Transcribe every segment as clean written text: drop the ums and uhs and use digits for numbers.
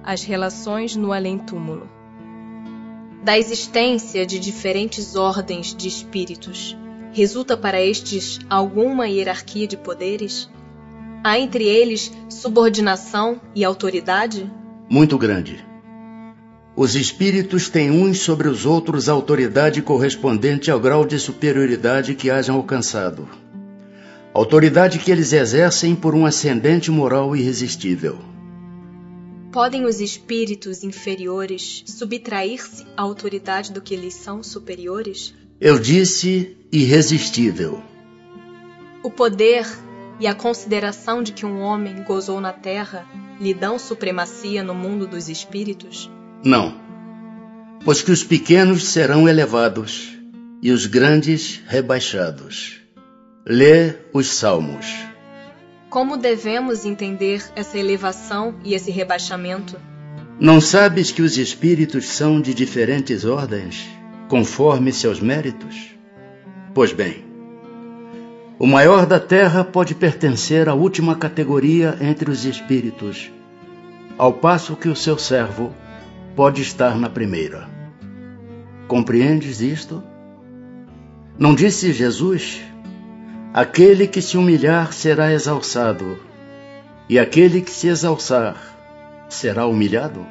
as relações no além-túmulo. Da existência de diferentes ordens de espíritos, resulta para estes alguma hierarquia de poderes? Há entre eles subordinação e autoridade? Muito grande. Os espíritos têm uns sobre os outros autoridade correspondente ao grau de superioridade que hajam alcançado. Autoridade que eles exercem por um ascendente moral irresistível. Podem os espíritos inferiores subtrair-se à autoridade do que lhes são superiores? Eu disse irresistível. O poder e a consideração de que um homem gozou na terra lhe dão supremacia no mundo dos espíritos? Não, pois que os pequenos serão elevados e os grandes rebaixados. Lê os Salmos. Como devemos entender essa elevação e esse rebaixamento? Não sabes que os espíritos são de diferentes ordens, conforme seus méritos? Pois bem, o maior da terra pode pertencer à última categoria entre os espíritos, ao passo que o seu servo pode estar na primeira. Compreendes isto? Não disse Jesus: aquele que se humilhar será exalçado, e aquele que se exalçar será humilhado?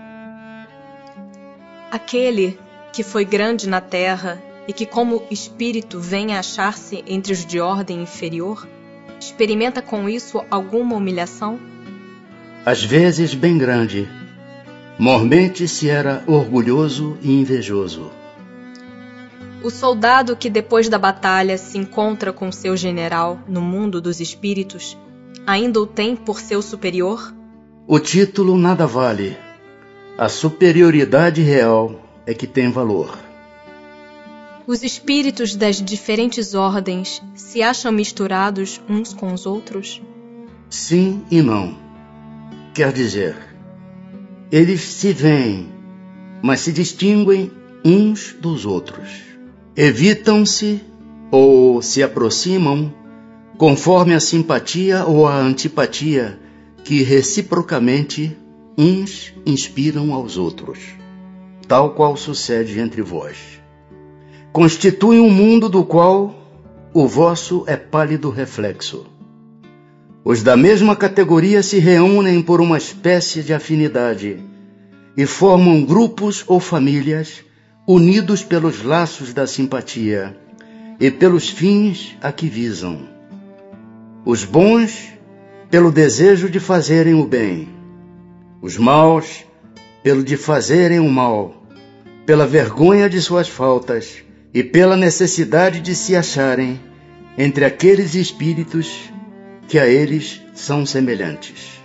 Aquele que foi grande na terra e que como espírito vem a achar-se entre os de ordem inferior, experimenta com isso alguma humilhação? Às vezes bem grande. Mormente se era orgulhoso e invejoso. O soldado que depois da batalha se encontra com seu general no mundo dos espíritos, ainda o tem por seu superior? O título nada vale. A superioridade real é que tem valor. Os espíritos das diferentes ordens se acham misturados uns com os outros? Sim e não. Quer dizer, eles se veem, mas se distinguem uns dos outros. Evitam-se ou se aproximam conforme a simpatia ou a antipatia que reciprocamente uns inspiram aos outros, tal qual sucede entre vós. Constitui um mundo do qual o vosso é pálido reflexo. Os da mesma categoria se reúnem por uma espécie de afinidade e formam grupos ou famílias unidos pelos laços da simpatia e pelos fins a que visam. Os bons, pelo desejo de fazerem o bem. Os maus, pelo de fazerem o mal, pela vergonha de suas faltas e pela necessidade de se acharem entre aqueles espíritos que a eles são semelhantes.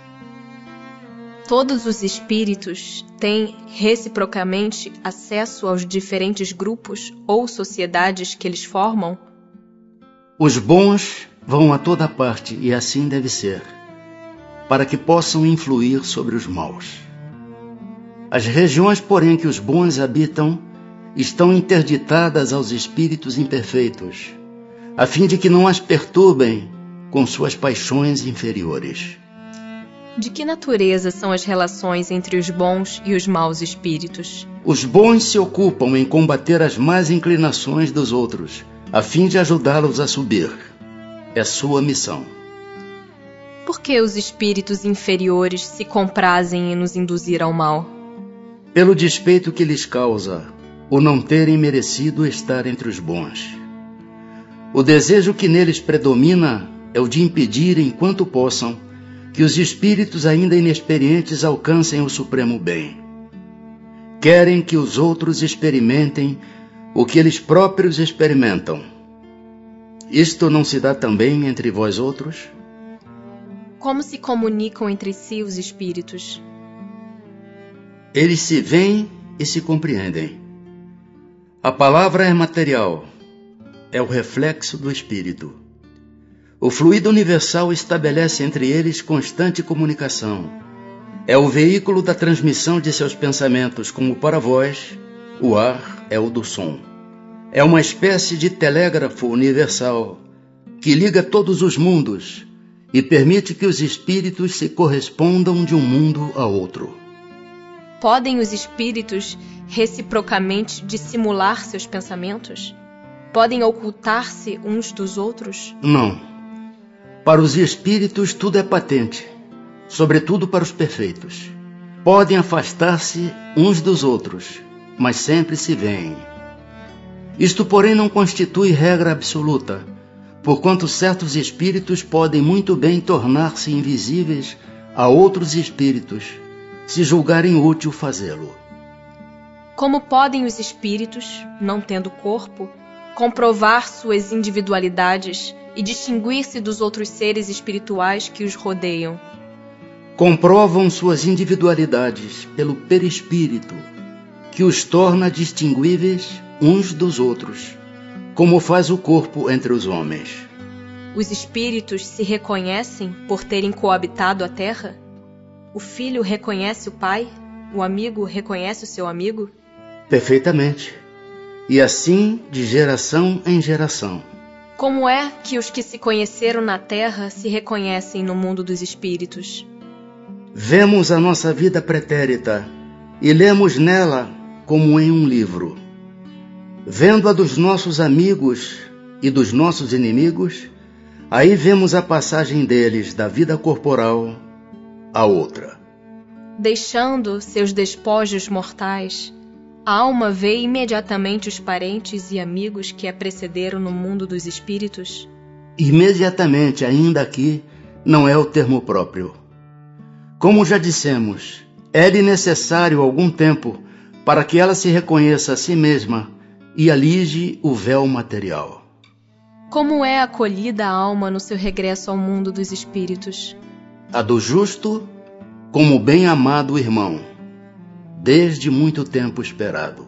Todos os espíritos têm reciprocamente acesso aos diferentes grupos ou sociedades que eles formam? Os bons vão a toda parte, e assim deve ser, para que possam influir sobre os maus. As regiões, porém, que os bons habitam estão interditadas aos espíritos imperfeitos, a fim de que não as perturbem com suas paixões inferiores. De que natureza são as relações entre os bons e os maus espíritos? Os bons se ocupam em combater as más inclinações dos outros, a fim de ajudá-los a subir. É sua missão. Por que os espíritos inferiores se comprazem em nos induzir ao mal? Pelo despeito que lhes causa o não terem merecido estar entre os bons. O desejo que neles predomina é o de impedir, enquanto possam, que os espíritos ainda inexperientes alcancem o supremo bem. Querem que os outros experimentem o que eles próprios experimentam. Isto não se dá também entre vós outros? Como se comunicam entre si os espíritos? Eles se veem e se compreendem. A palavra é material, é o reflexo do espírito. O fluido universal estabelece entre eles constante comunicação. É o veículo da transmissão de seus pensamentos, como para vós, o ar é o do som. É uma espécie de telégrafo universal que liga todos os mundos e permite que os espíritos se correspondam de um mundo a outro. Podem os espíritos reciprocamente dissimular seus pensamentos? Podem ocultar-se uns dos outros? Não. Para os espíritos tudo é patente, sobretudo para os perfeitos. Podem afastar-se uns dos outros, mas sempre se veem. Isto, porém, não constitui regra absoluta, porquanto certos espíritos podem muito bem tornar-se invisíveis a outros espíritos, se julgarem útil fazê-lo. Como podem os espíritos, não tendo corpo, comprovar suas individualidades e distinguir-se dos outros seres espirituais que os rodeiam? Comprovam suas individualidades pelo perispírito, que os torna distinguíveis uns dos outros, como faz o corpo entre os homens. Os espíritos se reconhecem por terem coabitado a terra? O filho reconhece o pai? O amigo reconhece o seu amigo? Perfeitamente. E assim de geração em geração. Como é que os que se conheceram na terra se reconhecem no mundo dos espíritos? Vemos a nossa vida pretérita e lemos nela como em um livro. Vendo a dos nossos amigos e dos nossos inimigos, aí vemos a passagem deles da vida corporal à outra. Deixando seus despojos mortais, a alma vê imediatamente os parentes e amigos que a precederam no mundo dos espíritos? Imediatamente, ainda aqui, não é o termo próprio. Como já dissemos, é-lhe necessário algum tempo para que ela se reconheça a si mesma e alige o véu material. Como é acolhida a alma no seu regresso ao mundo dos espíritos? A do justo, como bem-amado irmão, desde muito tempo esperado.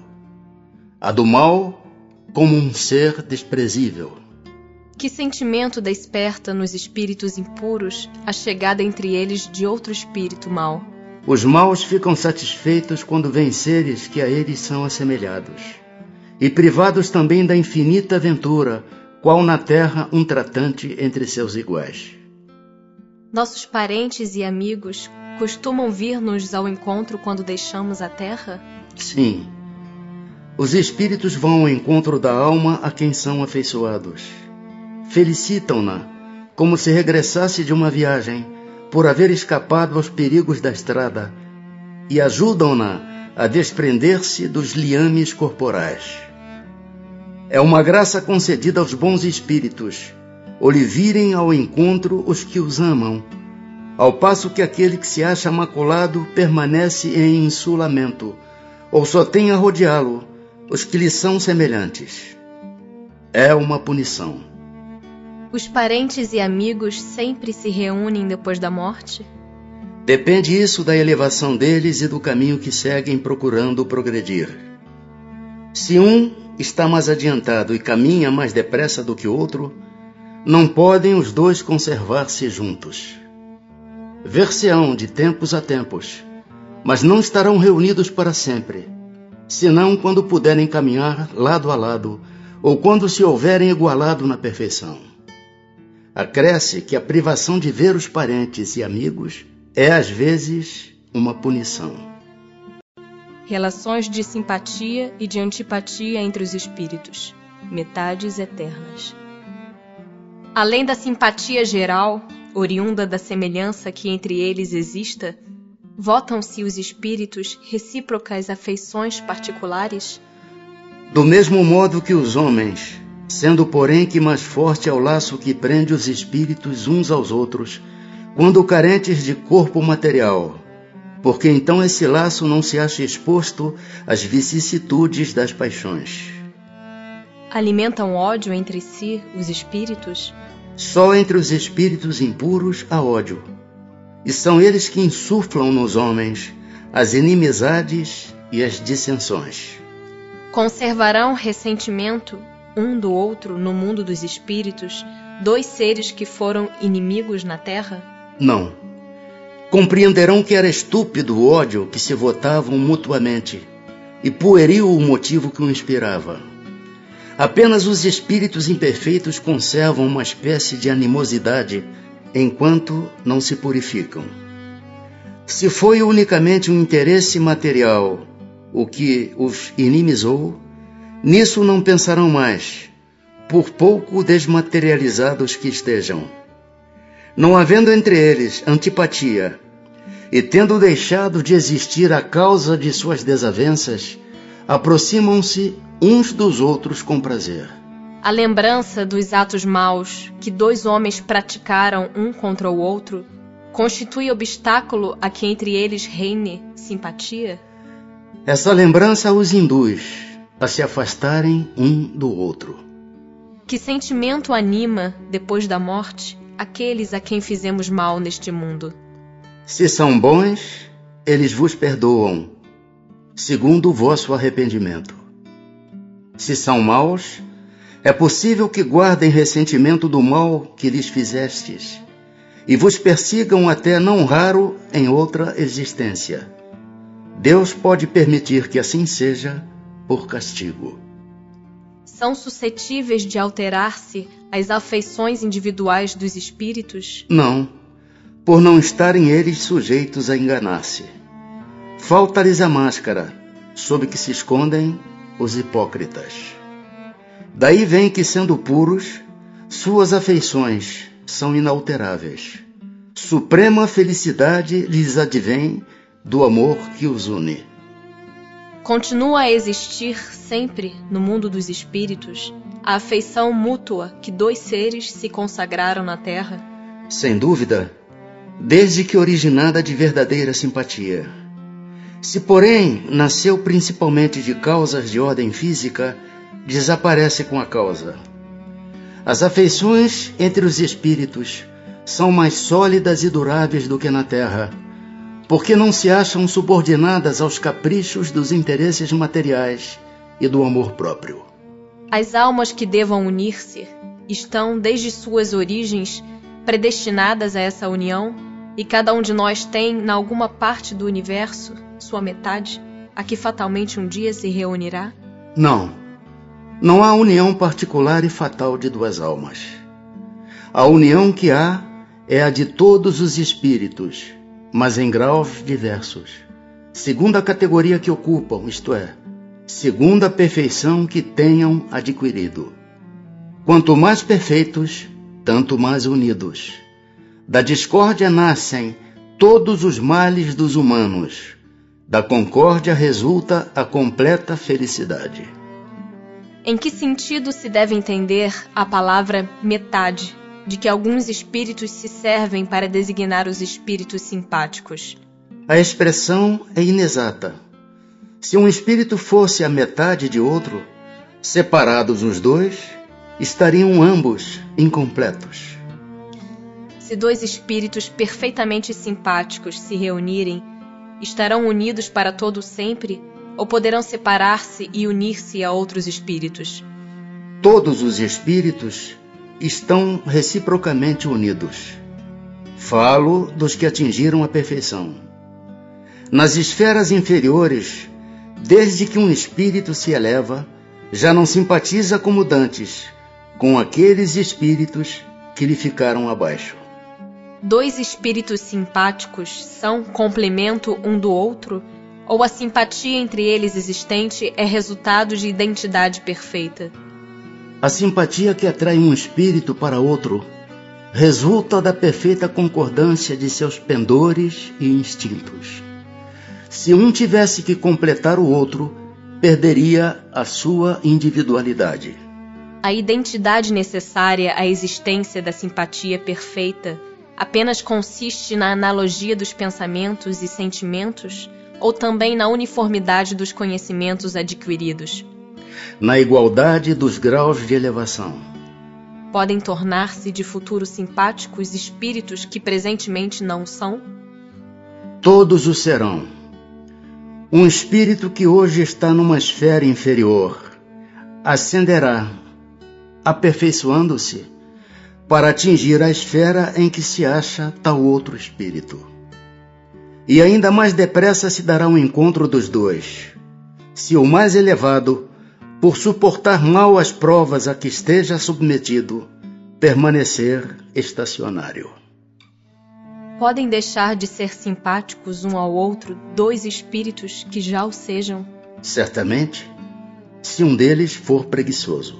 A do mal, como um ser desprezível. Que sentimento desperta nos espíritos impuros a chegada entre eles de outro espírito mau? Os maus ficam satisfeitos quando veem seres que a eles são assemelhados, e privados também da infinita aventura, qual na terra um tratante entre seus iguais. Nossos parentes e amigos costumam vir-nos ao encontro quando deixamos a terra? Sim. Os espíritos vão ao encontro da alma a quem são afeiçoados. Felicitam-na, como se regressasse de uma viagem, por haver escapado aos perigos da estrada, e ajudam-na a desprender-se dos liames corporais. É uma graça concedida aos bons espíritos, ou lhe virem ao encontro os que os amam, ao passo que aquele que se acha maculado permanece em insulamento, ou só tem a rodeá-lo os que lhe são semelhantes. É uma punição. Os parentes e amigos sempre se reúnem depois da morte? Depende isso da elevação deles e do caminho que seguem procurando progredir. Se um está mais adiantado e caminha mais depressa do que o outro, não podem os dois conservar-se juntos. Ver-se-ão de tempos a tempos, mas não estarão reunidos para sempre, senão quando puderem caminhar lado a lado, ou quando se houverem igualado na perfeição. Acresce que a privação de ver os parentes e amigos é, às vezes, uma punição. Relações de simpatia e de antipatia entre os espíritos, metades eternas. Além da simpatia geral, oriunda da semelhança que entre eles exista, votam-se os espíritos recíprocas afeições particulares? Do mesmo modo que os homens, sendo porém que mais forte é o laço que prende os espíritos uns aos outros, quando carentes de corpo material, porque então esse laço não se acha exposto às vicissitudes das paixões. Alimentam ódio entre si os espíritos? Só entre os espíritos impuros há ódio, e são eles que insuflam nos homens as inimizades e as dissensões. Conservarão ressentimento um do outro no mundo dos espíritos, dois seres que foram inimigos na terra? Não. Compreenderão que era estúpido o ódio que se votavam mutuamente, e pueril o motivo que o inspirava. Apenas os espíritos imperfeitos conservam uma espécie de animosidade enquanto não se purificam. Se foi unicamente um interesse material o que os inimizou, nisso não pensarão mais, por pouco desmaterializados que estejam. Não havendo entre eles antipatia, e tendo deixado de existir a causa de suas desavenças, aproximam-se uns dos outros com prazer. A lembrança dos atos maus que dois homens praticaram um contra o outro constitui obstáculo a que entre eles reine simpatia? Essa lembrança os induz a se afastarem um do outro. Que sentimento anima, depois da morte, aqueles a quem fizemos mal neste mundo? Se são bons, eles vos perdoam, segundo o vosso arrependimento. Se são maus, é possível que guardem ressentimento do mal que lhes fizestes, e vos persigam até não raro em outra existência. Deus pode permitir que assim seja por castigo. São suscetíveis de alterar-se as afeições individuais dos espíritos? Não, por não estarem eles sujeitos a enganar-se. Falta-lhes a máscara, sob que se escondem os hipócritas. Daí vem que, sendo puros, suas afeições são inalteráveis. Suprema felicidade lhes advém do amor que os une. Continua a existir sempre, no mundo dos espíritos, a afeição mútua que dois seres se consagraram na Terra? Sem dúvida, desde que originada de verdadeira simpatia. Se, porém, nasceu principalmente de causas de ordem física, desaparece com a causa. As afeições entre os espíritos são mais sólidas e duráveis do que na Terra, porque não se acham subordinadas aos caprichos dos interesses materiais e do amor próprio. As almas que devam unir-se estão, desde suas origens, predestinadas a essa união, e cada um de nós tem, na alguma parte do universo, sua metade, a que fatalmente um dia se reunirá? Não há união particular e fatal de duas almas. A união que há é a de todos os espíritos, mas em graus diversos, segundo a categoria que ocupam, isto é, segundo a perfeição que tenham adquirido. Quanto mais perfeitos, tanto mais unidos. Da discórdia nascem todos os males dos humanos. Da concórdia resulta a completa felicidade. Em que sentido se deve entender a palavra metade, de que alguns espíritos se servem para designar os espíritos simpáticos? A expressão é inexata. Se um espírito fosse a metade de outro, separados os dois, estariam ambos incompletos. Se dois espíritos perfeitamente simpáticos se reunirem, estarão unidos para todo sempre, ou poderão separar-se e unir-se a outros espíritos? Todos os espíritos estão reciprocamente unidos. Falo dos que atingiram a perfeição. Nas esferas inferiores, desde que um espírito se eleva, já não simpatiza como dantes com aqueles espíritos que lhe ficaram abaixo. Dois espíritos simpáticos são complemento um do outro, ou a simpatia entre eles existente é resultado de identidade perfeita? A simpatia que atrai um espírito para outro resulta da perfeita concordância de seus pendores e instintos. Se um tivesse que completar o outro, perderia a sua individualidade. A identidade necessária à existência da simpatia perfeita apenas consiste na analogia dos pensamentos e sentimentos, ou também na uniformidade dos conhecimentos adquiridos? Na igualdade dos graus de elevação. Podem tornar-se de futuro simpáticos espíritos que presentemente não são? Todos o serão. Um espírito que hoje está numa esfera inferior ascenderá, aperfeiçoando-se, para atingir a esfera em que se acha tal outro espírito. E ainda mais depressa se dará um encontro dos dois, se o mais elevado, por suportar mal as provas a que esteja submetido, permanecer estacionário. podem deixar de ser simpáticos um ao outro dois espíritos que já o sejam? Certamente, se um deles for preguiçoso.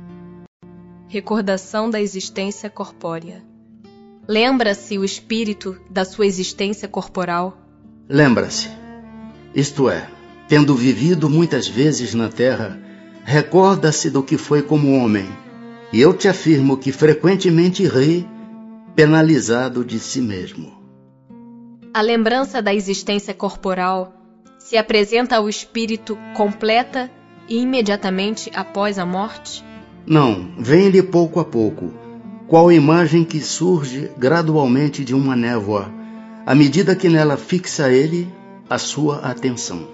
Recordação da existência corpórea. Lembra-se o espírito da sua existência corporal? Lembra-se. Isto é, tendo vivido muitas vezes na terra, recorda-se do que foi como homem, e eu te afirmo que frequentemente ri, penalizado de si mesmo. A lembrança da existência corporal se apresenta ao espírito completa e imediatamente após a morte? Não, vem-lhe pouco a pouco, qual imagem que surge gradualmente de uma névoa, à medida que nela fixa ele a sua atenção.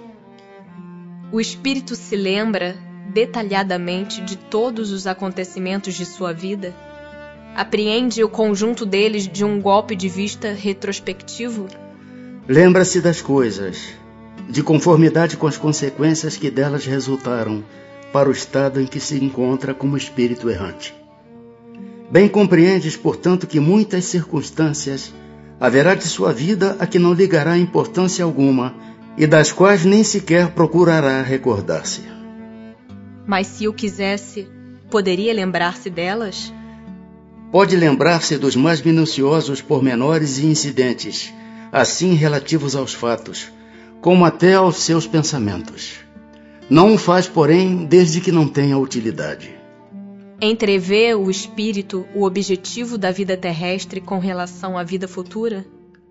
O espírito se lembra detalhadamente de todos os acontecimentos de sua vida? Apreende o conjunto deles de um golpe de vista retrospectivo? Lembra-se das coisas, de conformidade com as consequências que delas resultaram para o estado em que se encontra como espírito errante. Bem compreendes, portanto, que muitas circunstâncias haverá de sua vida a que não ligará importância alguma e das quais nem sequer procurará recordar-se. Mas se o quisesse, poderia lembrar-se delas? Pode lembrar-se dos mais minuciosos pormenores e incidentes, assim relativos aos fatos, como até aos seus pensamentos. Não o faz, porém, desde que não tenha utilidade. Entrevê o espírito o objetivo da vida terrestre com relação à vida futura?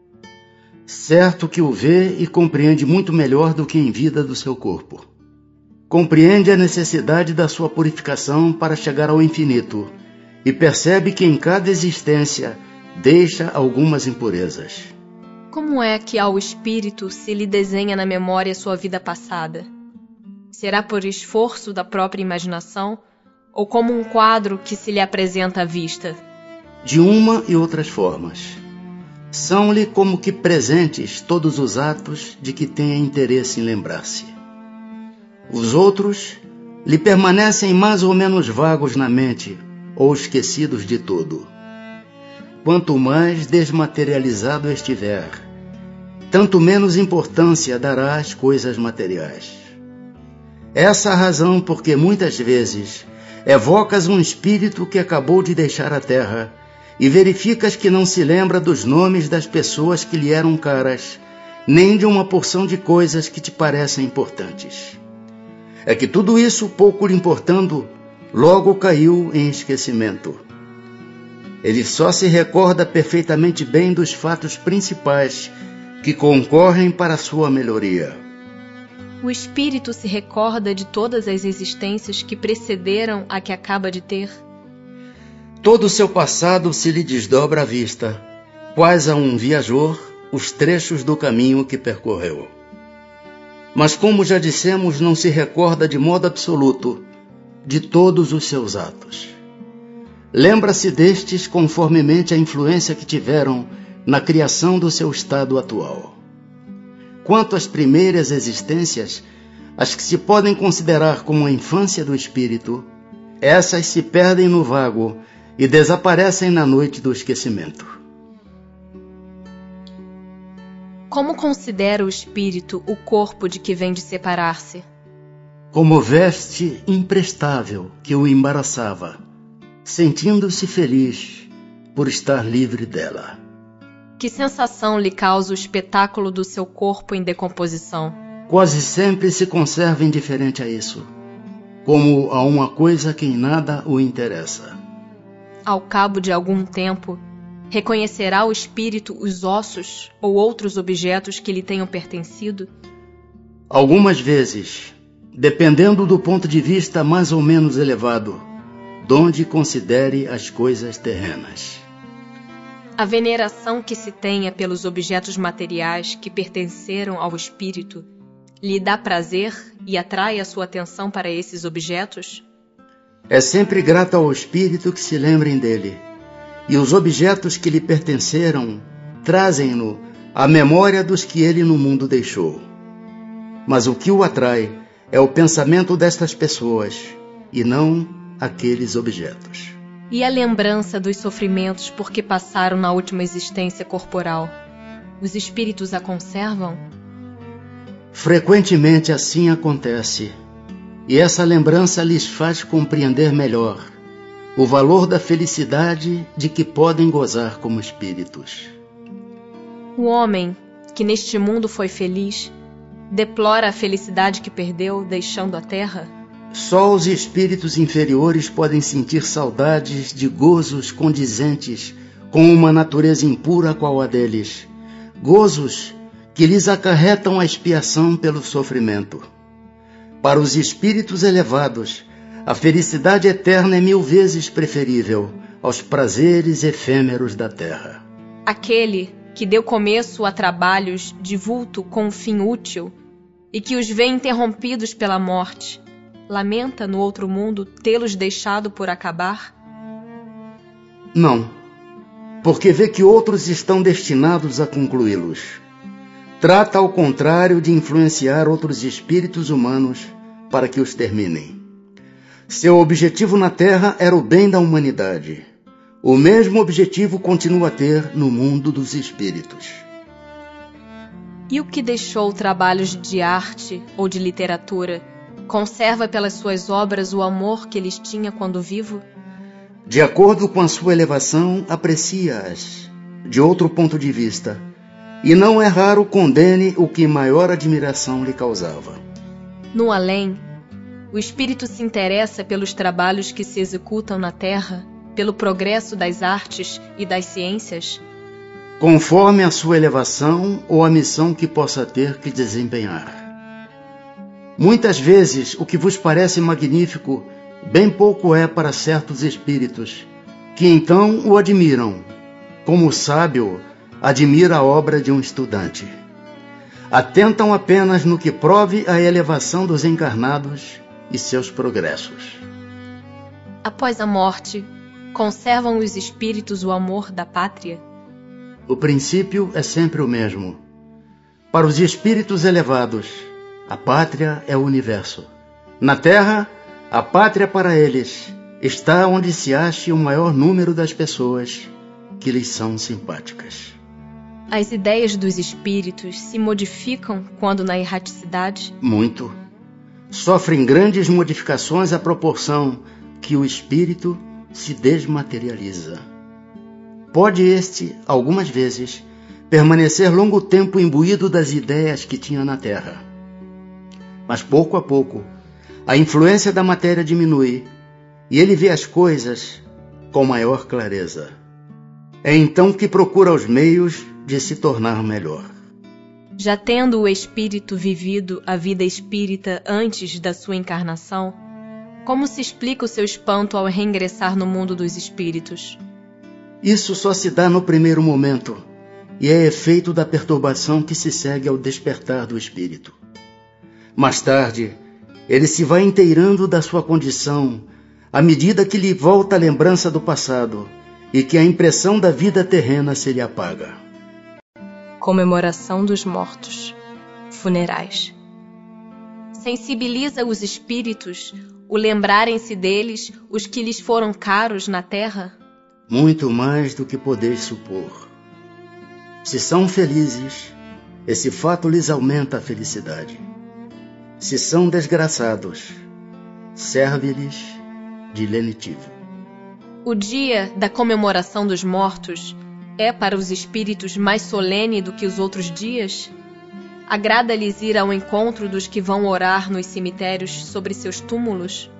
Certo que o vê e compreende muito melhor do que em vida do seu corpo. Compreende a necessidade da sua purificação para chegar ao infinito, e percebe que em cada existência deixa algumas impurezas. Como é que ao espírito se lhe desenha na memória sua vida passada? Será por esforço da própria imaginação ou como um quadro que se lhe apresenta à vista? De uma e outras formas. São-lhe como que presentes todos os atos de que tenha interesse em lembrar-se. Os outros lhe permanecem mais ou menos vagos na mente, ou esquecidos de todo. Quanto mais desmaterializado estiver, tanto menos importância dará às coisas materiais. Essa a razão porque muitas vezes evocas um espírito que acabou de deixar a terra e verificas que não se lembra dos nomes das pessoas que lhe eram caras, nem de uma porção de coisas que te parecem importantes. É que tudo isso, pouco lhe importando, logo caiu em esquecimento. Ele só se recorda perfeitamente bem dos fatos principais que concorrem para a sua melhoria. O espírito se recorda de todas as existências que precederam a que acaba de ter? Todo o seu passado se lhe desdobra à vista, quais a um viajor os trechos do caminho que percorreu. Mas, como já dissemos, não se recorda de modo absoluto de todos os seus atos. Lembra-se destes conformemente à influência que tiveram na criação do seu estado atual. Quanto às primeiras existências, as que se podem considerar como a infância do espírito, essas se perdem no vago e desaparecem na noite do esquecimento. Como considera o espírito o corpo de que vem de separar-se? Como veste imprestável que o embaraçava, sentindo-se feliz por estar livre dela. Que sensação lhe causa o espetáculo do seu corpo em decomposição? Quase sempre se conserva indiferente a isso, como a uma coisa que em nada o interessa. Ao cabo de algum tempo, reconhecerá o espírito os ossos ou outros objetos que lhe tenham pertencido? Algumas vezes, dependendo do ponto de vista mais ou menos elevado, donde considere as coisas terrenas. A veneração que se tenha pelos objetos materiais que pertenceram ao espírito lhe dá prazer e atrai a sua atenção para esses objetos? É sempre grato ao espírito que se lembrem dele, e os objetos que lhe pertenceram trazem-no à memória dos que ele no mundo deixou. Mas o que o atrai é o pensamento destas pessoas, e não aqueles objetos. E a lembrança dos sofrimentos por que passaram na última existência corporal? Os espíritos a conservam? Frequentemente assim acontece, e essa lembrança lhes faz compreender melhor o valor da felicidade de que podem gozar como espíritos. O homem, que neste mundo foi feliz, deplora a felicidade que perdeu, deixando a terra? Só os espíritos inferiores podem sentir saudades de gozos condizentes com uma natureza impura qual a deles, gozos que lhes acarretam a expiação pelo sofrimento. Para os espíritos elevados, a felicidade eterna é 1000 vezes preferível aos prazeres efêmeros da terra. Aquele que deu começo a trabalhos de vulto com um fim útil e que os vê interrompidos pela morte, lamenta no outro mundo tê-los deixado por acabar? Não, porque vê que outros estão destinados a concluí-los. Trata, ao contrário, de influenciar outros espíritos humanos para que os terminem. Seu objetivo na Terra era o bem da humanidade. O mesmo objetivo continua a ter no mundo dos espíritos. E o que deixou trabalhos de arte ou de literatura conserva pelas suas obras o amor que lhes tinha quando vivo? De acordo com a sua elevação, aprecia-as de outro ponto de vista, e não é raro condene o que maior admiração lhe causava. No além, o espírito se interessa pelos trabalhos que se executam na Terra, pelo progresso das artes e das ciências? Conforme a sua elevação ou a missão que possa ter que desempenhar. Muitas vezes, o que vos parece magnífico, bem pouco é para certos espíritos, que então o admiram, como o sábio admira a obra de um estudante. Atentam apenas no que prove a elevação dos encarnados e seus progressos. Após a morte, conservam os espíritos o amor da pátria? O princípio é sempre o mesmo. Para os espíritos elevados, a pátria é o universo. Na Terra, a pátria para eles está onde se ache o maior número das pessoas que lhes são simpáticas. As ideias dos espíritos se modificam quando na erraticidade? Muito. Sofrem grandes modificações à proporção que o espírito se desmaterializa. Pode este, algumas vezes, permanecer longo tempo imbuído das ideias que tinha na Terra. Mas pouco a pouco, a influência da matéria diminui e ele vê as coisas com maior clareza. É então que procura os meios de se tornar melhor. Já tendo o espírito vivido a vida espírita antes da sua encarnação, como se explica o seu espanto ao reingressar no mundo dos espíritos? Isso só se dá no primeiro momento e é efeito da perturbação que se segue ao despertar do espírito. Mais tarde, ele se vai inteirando da sua condição à medida que lhe volta a lembrança do passado e que a impressão da vida terrena se lhe apaga. Comemoração dos mortos. Funerais. Sensibiliza os espíritos o lembrarem-se deles os que lhes foram caros na terra? Muito mais do que podeis supor. Se são felizes, esse fato lhes aumenta a felicidade. Se são desgraçados, serve-lhes de lenitivo. O dia da comemoração dos mortos é para os espíritos mais solene do que os outros dias? Agrada-lhes ir ao encontro dos que vão orar nos cemitérios sobre seus túmulos?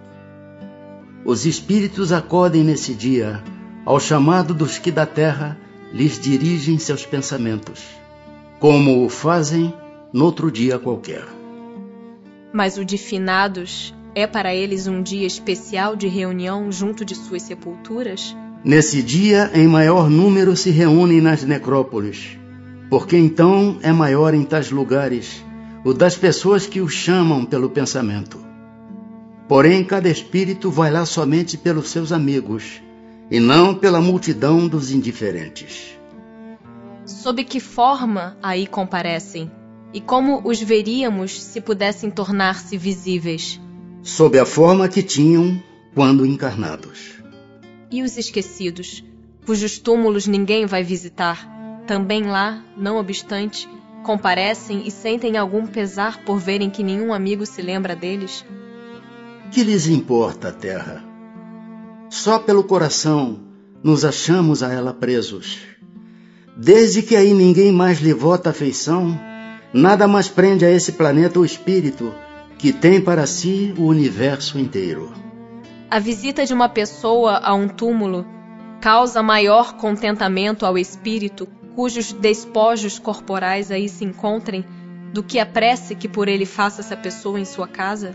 Os espíritos acodem nesse dia ao chamado dos que da terra lhes dirigem seus pensamentos, como o fazem noutro dia qualquer. Mas o de finados é para eles um dia especial de reunião junto de suas sepulturas? Nesse dia, em maior número se reúnem nas necrópolis, porque então é maior em tais lugares o das pessoas que o chamam pelo pensamento. Porém, cada espírito vai lá somente pelos seus amigos, e não pela multidão dos indiferentes. Sob que forma aí comparecem? E como os veríamos se pudessem tornar-se visíveis? Sob a forma que tinham quando encarnados. E os esquecidos, cujos túmulos ninguém vai visitar, também lá, não obstante, comparecem e sentem algum pesar por verem que nenhum amigo se lembra deles? Que lhes importa a terra? Só pelo coração nos achamos a ela presos. Desde que aí ninguém mais lhe vota afeição, nada mais prende a esse planeta o espírito que tem para si o universo inteiro. A visita de uma pessoa a um túmulo causa maior contentamento ao espírito cujos despojos corporais aí se encontrem do que a prece que por ele faça essa pessoa em sua casa?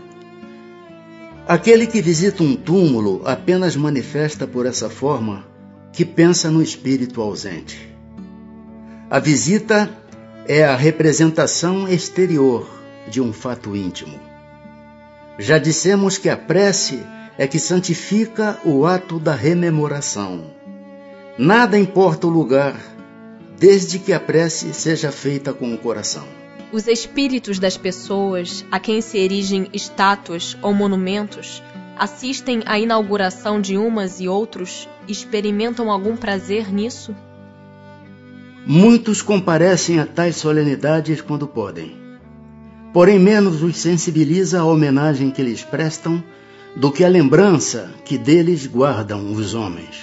Aquele que visita um túmulo apenas manifesta por essa forma que pensa no espírito ausente. A visita é a representação exterior de um fato íntimo. Já dissemos que a prece é que santifica o ato da rememoração. Nada importa o lugar, desde que a prece seja feita com o coração. Os espíritos das pessoas a quem se erigem estátuas ou monumentos assistem à inauguração de umas e outros e experimentam algum prazer nisso? Muitos comparecem a tais solenidades quando podem. Porém, menos os sensibiliza a homenagem que lhes prestam do que a lembrança que deles guardam os homens.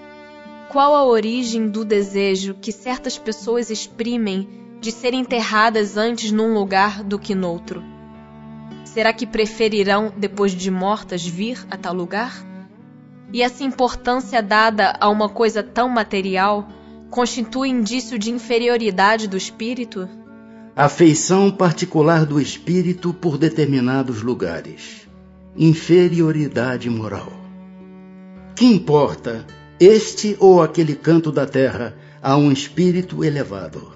Qual a origem do desejo que certas pessoas exprimem de serem enterradas antes num lugar do que noutro? Será que preferirão, depois de mortas, vir a tal lugar? E essa importância dada a uma coisa tão material constitui indício de inferioridade do espírito? Afeição particular do espírito por determinados lugares. Inferioridade moral. Que importa este ou aquele canto da terra a um espírito elevado?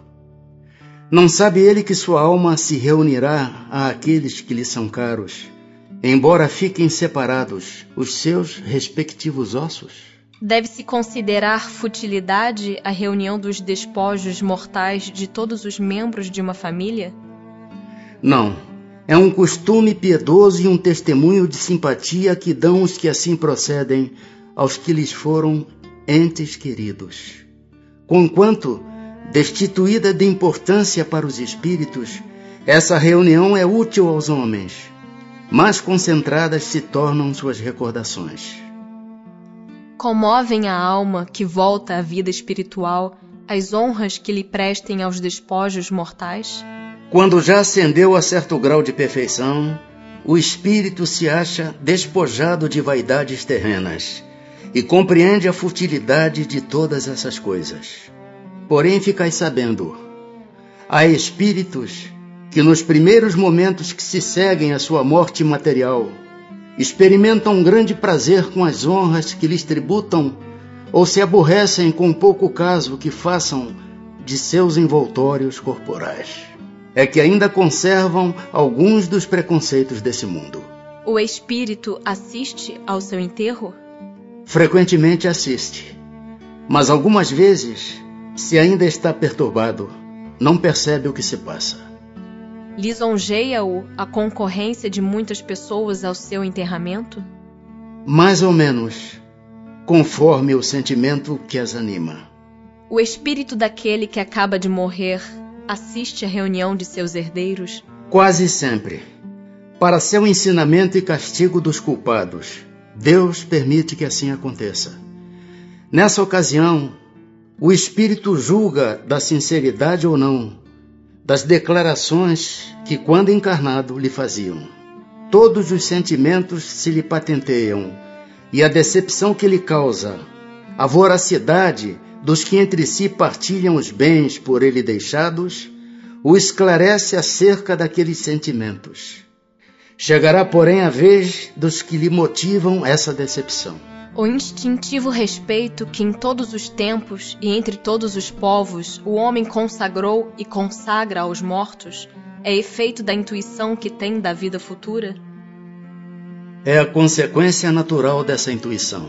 Não sabe ele que sua alma se reunirá àqueles que lhe são caros, embora fiquem separados os seus respectivos ossos? Deve-se considerar futilidade a reunião dos despojos mortais de todos os membros de uma família? Não. É um costume piedoso e um testemunho de simpatia que dão os que assim procedem aos que lhes foram entes queridos. Conquanto, destituída de importância para os espíritos, essa reunião é útil aos homens, mais concentradas se tornam suas recordações. Comovem a alma que volta à vida espiritual as honras que lhe prestem aos despojos mortais? Quando já ascendeu a certo grau de perfeição, o espírito se acha despojado de vaidades terrenas e compreende a futilidade de todas essas coisas. Porém, ficai sabendo, há espíritos que nos primeiros momentos que se seguem à sua morte material experimentam um grande prazer com as honras que lhes tributam ou se aborrecem com pouco caso que façam de seus envoltórios corporais. É que ainda conservam alguns dos preconceitos desse mundo. O espírito assiste ao seu enterro? Frequentemente assiste, mas algumas vezes, se ainda está perturbado, não percebe o que se passa. Lisonjeia-o a concorrência de muitas pessoas ao seu enterramento? Mais ou menos, conforme o sentimento que as anima. O espírito daquele que acaba de morrer assiste à reunião de seus herdeiros? Quase sempre. Para seu ensinamento e castigo dos culpados, Deus permite que assim aconteça. Nessa ocasião, o espírito julga da sinceridade ou não das declarações que, quando encarnado, lhe faziam. Todos os sentimentos se lhe patenteiam, e a decepção que lhe causa, a voracidade dos que entre si partilham os bens por ele deixados, o esclarece acerca daqueles sentimentos. Chegará, porém, a vez dos que lhe motivam essa decepção. O instintivo respeito que em todos os tempos e entre todos os povos o homem consagrou e consagra aos mortos é efeito da intuição que tem da vida futura? É a consequência natural dessa intuição.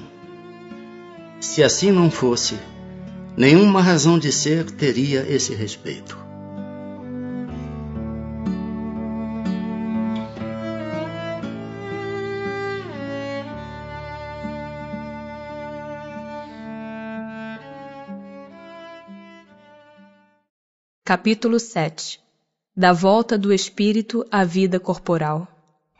Se assim não fosse, nenhuma razão de ser teria esse respeito. Capítulo 7. Da volta do espírito à vida corporal.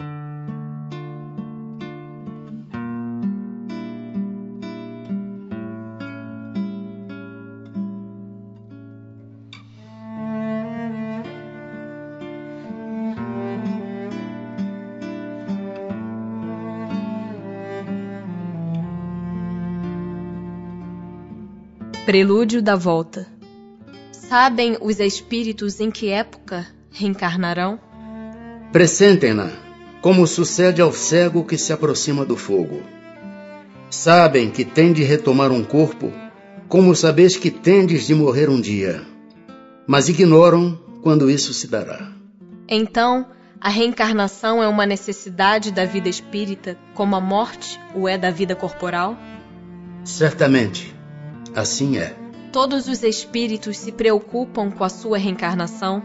Prelúdio da volta. Sabem os espíritos em que época reencarnarão? Pressentem-na, como sucede ao cego que se aproxima do fogo. Sabem que tem de retomar um corpo, como sabeis que tendes de morrer um dia, mas ignoram quando isso se dará. Então, a reencarnação é uma necessidade da vida espírita, como a morte o é da vida corporal? Certamente, assim é. Todos os espíritos se preocupam com a sua reencarnação?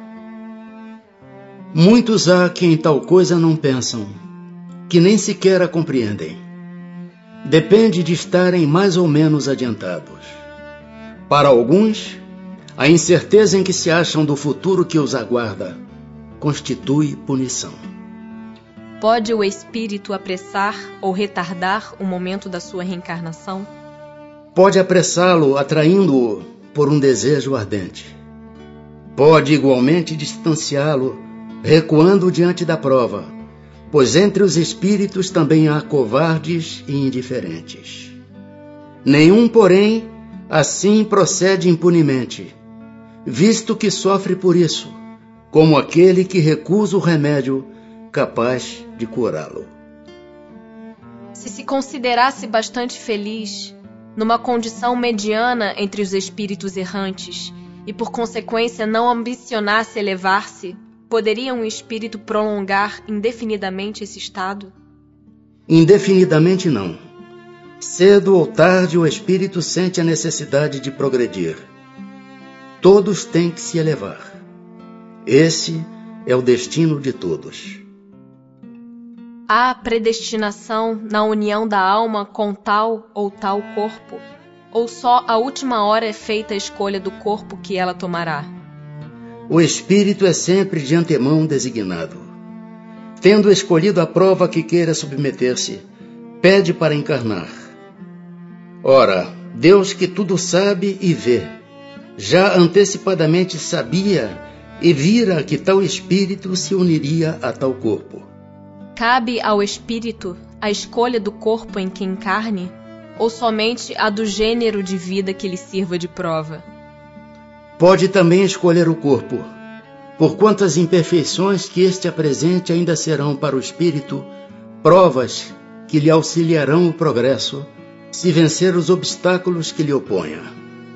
Muitos há que em tal coisa não pensam, que nem sequer a compreendem. Depende de estarem mais ou menos adiantados. Para alguns, a incerteza em que se acham do futuro que os aguarda constitui punição. Pode o espírito apressar ou retardar o momento da sua reencarnação? Pode apressá-lo, atraindo-o por um desejo ardente. Pode igualmente distanciá-lo, recuando diante da prova, pois entre os espíritos também há covardes e indiferentes. Nenhum, porém, assim procede impunemente, visto que sofre por isso, como aquele que recusa o remédio capaz de curá-lo. Se se considerasse bastante feliz, numa condição mediana entre os espíritos errantes, e por consequência não ambicionasse elevar-se, poderia um espírito prolongar indefinidamente esse estado? Indefinidamente não. Cedo ou tarde o espírito sente a necessidade de progredir. Todos têm que se elevar. Esse é o destino de todos. Há predestinação na união da alma com tal ou tal corpo? Ou só à última hora é feita a escolha do corpo que ela tomará? O espírito é sempre de antemão designado. Tendo escolhido a prova que queira submeter-se, pede para encarnar. Ora, Deus que tudo sabe e vê, já antecipadamente sabia e vira que tal espírito se uniria a tal corpo. Cabe ao espírito a escolha do corpo em que encarne, ou somente a do gênero de vida que lhe sirva de prova? Pode também escolher o corpo, porquanto as imperfeições que este apresente ainda serão para o espírito provas que lhe auxiliarão o progresso, se vencer os obstáculos que lhe oponha.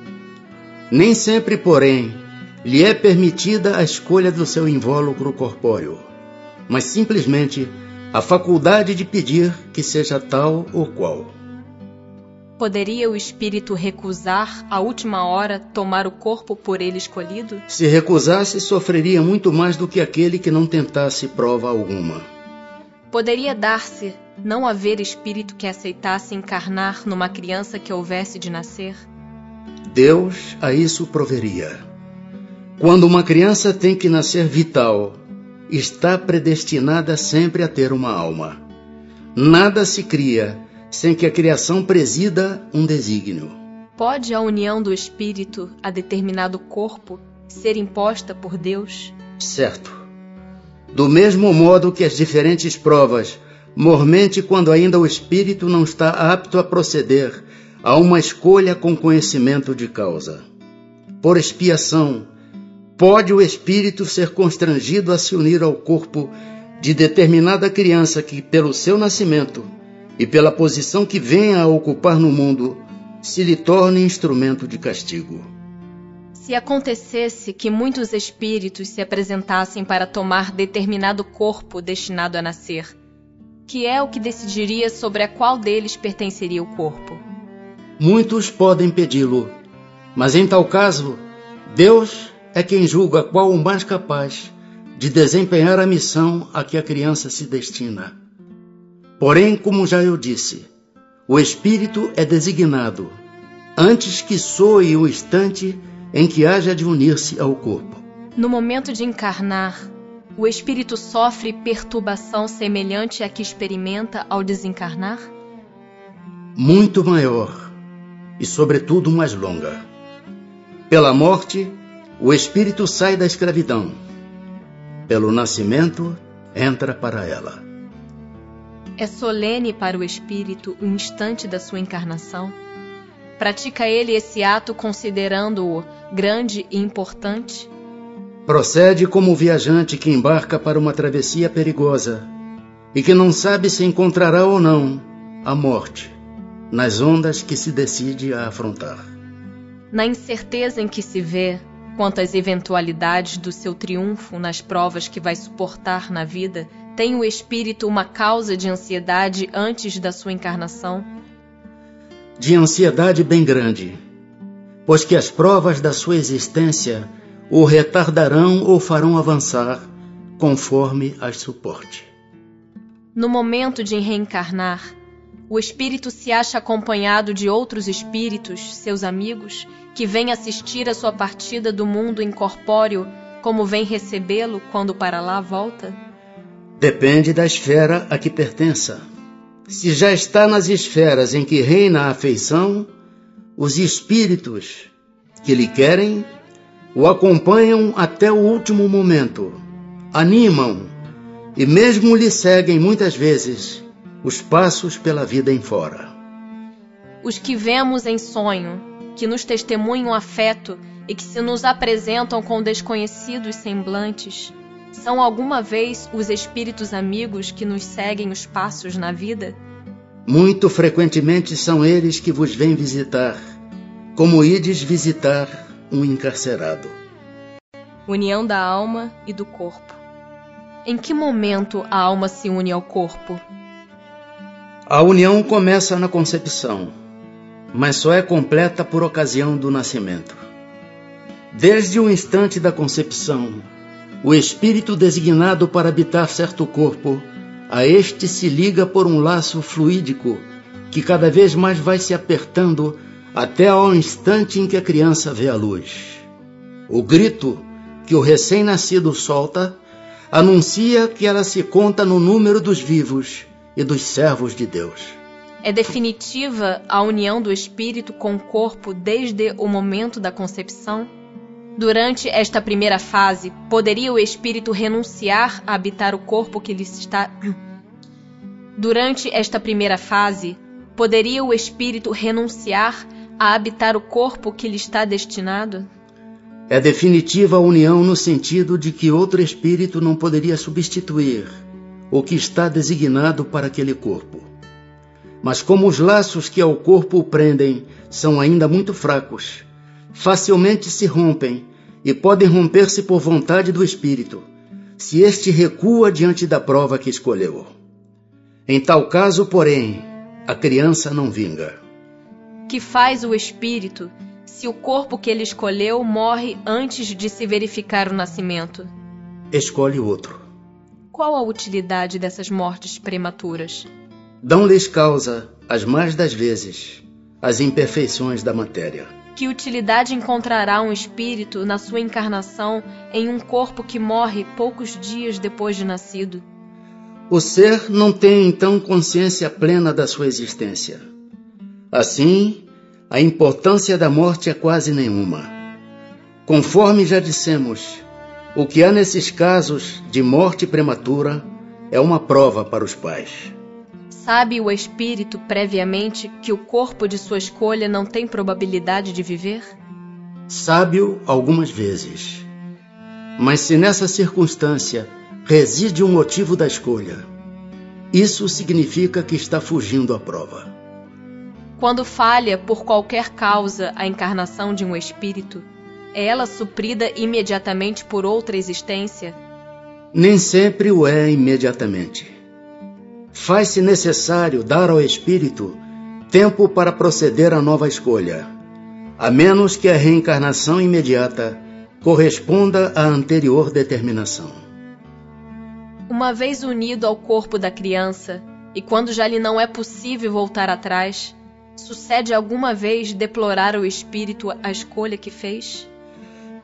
Nem sempre, porém, lhe é permitida a escolha do seu invólucro corpóreo, mas simplesmente a faculdade de pedir que seja tal ou qual. Poderia o espírito recusar, à última hora, tomar o corpo por ele escolhido? Se recusasse, sofreria muito mais do que aquele que não tentasse prova alguma. Poderia dar-se não haver espírito que aceitasse encarnar numa criança que houvesse de nascer? Deus a isso proveria. Quando uma criança tem que nascer vital, está predestinada sempre a ter uma alma. Nada se cria sem que a criação presida um desígnio. Pode a união do espírito a determinado corpo ser imposta por Deus? Certo. Do mesmo modo que as diferentes provas, mormente quando ainda o espírito não está apto a proceder a uma escolha com conhecimento de causa. Por expiação, pode o espírito ser constrangido a se unir ao corpo de determinada criança que, pelo seu nascimento e pela posição que venha a ocupar no mundo, se lhe torne instrumento de castigo. Se acontecesse que muitos espíritos se apresentassem para tomar determinado corpo destinado a nascer, que é o que decidiria sobre a qual deles pertenceria o corpo? Muitos podem pedi-lo, mas em tal caso, Deus é quem julga qual o mais capaz de desempenhar a missão a que a criança se destina. Porém, como já eu disse, o espírito é designado, antes que soe o instante em que haja de unir-se ao corpo. No momento de encarnar, o espírito sofre perturbação semelhante à que experimenta ao desencarnar? Muito maior e, sobretudo, mais longa. Pela morte, o espírito sai da escravidão. Pelo nascimento, entra para ela. É solene para o espírito o instante da sua encarnação? Pratica ele esse ato considerando-o grande e importante? Procede como o viajante que embarca para uma travessia perigosa e que não sabe se encontrará ou não a morte nas ondas que se decide a afrontar. Na incerteza em que se vê quanto às eventualidades do seu triunfo nas provas que vai suportar na vida, tem o espírito uma causa de ansiedade antes da sua encarnação? De ansiedade bem grande, pois que as provas da sua existência o retardarão ou farão avançar conforme as suporte. No momento de reencarnar, o espírito se acha acompanhado de outros espíritos, seus amigos, que vêm assistir a sua partida do mundo incorpóreo, como vem recebê-lo quando para lá volta? Depende da esfera a que pertença. Se já está nas esferas em que reina a afeição, os espíritos que lhe querem o acompanham até o último momento, animam e mesmo lhe seguem muitas vezes os passos pela vida em fora. Os que vemos em sonho, que nos testemunham afeto e que se nos apresentam com desconhecidos semblantes, são alguma vez os espíritos amigos que nos seguem os passos na vida? Muito frequentemente são eles que vos vêm visitar, como ides visitar um encarcerado. União da alma e do corpo. Em que momento a alma se une ao corpo? A união começa na concepção, mas só é completa por ocasião do nascimento. Desde o instante da concepção, o espírito designado para habitar certo corpo, a este se liga por um laço fluídico que cada vez mais vai se apertando até ao instante em que a criança vê a luz. O grito que o recém-nascido solta anuncia que ela se conta no número dos vivos e dos servos de Deus. É definitiva a união do espírito com o corpo desde o momento da concepção? Durante esta primeira fase, poderia o espírito renunciar a habitar o corpo que lhe está... Durante esta primeira fase, poderia o espírito renunciar a habitar o corpo que lhe está destinado? É definitiva a união no sentido de que outro espírito não poderia substituir o que está designado para aquele corpo. Mas como os laços que ao corpo o prendem são ainda muito fracos, facilmente se rompem e podem romper-se por vontade do espírito, se este recua diante da prova que escolheu. Em tal caso, porém, a criança não vinga. Que faz o espírito se o corpo que ele escolheu morre antes de se verificar o nascimento? Escolhe outro. Qual a utilidade dessas mortes prematuras? Dão-lhes causa, as mais das vezes, as imperfeições da matéria. Que utilidade encontrará um espírito na sua encarnação em um corpo que morre poucos dias depois de nascido? O ser não tem então consciência plena da sua existência. Assim, a importância da morte é quase nenhuma. Conforme já dissemos, o que há nesses casos de morte prematura é uma prova para os pais. Sabe o espírito previamente que o corpo de sua escolha não tem probabilidade de viver? Sabe-o algumas vezes. Mas se nessa circunstância reside o motivo da escolha, isso significa que está fugindo à prova. Quando falha por qualquer causa a encarnação de um espírito, é ela suprida imediatamente por outra existência? Nem sempre o é imediatamente. Faz-se necessário dar ao espírito tempo para proceder à nova escolha, a menos que a reencarnação imediata corresponda à anterior determinação. Uma vez unido ao corpo da criança, e quando já lhe não é possível voltar atrás, sucede alguma vez deplorar o espírito a escolha que fez?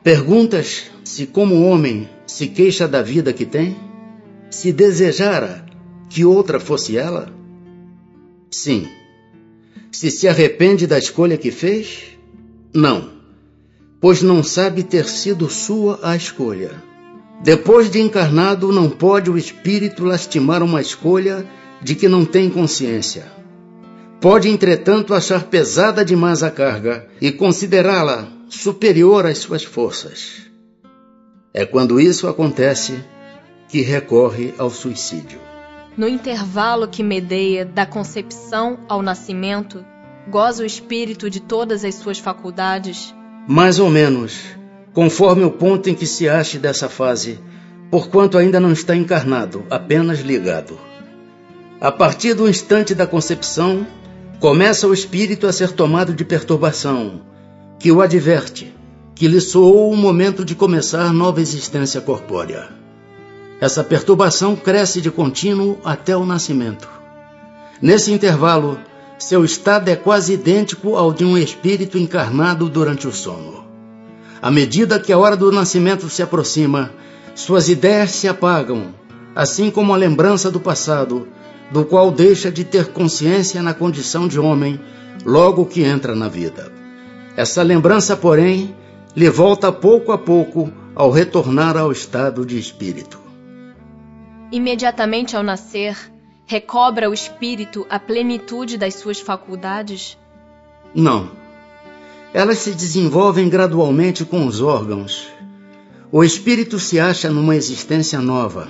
Perguntas se como homem se queixa da vida que tem? Se desejara que outra fosse ela? Sim. Se arrepende da escolha que fez? Não, pois não sabe ter sido sua a escolha. Depois de encarnado, não pode o espírito lastimar uma escolha de que não tem consciência. Pode, entretanto, achar pesada demais a carga e considerá-la superior às suas forças. É quando isso acontece que recorre ao suicídio. No intervalo que medeia da concepção ao nascimento, goza o espírito de todas as suas faculdades? Mais ou menos, conforme o ponto em que se ache dessa fase, porquanto ainda não está encarnado, apenas ligado. A partir do instante da concepção, começa o espírito a ser tomado de perturbação, que o adverte, que lhe soou o momento de começar nova existência corpórea. Essa perturbação cresce de contínuo até o nascimento. Nesse intervalo, seu estado é quase idêntico ao de um espírito encarnado durante o sono. À medida que a hora do nascimento se aproxima, suas ideias se apagam, assim como a lembrança do passado, do qual deixa de ter consciência na condição de homem logo que entra na vida. Essa lembrança, porém, lhe volta pouco a pouco ao retornar ao estado de espírito. Imediatamente ao nascer, recobra o espírito a plenitude das suas faculdades? Não. Elas se desenvolvem gradualmente com os órgãos. O espírito se acha numa existência nova.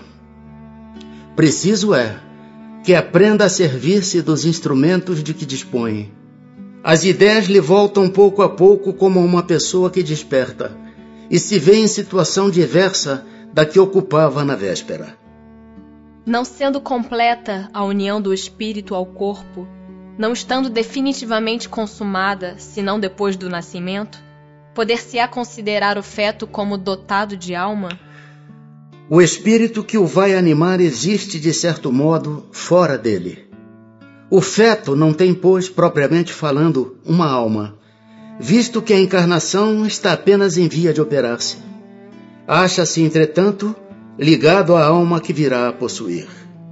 Preciso é que aprenda a servir-se dos instrumentos de que dispõe. As ideias lhe voltam pouco a pouco como uma pessoa que desperta e se vê em situação diversa da que ocupava na véspera. Não sendo completa a união do espírito ao corpo, não estando definitivamente consumada, senão depois do nascimento, poder-se-á considerar o feto como dotado de alma? O espírito que o vai animar existe, de certo modo, fora dele. O feto não tem, pois, propriamente falando, uma alma, visto que a encarnação está apenas em via de operar-se. Acha-se, entretanto, ligado à alma que virá a possuir.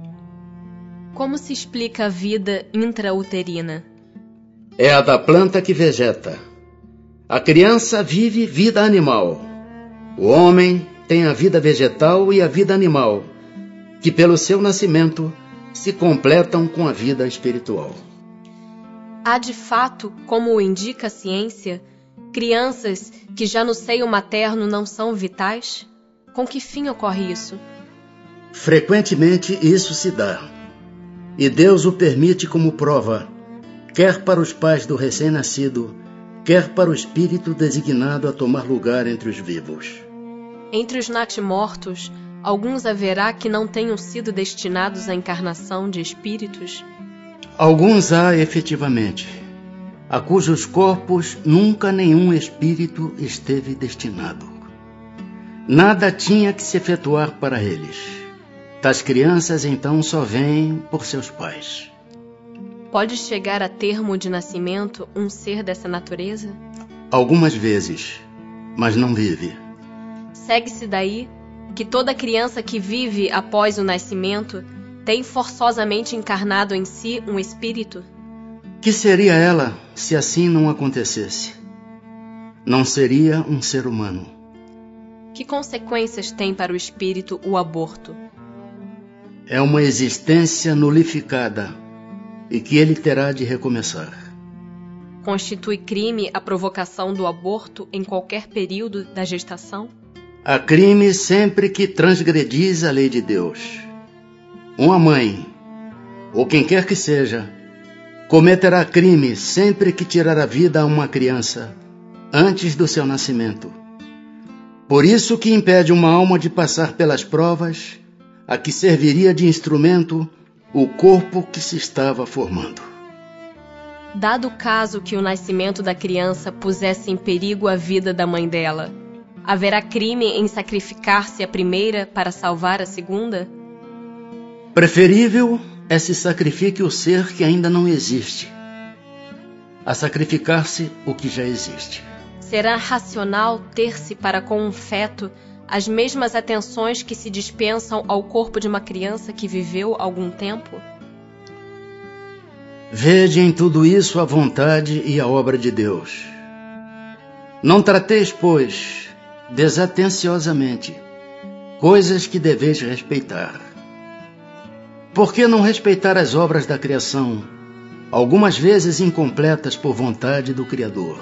Como se explica a vida intrauterina? É a da planta que vegeta. A criança vive vida animal. O homem tem a vida vegetal e a vida animal, que pelo seu nascimento se completam com a vida espiritual. Há de fato, como o indica a ciência, crianças que já no seio materno não são vitais? Com que fim ocorre isso? Frequentemente isso se dá, e Deus o permite como prova, quer para os pais do recém-nascido, quer para o espírito designado a tomar lugar entre os vivos. Entre os natimortos, alguns haverá que não tenham sido destinados à encarnação de espíritos? Alguns há, efetivamente, a cujos corpos nunca nenhum espírito esteve destinado. Nada tinha que se efetuar para eles. Tais crianças, então, só vêm por seus pais. Pode chegar a termo de nascimento um ser dessa natureza? Algumas vezes, mas não vive. Segue-se daí que toda criança que vive após o nascimento tem forçosamente encarnado em si um espírito? Que seria ela se assim não acontecesse? Não seria um ser humano. Que consequências tem para o espírito o aborto? É uma existência nulificada e que ele terá de recomeçar. Constitui crime a provocação do aborto em qualquer período da gestação? Há crime sempre que transgredis a lei de Deus. Uma mãe, ou quem quer que seja, cometerá crime sempre que tirar a vida a uma criança antes do seu nascimento. Por isso que impede uma alma de passar pelas provas a que serviria de instrumento o corpo que se estava formando. Dado o caso que o nascimento da criança pusesse em perigo a vida da mãe dela, haverá crime em sacrificar-se a primeira para salvar a segunda? Preferível é se sacrifique o ser que ainda não existe, a sacrificar-se o que já existe. Será racional ter-se para com um feto as mesmas atenções que se dispensam ao corpo de uma criança que viveu algum tempo? Vede em tudo isso a vontade e a obra de Deus. Não trateis, pois, desatenciosamente coisas que deveis respeitar. Por que não respeitar as obras da criação, algumas vezes incompletas por vontade do Criador?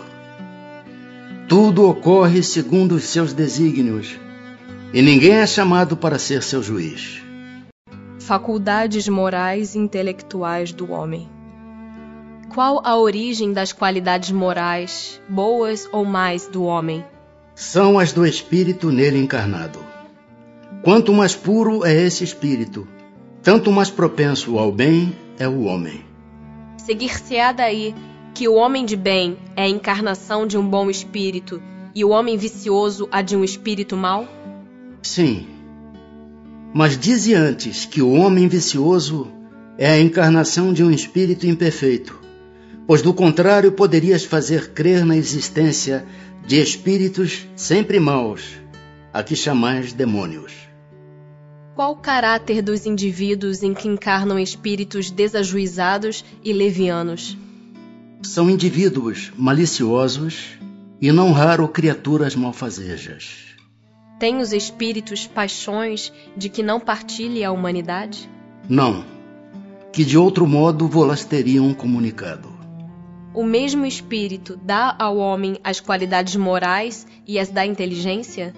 Tudo ocorre segundo os seus desígnios, e ninguém é chamado para ser seu juiz. Faculdades morais e intelectuais do homem. Qual a origem das qualidades morais, boas ou mais, do homem? São as do espírito nele encarnado. Quanto mais puro é esse espírito, tanto mais propenso ao bem é o homem. Seguir-se-á daí que o homem de bem é a encarnação de um bom espírito e o homem vicioso a de um espírito mau? Sim, mas dize antes que o homem vicioso é a encarnação de um espírito imperfeito, pois do contrário poderias fazer crer na existência de espíritos sempre maus, a que chamais demônios. Qual o caráter dos indivíduos em que encarnam espíritos desajuizados e levianos? São indivíduos maliciosos e não raro criaturas malfazejas. Têm os espíritos paixões de que não partilhe a humanidade? Não, que de outro modo vô-las teriam comunicado. O mesmo espírito dá ao homem as qualidades morais e as da inteligência?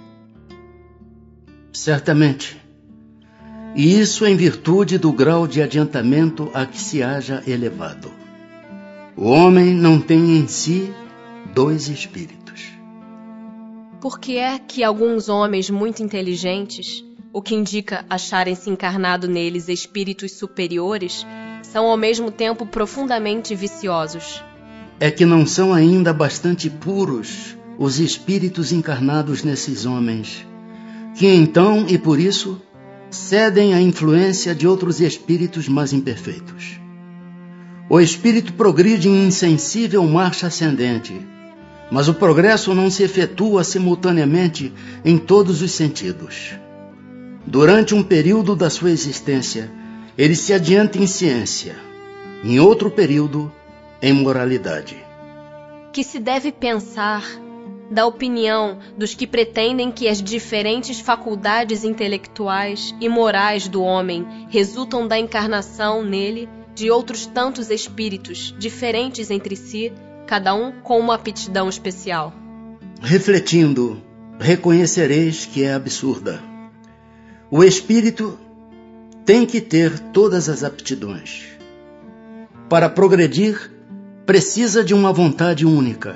Certamente. E isso em virtude do grau de adiantamento a que se haja elevado. O homem não tem em si dois espíritos. Por que é que alguns homens muito inteligentes, o que indica acharem-se encarnado neles espíritos superiores, são ao mesmo tempo profundamente viciosos? É que não são ainda bastante puros os espíritos encarnados nesses homens, que então, e por isso, cedem à influência de outros espíritos mais imperfeitos. O espírito progride em insensível marcha ascendente, mas o progresso não se efetua simultaneamente em todos os sentidos. Durante um período da sua existência, ele se adianta em ciência, em outro período, em moralidade. Que se deve pensar da opinião dos que pretendem que as diferentes faculdades intelectuais e morais do homem resultam da encarnação nele de outros tantos espíritos diferentes entre si, cada um com uma aptidão especial? Refletindo, reconhecereis que é absurda. O espírito tem que ter todas as aptidões. Para progredir, precisa de uma vontade única.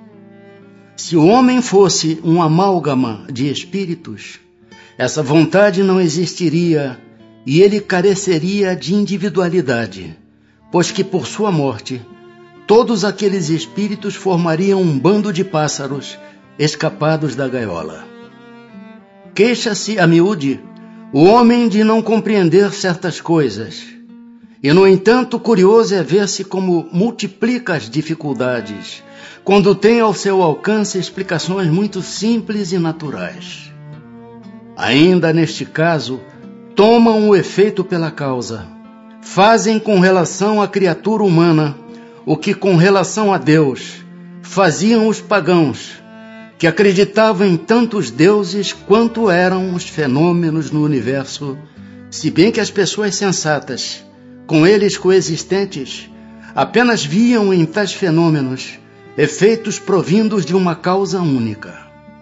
Se o homem fosse um amálgama de espíritos, essa vontade não existiria e ele careceria de individualidade, pois que por sua morte, todos aqueles espíritos formariam um bando de pássaros escapados da gaiola. Queixa-se a miúde o homem de não compreender certas coisas, e no entanto curioso é ver-se como multiplica as dificuldades, quando tem ao seu alcance explicações muito simples e naturais. Ainda neste caso, tomam o efeito pela causa, fazem com relação à criatura humana o que com relação a Deus faziam os pagãos, que acreditavam em tantos deuses quanto eram os fenômenos no universo, se bem que as pessoas sensatas, com eles coexistentes, apenas viam em tais fenômenos efeitos provindos de uma causa única: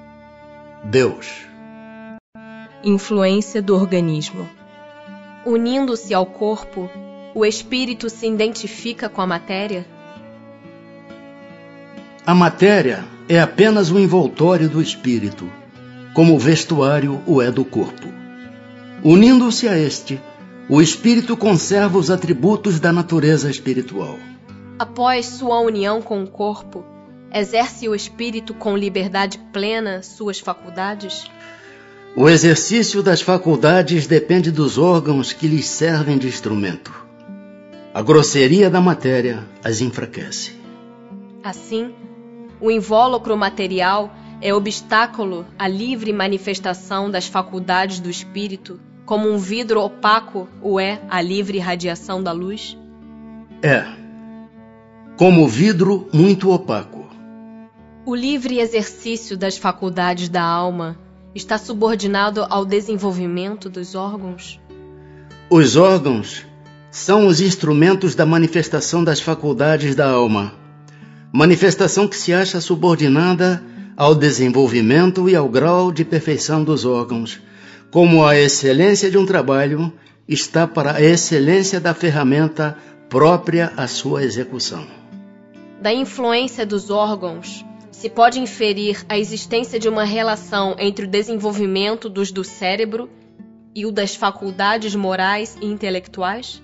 Deus. Influência do organismo. Unindo-se ao corpo, o espírito se identifica com a matéria? A matéria é apenas o envoltório do espírito, como o vestuário o é do corpo. Unindo-se a este, o espírito conserva os atributos da natureza espiritual. Após sua união com o corpo, exerce o espírito com liberdade plena suas faculdades? O exercício das faculdades depende dos órgãos que lhes servem de instrumento. A grosseria da matéria as enfraquece. Assim, o invólucro material é obstáculo à livre manifestação das faculdades do espírito, como um vidro opaco o é a livre radiação da luz? É, como vidro muito opaco. O livre exercício das faculdades da alma está subordinado ao desenvolvimento dos órgãos? Os órgãos são os instrumentos da manifestação das faculdades da alma, manifestação que se acha subordinada ao desenvolvimento e ao grau de perfeição dos órgãos, como a excelência de um trabalho está para a excelência da ferramenta própria à sua execução. Da influência dos órgãos, se pode inferir a existência de uma relação entre o desenvolvimento dos do cérebro e o das faculdades morais e intelectuais?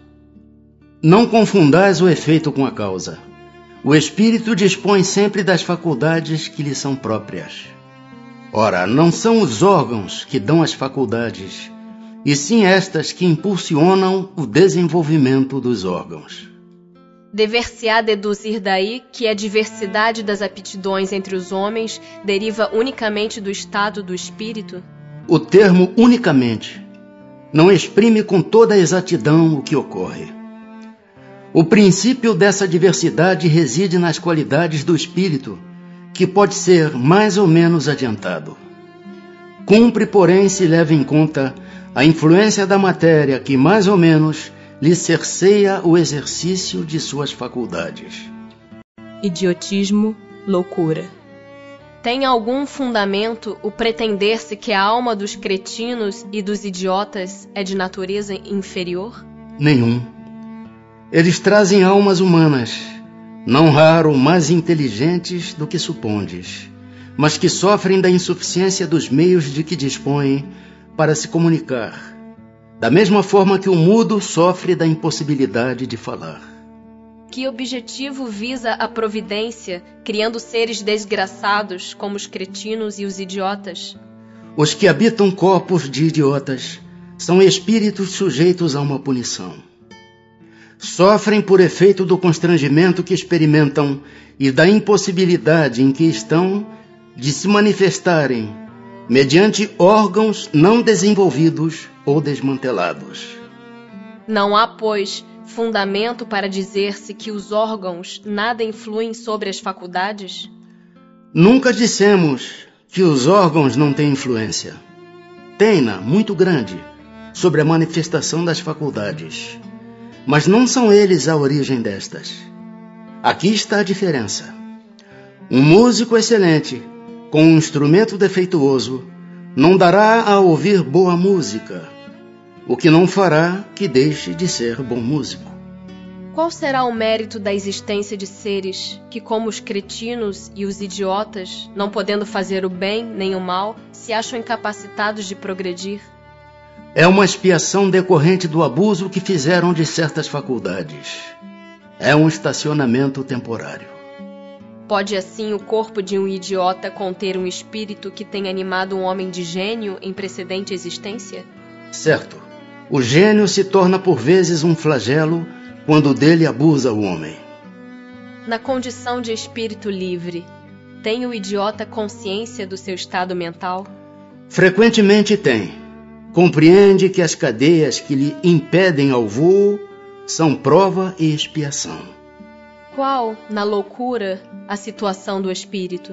Não confundais o efeito com a causa. O espírito dispõe sempre das faculdades que lhe são próprias. Ora, não são os órgãos que dão as faculdades, e sim estas que impulsionam o desenvolvimento dos órgãos. Dever-se-á deduzir daí que a diversidade das aptidões entre os homens deriva unicamente do estado do espírito? O termo unicamente não exprime com toda a exatidão o que ocorre. O princípio dessa diversidade reside nas qualidades do espírito, que pode ser mais ou menos adiantado. Cumpre, porém, se leva em conta a influência da matéria que mais ou menos lhe cerceia o exercício de suas faculdades. Idiotismo, loucura. Tem algum fundamento o pretender-se que a alma dos cretinos e dos idiotas é de natureza inferior? Nenhum. Eles trazem almas humanas, não raro mais inteligentes do que supondes, mas que sofrem da insuficiência dos meios de que dispõem para se comunicar, da mesma forma que o mudo sofre da impossibilidade de falar. Que objetivo visa a providência, criando seres desgraçados como os cretinos e os idiotas? Os que habitam corpos de idiotas são espíritos sujeitos a uma punição. Sofrem por efeito do constrangimento que experimentam e da impossibilidade em que estão de se manifestarem mediante órgãos não desenvolvidos ou desmantelados. Não há, pois, fundamento para dizer-se que os órgãos nada influem sobre as faculdades? Nunca dissemos que os órgãos não têm influência. Tem-na muito grande sobre a manifestação das faculdades, mas não são eles a origem destas. Aqui está a diferença. Um músico excelente, com um instrumento defeituoso, não dará a ouvir boa música, o que não fará que deixe de ser bom músico. Qual será o mérito da existência de seres que, como os cretinos e os idiotas, não podendo fazer o bem nem o mal, se acham incapacitados de progredir? É uma expiação decorrente do abuso que fizeram de certas faculdades. É um estacionamento temporário. Pode assim o corpo de um idiota conter um espírito que tenha animado um homem de gênio em precedente existência? Certo. O gênio se torna por vezes um flagelo quando dele abusa o homem. Na condição de espírito livre, tem o idiota consciência do seu estado mental? Frequentemente tem. Compreende que as cadeias que lhe impedem ao voo são prova e expiação. Qual, na loucura, a situação do espírito?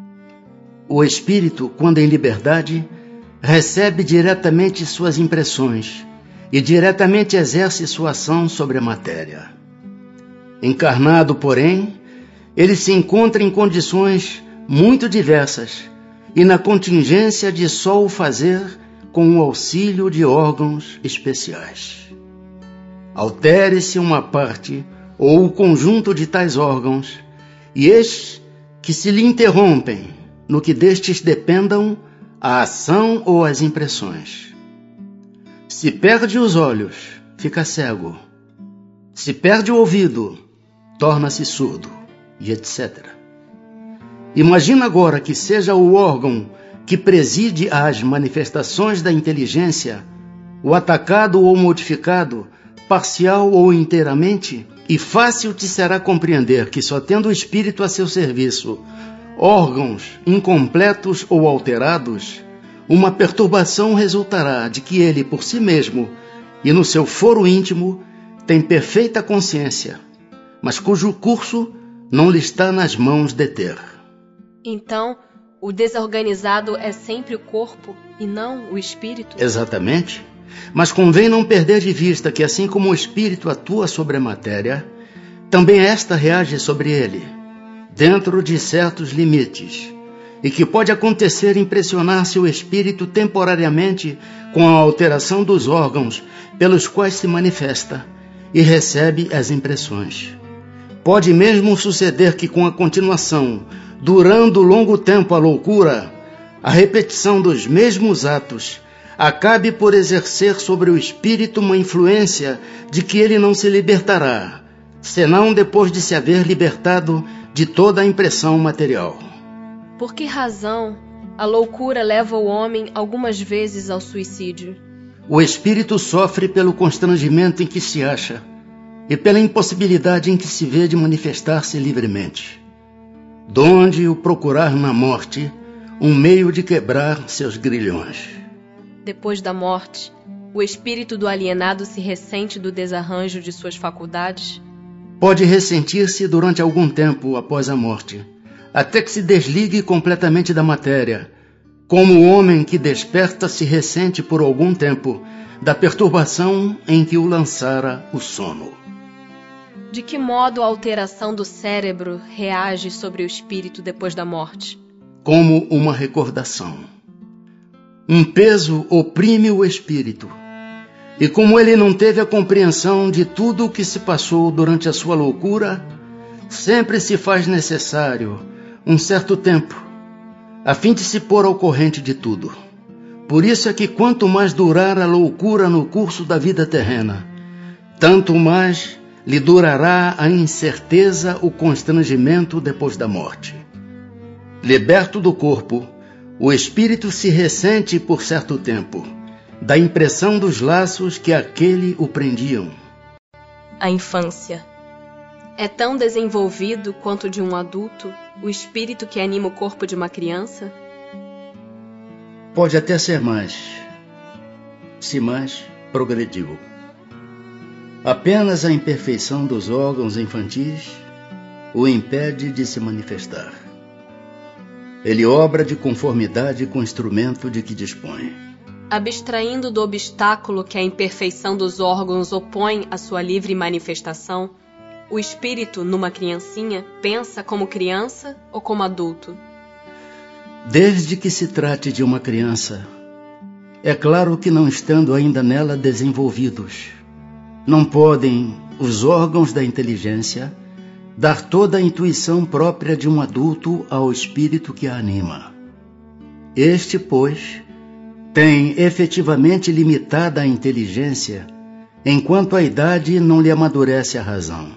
O espírito, quando em liberdade, recebe diretamente suas impressões e diretamente exerce sua ação sobre a matéria. Encarnado, porém, ele se encontra em condições muito diversas e na contingência de só o fazer com o auxílio de órgãos especiais. Altere-se uma parte ou o conjunto de tais órgãos, e eis que se lhe interrompem, no que destes dependam a ação ou as impressões. Se perde os olhos, fica cego. Se perde o ouvido, torna-se surdo, e etc. Imagina agora que seja o órgão que preside às manifestações da inteligência, o atacado ou modificado, parcial ou inteiramente, e fácil te será compreender que só tendo o espírito a seu serviço, órgãos incompletos ou alterados, uma perturbação resultará de que ele, por si mesmo e no seu foro íntimo, tem perfeita consciência, mas cujo curso não lhe está nas mãos deter. Então, o desorganizado é sempre o corpo e não o espírito? Exatamente. Mas convém não perder de vista que, assim como o espírito atua sobre a matéria, também esta reage sobre ele, dentro de certos limites, e que pode acontecer impressionar-se o espírito temporariamente com a alteração dos órgãos pelos quais se manifesta e recebe as impressões. Pode mesmo suceder que, com a continuação, durando longo tempo a loucura, a repetição dos mesmos atos acabe por exercer sobre o espírito uma influência de que ele não se libertará, senão depois de se haver libertado de toda a impressão material. Por que razão a loucura leva o homem algumas vezes ao suicídio? O espírito sofre pelo constrangimento em que se acha e pela impossibilidade em que se vê de manifestar-se livremente, donde o procurar na morte um meio de quebrar seus grilhões. Depois da morte, o espírito do alienado se ressente do desarranjo de suas faculdades? Pode ressentir-se durante algum tempo após a morte, até que se desligue completamente da matéria, como o homem que desperta se ressente por algum tempo da perturbação em que o lançara o sono. De que modo a alteração do cérebro reage sobre o espírito depois da morte? Como uma recordação. Um peso oprime o espírito, e como ele não teve a compreensão de tudo o que se passou durante a sua loucura, sempre se faz necessário um certo tempo, a fim de se pôr ao corrente de tudo. Por isso é que quanto mais durar a loucura no curso da vida terrena, tanto mais lhe durará a incerteza, o constrangimento depois da morte. Liberto do corpo, o espírito se ressente por certo tempo da impressão dos laços que aquele o prendiam. A infância. É tão desenvolvido quanto de um adulto o espírito que anima o corpo de uma criança? Pode até ser mais, se mais progrediu. Apenas a imperfeição dos órgãos infantis o impede de se manifestar. Ele obra de conformidade com o instrumento de que dispõe. Abstraindo do obstáculo que a imperfeição dos órgãos opõe à sua livre manifestação, o espírito, numa criancinha, pensa como criança ou como adulto? Desde que se trate de uma criança, é claro que, não estando ainda nela desenvolvidos, não podem os órgãos da inteligência dar toda a intuição própria de um adulto ao espírito que a anima. Este, pois, tem efetivamente limitada a inteligência, enquanto a idade não lhe amadurece a razão.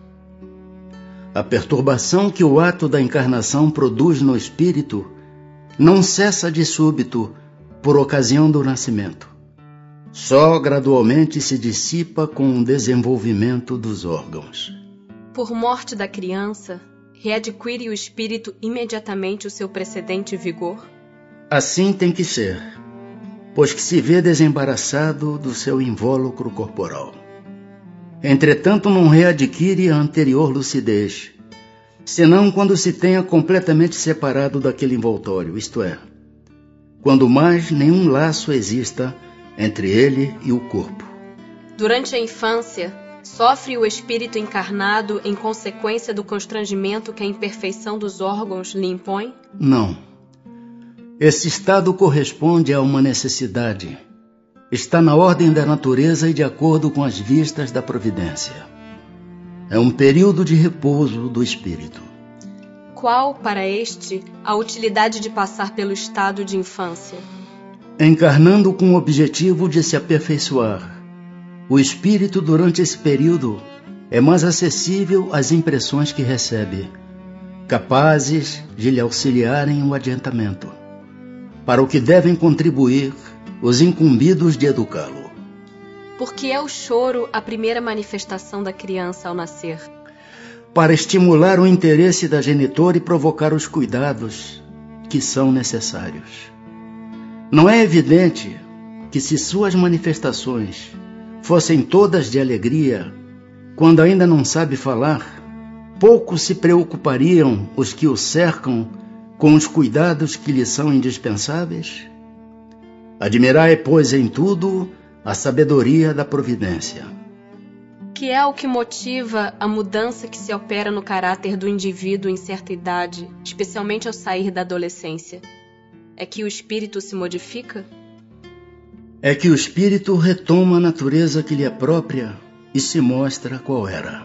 A perturbação que o ato da encarnação produz no espírito não cessa de súbito por ocasião do nascimento. Só gradualmente se dissipa com o desenvolvimento dos órgãos. Por morte da criança, readquire o espírito imediatamente o seu precedente vigor? Assim tem que ser, pois que se vê desembaraçado do seu invólucro corporal. Entretanto, não readquire a anterior lucidez, senão quando se tenha completamente separado daquele envoltório, isto é, quando mais nenhum laço exista entre ele e o corpo. Durante a infância, sofre o espírito encarnado em consequência do constrangimento que a imperfeição dos órgãos lhe impõe? Não. Esse estado corresponde a uma necessidade. Está na ordem da natureza e de acordo com as vistas da providência. É um período de repouso do espírito. Qual, para este, a utilidade de passar pelo estado de infância? Encarnando com o objetivo de se aperfeiçoar, o espírito, durante esse período, é mais acessível às impressões que recebe, capazes de lhe auxiliarem o adiantamento, para o que devem contribuir os incumbidos de educá-lo. Por que é o choro a primeira manifestação da criança ao nascer? para estimular o interesse da genitora e provocar os cuidados que são necessários. Não é evidente que, se suas manifestações fossem todas de alegria, quando ainda não sabe falar, pouco se preocupariam os que o cercam com os cuidados que lhe são indispensáveis? Admirai, pois, em tudo a sabedoria da providência. Que é o que motiva a mudança que se opera no caráter do indivíduo em certa idade, especialmente ao sair da adolescência? É que o espírito se modifica? É que o espírito retoma a natureza que lhe é própria e se mostra qual era.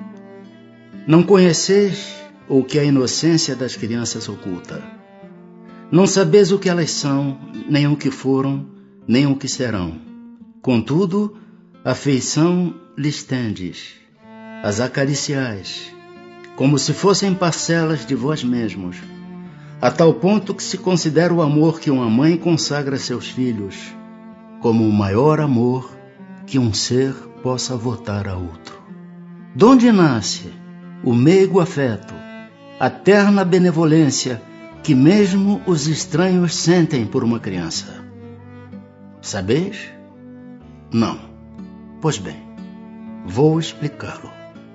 Não conheceis o que a inocência das crianças oculta. Não sabeis o que elas são, nem o que foram, nem o que serão. Contudo, afeição lhes tendes, as acariciais, como se fossem parcelas de vós mesmos, a tal ponto que se considera o amor que uma mãe consagra a seus filhos como o maior amor que um ser possa votar a outro. Donde nasce o meigo afeto, a terna benevolência que mesmo os estranhos sentem por uma criança? Sabeis? Não. Pois bem, vou explicá-lo.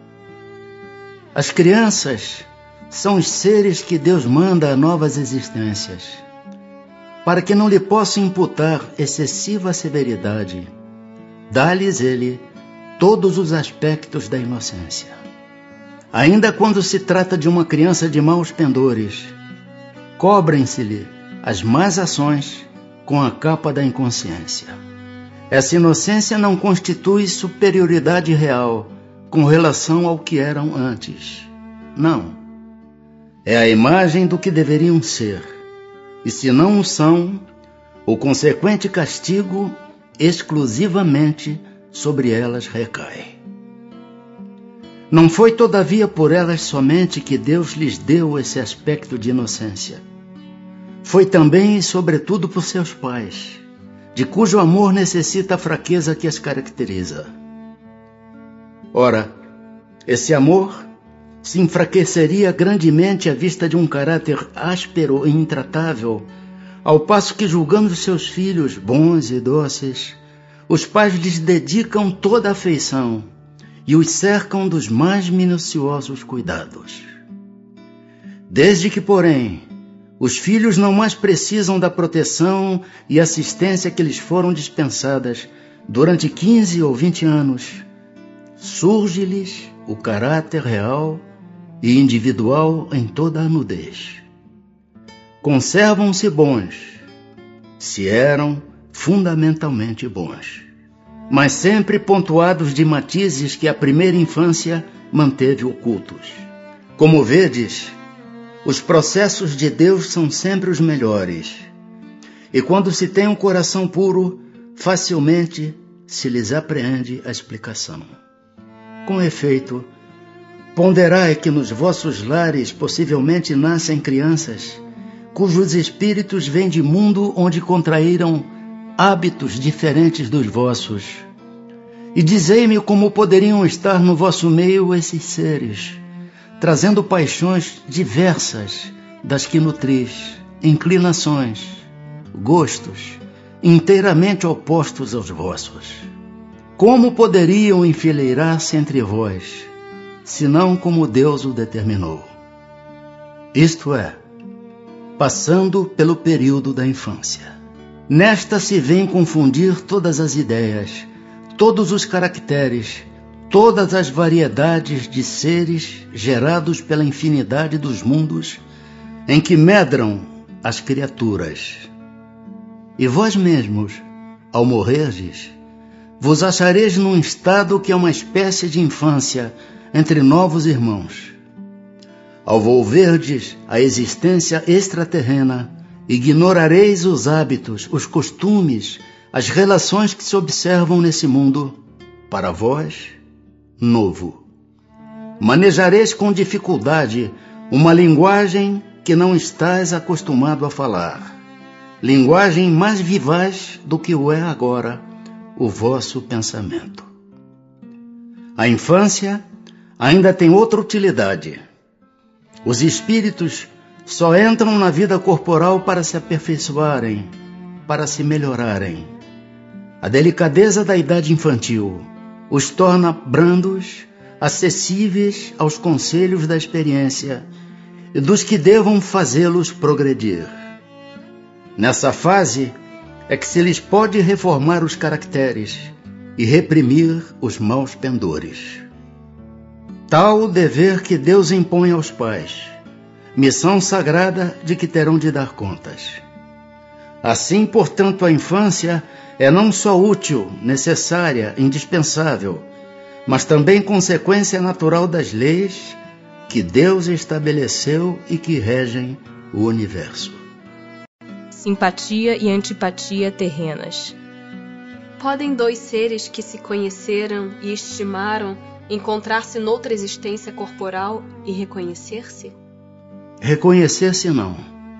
As crianças são os seres que Deus manda a novas existências, para que não lhe possa imputar excessiva severidade. Dá-lhes ele todos os aspectos da inocência. Ainda quando se trata de uma criança de maus pendores, cobrem-se-lhe as más ações com a capa da inconsciência. Essa inocência não constitui superioridade real com relação ao que eram antes. Não. É a imagem do que deveriam ser. E se não o são, o consequente castigo exclusivamente sobre elas recai. Não foi, todavia, por elas somente que Deus lhes deu esse aspecto de inocência. Foi também e sobretudo por seus pais, de cujo amor necessita a fraqueza que as caracteriza. Ora, esse amor se enfraqueceria grandemente à vista de um caráter áspero e intratável, ao passo que, julgando seus filhos bons e doces, os pais lhes dedicam toda a afeição e os cercam dos mais minuciosos cuidados. Desde que, porém, os filhos não mais precisam da proteção e assistência que lhes foram dispensadas durante 15 ou 20 anos, surge-lhes o caráter real e individual em toda a nudez. Conservam-se bons, se eram fundamentalmente bons, mas sempre pontuados de matizes que a primeira infância manteve ocultos. Como vedes, os processos de Deus são sempre os melhores, e quando se tem um coração puro, facilmente se lhes apreende a explicação. Com efeito, ponderai que nos vossos lares possivelmente nascem crianças cujos espíritos vêm de mundo onde contraíram hábitos diferentes dos vossos. E dizei-me como poderiam estar no vosso meio esses seres, trazendo paixões diversas das que nutris, inclinações, gostos, inteiramente opostos aos vossos. Como poderiam enfileirar-se entre vós, senão como Deus o determinou? Isto é, passando pelo período da infância. Nesta se vêm confundir todas as ideias, todos os caracteres, todas as variedades de seres gerados pela infinidade dos mundos em que medram as criaturas. E vós mesmos, ao morrerdes, vos achareis num estado que é uma espécie de infância entre novos irmãos. Ao volverdes a existência extraterrena, ignorareis os hábitos, os costumes, as relações que se observam nesse mundo, para vós, novo. Manejareis com dificuldade uma linguagem que não estáis acostumado a falar, linguagem mais vivaz do que o é agora o vosso pensamento. A infância ainda tem outra utilidade. Os espíritos só entram na vida corporal para se aperfeiçoarem, para se melhorarem. A delicadeza da idade infantil os torna brandos, acessíveis aos conselhos da experiência e dos que devam fazê-los progredir. Nessa fase é que se lhes pode reformar os caracteres e reprimir os maus pendores. Tal o dever que Deus impõe aos pais, missão sagrada de que terão de dar contas. Assim, portanto, a infância é não só útil, necessária, indispensável, mas também consequência natural das leis que Deus estabeleceu e que regem o universo. Simpatia e antipatia terrenas. Podem dois seres que se conheceram e estimaram encontrar-se noutra existência corporal e reconhecer-se? Reconhecer-se não.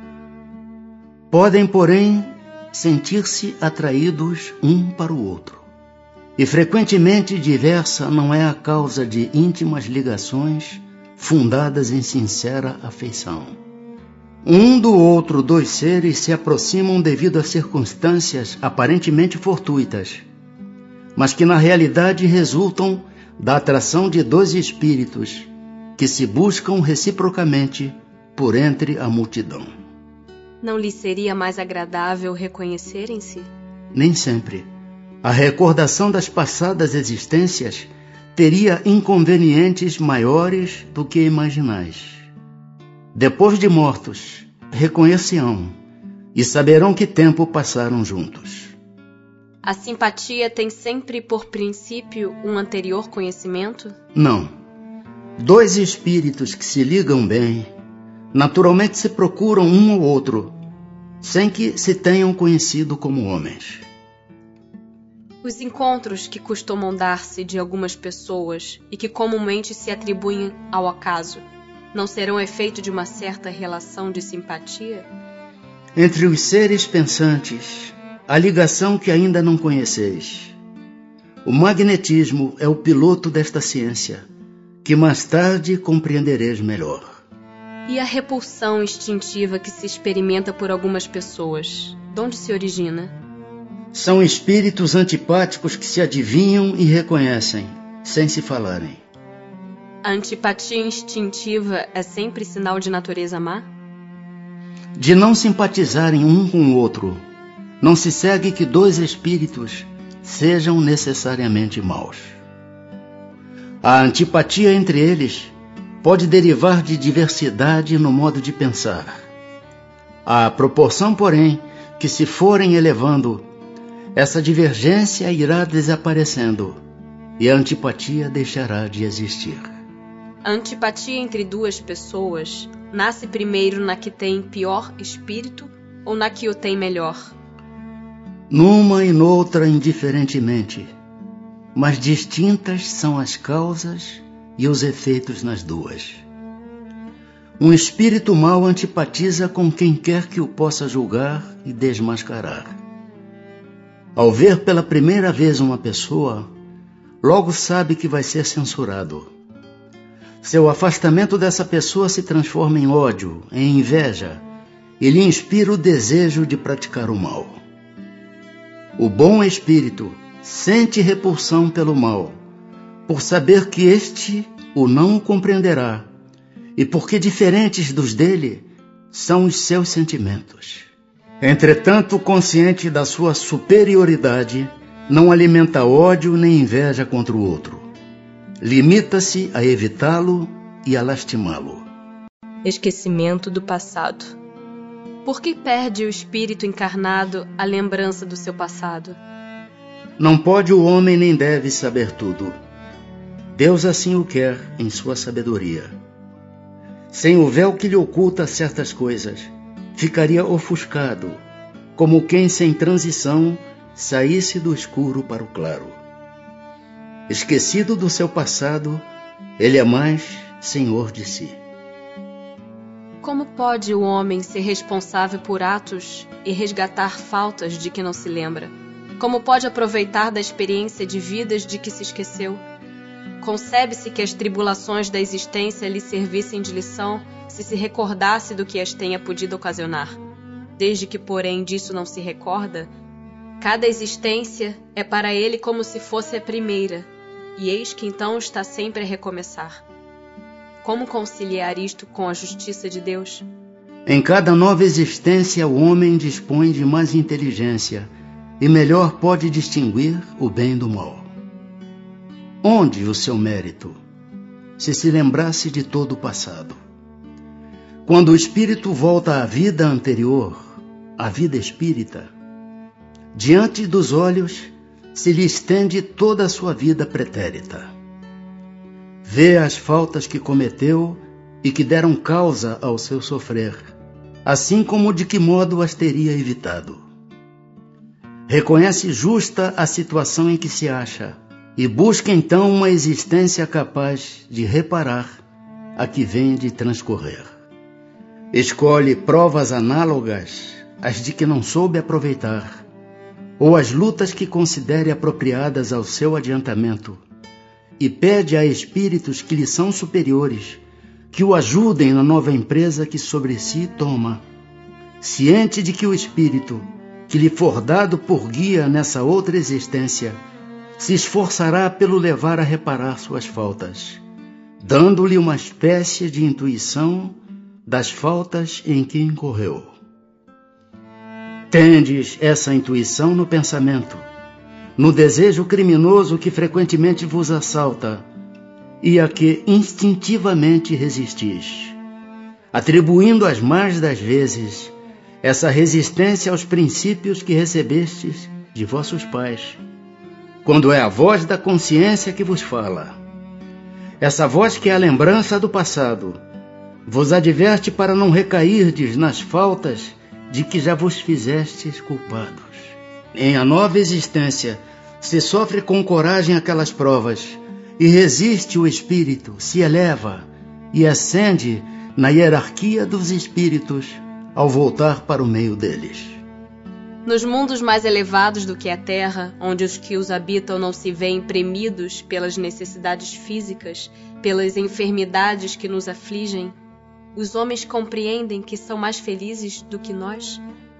Podem, porém, sentir-se atraídos um para o outro. E frequentemente diversa não é a causa de íntimas ligações fundadas em sincera afeição. Um do outro dois seres se aproximam devido a circunstâncias aparentemente fortuitas, mas que na realidade resultam da atração de dois espíritos que se buscam reciprocamente por entre a multidão. Não lhe seria mais agradável reconhecerem-se? Nem sempre. A recordação das passadas existências teria inconvenientes maiores do que imaginais. Depois de mortos, reconhecer-ão e saberão que tempo passaram juntos. A simpatia tem sempre por princípio um anterior conhecimento? Não. Dois espíritos que se ligam bem, naturalmente se procuram um ao outro, sem que se tenham conhecido como homens. Os encontros que costumam dar-se de algumas pessoas e que comumente se atribuem ao acaso, não serão efeito de uma certa relação de simpatia? Entre os seres pensantes, a ligação que ainda não conheceis. O magnetismo é o piloto desta ciência, que mais tarde compreendereis melhor. E a repulsão instintiva que se experimenta por algumas pessoas, de onde se origina? São espíritos antipáticos que se adivinham e reconhecem, sem se falarem. A antipatia instintiva é sempre sinal de natureza má? De não simpatizarem um com o outro, não se segue que dois espíritos sejam necessariamente maus. A antipatia entre eles pode derivar de diversidade no modo de pensar. À proporção, porém, que se forem elevando, essa divergência irá desaparecendo e a antipatia deixará de existir. A antipatia entre duas pessoas nasce primeiro na que tem pior espírito ou na que o tem melhor? Numa e noutra indiferentemente, mas distintas são as causas e os efeitos nas duas. Um espírito mau antipatiza com quem quer que o possa julgar e desmascarar. Ao ver pela primeira vez uma pessoa, logo sabe que vai ser censurado. Seu afastamento dessa pessoa se transforma em ódio, em inveja, e lhe inspira o desejo de praticar o mal. O bom espírito sente repulsão pelo mal, por saber que este o não compreenderá, e porque diferentes dos dele são os seus sentimentos. Entretanto, consciente da sua superioridade, não alimenta ódio nem inveja contra o outro. Limita-se a evitá-lo e a lastimá-lo. Esquecimento do passado. Por que perde o espírito encarnado a lembrança do seu passado? Não pode o homem nem deve saber tudo. Deus assim o quer em sua sabedoria. Sem o véu que lhe oculta certas coisas, ficaria ofuscado, como quem sem transição saísse do escuro para o claro. Esquecido do seu passado, ele é mais senhor de si. Como pode o homem ser responsável por atos e resgatar faltas de que não se lembra? Como pode aproveitar da experiência de vidas de que se esqueceu? Concebe-se que as tribulações da existência lhe servissem de lição se recordasse do que as tenha podido ocasionar. Desde que, porém, disso não se recorda, cada existência é para ele como se fosse a primeira, e eis que então está sempre a recomeçar. Como conciliar isto com a justiça de Deus? Em cada nova existência, o homem dispõe de mais inteligência e melhor pode distinguir o bem do mal. Onde o seu mérito, se lembrasse de todo o passado? Quando o espírito volta à vida anterior, à vida espírita, diante dos olhos se lhe estende toda a sua vida pretérita. Vê as faltas que cometeu e que deram causa ao seu sofrer, assim como de que modo as teria evitado. Reconhece justa a situação em que se acha e busca então uma existência capaz de reparar a que vem de transcorrer. Escolhe provas análogas às de que não soube aproveitar, ou as lutas que considere apropriadas ao seu adiantamento, e pede a espíritos que lhe são superiores que o ajudem na nova empresa que sobre si toma, ciente de que o espírito que lhe for dado por guia nessa outra existência se esforçará pelo levar a reparar suas faltas, dando-lhe uma espécie de intuição das faltas em que incorreu. Tendes essa intuição no pensamento, no desejo criminoso que frequentemente vos assalta e a que instintivamente resistis, atribuindo as mais das vezes essa resistência aos princípios que recebestes de vossos pais, quando é a voz da consciência que vos fala. Essa voz que é a lembrança do passado vos adverte para não recairdes nas faltas de que já vos fizestes culpados. Em a nova existência se sofre com coragem aquelas provas e resiste o espírito, se eleva e ascende na hierarquia dos espíritos ao voltar para o meio deles. Nos mundos mais elevados do que a Terra, onde os que os habitam não se veem premidos pelas necessidades físicas, pelas enfermidades que nos afligem, os homens compreendem que são mais felizes do que nós?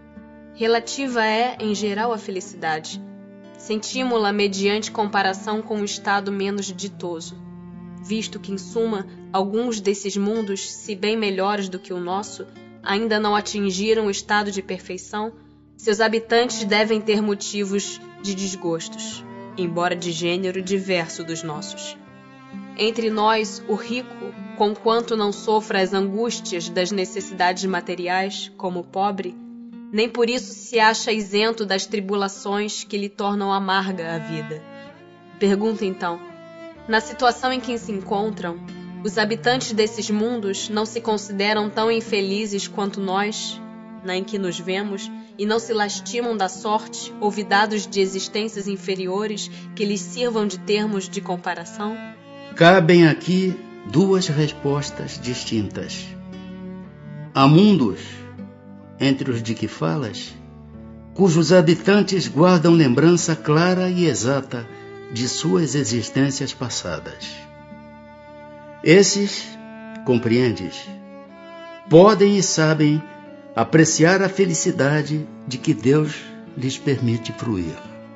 Relativa é, em geral, a felicidade. Sentimos-la mediante comparação com um estado menos ditoso, visto que, em suma, alguns desses mundos, se bem melhores do que o nosso, ainda não atingiram o estado de perfeição. Seus habitantes devem ter motivos de desgostos, embora de gênero diverso dos nossos. Entre nós, o rico, conquanto não sofra as angústias das necessidades materiais, como o pobre, nem por isso se acha isento das tribulações que lhe tornam amarga a vida. Pergunto então, na situação em que se encontram, os habitantes desses mundos não se consideram tão infelizes quanto nós, na em que nos vemos, e não se lastimam da sorte, olvidados de existências inferiores que lhes sirvam de termos de comparação? Cabem aqui duas respostas distintas. Há mundos, entre os de que falas, cujos habitantes guardam lembrança clara e exata de suas existências passadas. Esses, compreendes, podem e sabem apreciar a felicidade de que Deus lhes permite fruir.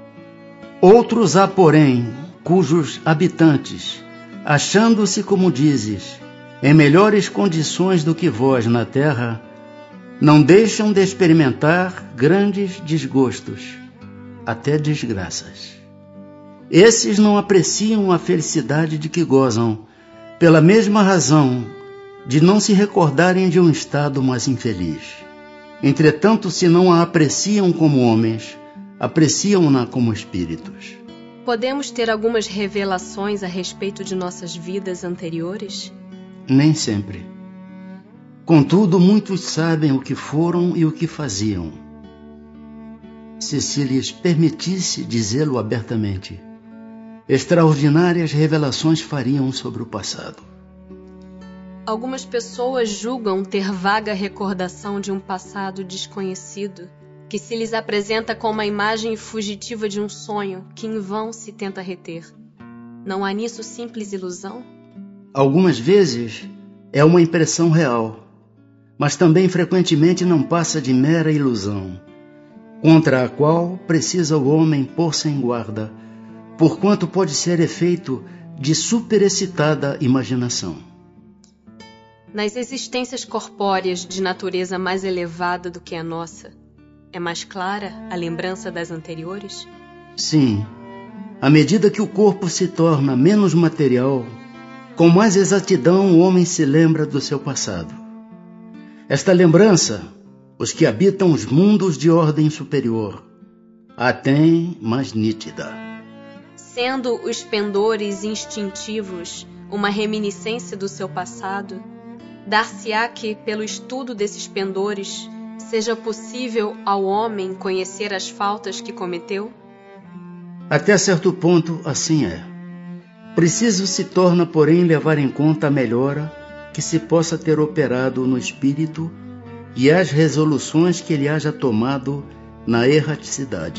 Outros há, porém, cujos habitantes, achando-se, como dizes, em melhores condições do que vós na terra, não deixam de experimentar grandes desgostos, até desgraças. Esses não apreciam a felicidade de que gozam, pela mesma razão de não se recordarem de um estado mais infeliz. Entretanto, se não a apreciam como homens, apreciam-na como espíritos. Podemos ter algumas revelações a respeito de nossas vidas anteriores? Nem sempre. Contudo, muitos sabem o que foram e o que faziam. Se lhes permitisse dizê-lo abertamente, extraordinárias revelações fariam sobre o passado. Algumas pessoas julgam ter vaga recordação de um passado desconhecido, que se lhes apresenta como a imagem fugitiva de um sonho que em vão se tenta reter. Não há nisso simples ilusão? Algumas vezes é uma impressão real, mas também frequentemente não passa de mera ilusão, contra a qual precisa o homem pôr-se em guarda, porquanto pode ser efeito de superexcitada imaginação. Nas existências corpóreas de natureza mais elevada do que a nossa, é mais clara a lembrança das anteriores? Sim, à medida que o corpo se torna menos material, com mais exatidão o homem se lembra do seu passado. Esta lembrança, os que habitam os mundos de ordem superior, a têm mais nítida. Sendo os pendores instintivos uma reminiscência do seu passado, dar-se-á que, pelo estudo desses pendores, seja possível ao homem conhecer as faltas que cometeu? Até certo ponto, assim é. Preciso se torna, porém, levar em conta a melhora que se possa ter operado no espírito e as resoluções que ele haja tomado na erraticidade.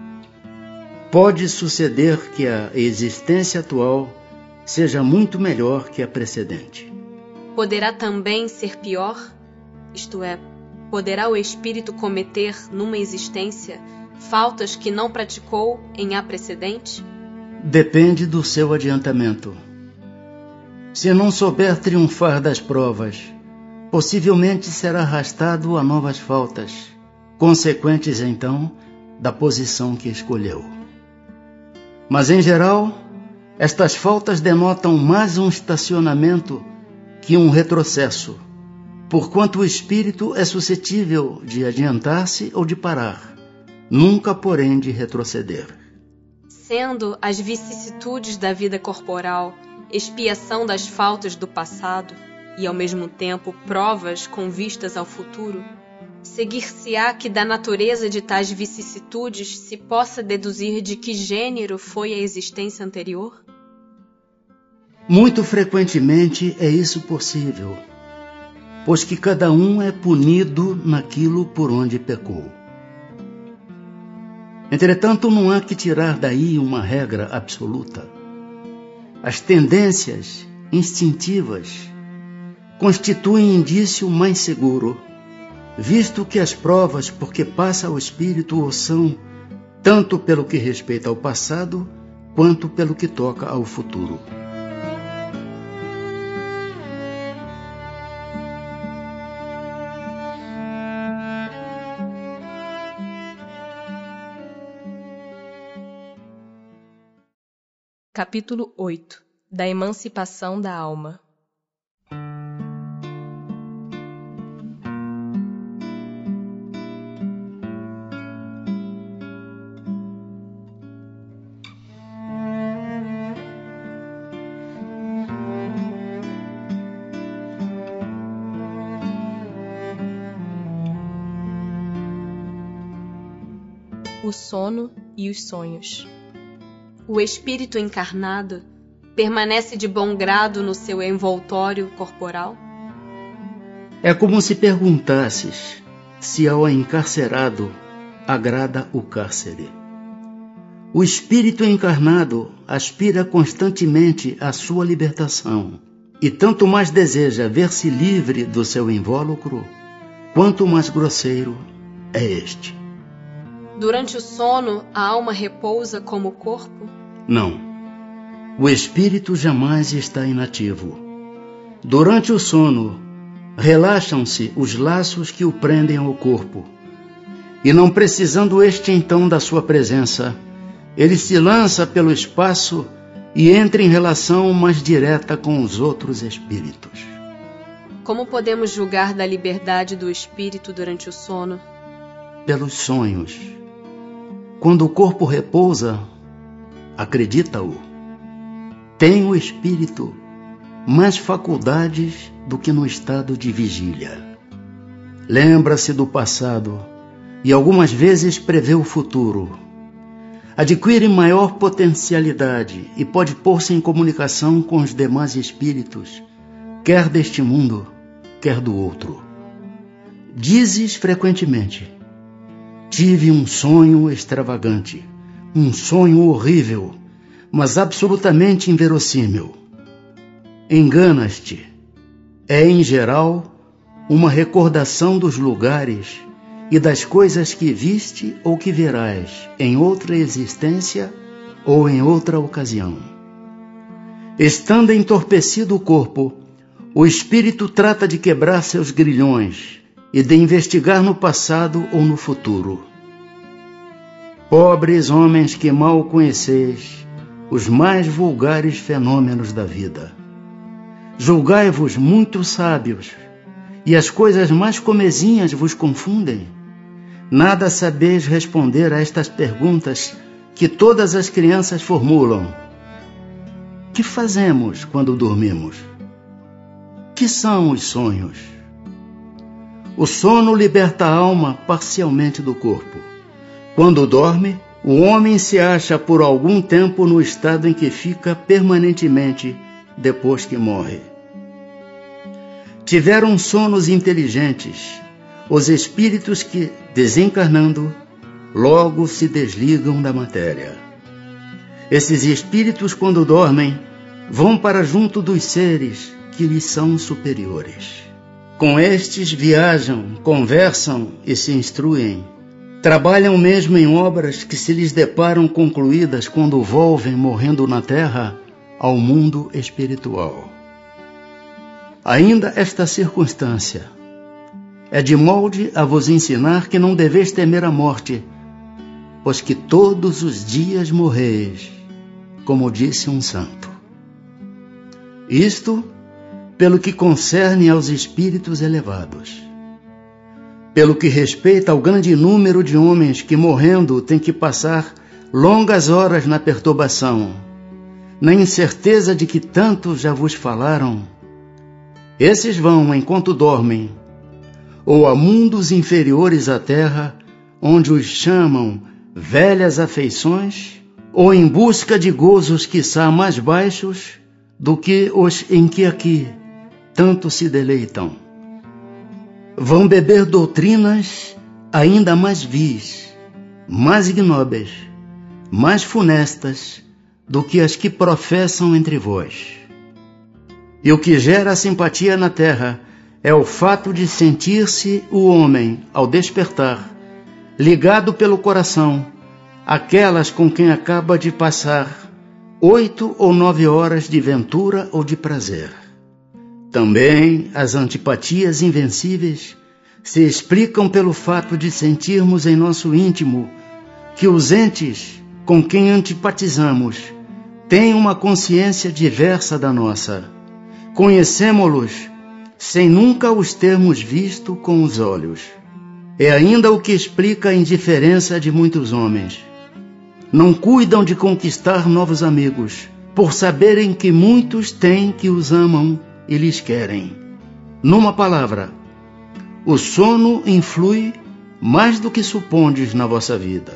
Pode suceder que a existência atual seja muito melhor que a precedente. Poderá também ser pior? Isto é, poderá o espírito cometer numa existência faltas que não praticou em a precedente? Depende do seu adiantamento. Se não souber triunfar das provas, possivelmente será arrastado a novas faltas, consequentes então da posição que escolheu. Mas em geral, estas faltas denotam mais um estacionamento que um retrocesso, porquanto o espírito é suscetível de adiantar-se ou de parar, nunca, porém, de retroceder. Sendo as vicissitudes da vida corporal expiação das faltas do passado e, ao mesmo tempo, provas com vistas ao futuro, seguir-se-á que da natureza de tais vicissitudes se possa deduzir de que gênero foi a existência anterior? Muito frequentemente é isso possível, pois que cada um é punido naquilo por onde pecou. Entretanto, não há que tirar daí uma regra absoluta. As tendências instintivas constituem indício mais seguro, visto que as provas por que passa o espírito o são, tanto pelo que respeita ao passado, quanto pelo que toca ao futuro. Capítulo 8 da emancipação da alma. O sono e os sonhos. O espírito encarnado permanece de bom grado no seu envoltório corporal? É como se perguntasses se ao encarcerado agrada o cárcere. O espírito encarnado aspira constantemente à sua libertação e tanto mais deseja ver-se livre do seu invólucro, quanto mais grosseiro é este. Durante o sono, a alma repousa como o corpo? Não. O espírito jamais está inativo. Durante o sono, relaxam-se os laços que o prendem ao corpo. E não precisando este então da sua presença, ele se lança pelo espaço e entra em relação mais direta com os outros espíritos. Como podemos julgar da liberdade do espírito durante o sono? Pelos sonhos. Quando o corpo repousa, acredita-o, tem o espírito mais faculdades do que no estado de vigília. Lembra-se do passado e algumas vezes prevê o futuro. Adquire maior potencialidade e pode pôr-se em comunicação com os demais espíritos, quer deste mundo, quer do outro. Dizes frequentemente: tive um sonho extravagante, um sonho horrível, mas absolutamente inverossímil. Enganas-te. É, em geral, uma recordação dos lugares e das coisas que viste ou que verás em outra existência ou em outra ocasião. Estando entorpecido o corpo, o espírito trata de quebrar seus grilhões e de investigar no passado ou no futuro. Pobres homens que mal conheceis os mais vulgares fenômenos da vida. Julgai-vos muito sábios, e as coisas mais comezinhas vos confundem. Nada sabeis responder a estas perguntas que todas as crianças formulam. Que fazemos quando dormimos? Que são os sonhos? O sono liberta a alma parcialmente do corpo. Quando dorme, o homem se acha por algum tempo no estado em que fica permanentemente depois que morre. Tiveram sonos inteligentes os espíritos que, desencarnando, logo se desligam da matéria. Esses espíritos, quando dormem, vão para junto dos seres que lhes são superiores. Com estes viajam, conversam e se instruem. Trabalham mesmo em obras que se lhes deparam concluídas quando volvem, morrendo na terra, ao mundo espiritual. Ainda esta circunstância é de molde a vos ensinar que não deveis temer a morte, pois que todos os dias morreis, como disse um santo. Isto pelo que concerne aos espíritos elevados. Pelo que respeita ao grande número de homens que, morrendo, têm que passar longas horas na perturbação, na incerteza de que tantos já vos falaram, esses vão, enquanto dormem, ou a mundos inferiores à terra, onde os chamam velhas afeições, ou em busca de gozos quiçá mais baixos do que os em que aqui tanto se deleitam. Vão beber doutrinas ainda mais vis, mais ignóbeis, mais funestas do que as que professam entre vós. E o que gera simpatia na terra é o fato de sentir-se o homem, ao despertar, ligado pelo coração àquelas com quem acaba de passar 8 ou 9 horas de ventura ou de prazer. Também as antipatias invencíveis se explicam pelo fato de sentirmos em nosso íntimo que os entes com quem antipatizamos têm uma consciência diversa da nossa. Conhecemo-los sem nunca os termos visto com os olhos. É ainda o que explica a indiferença de muitos homens. Não cuidam de conquistar novos amigos, por saberem que muitos têm que os amam e lhes querem. Numa palavra, o sono influi mais do que supondes na vossa vida.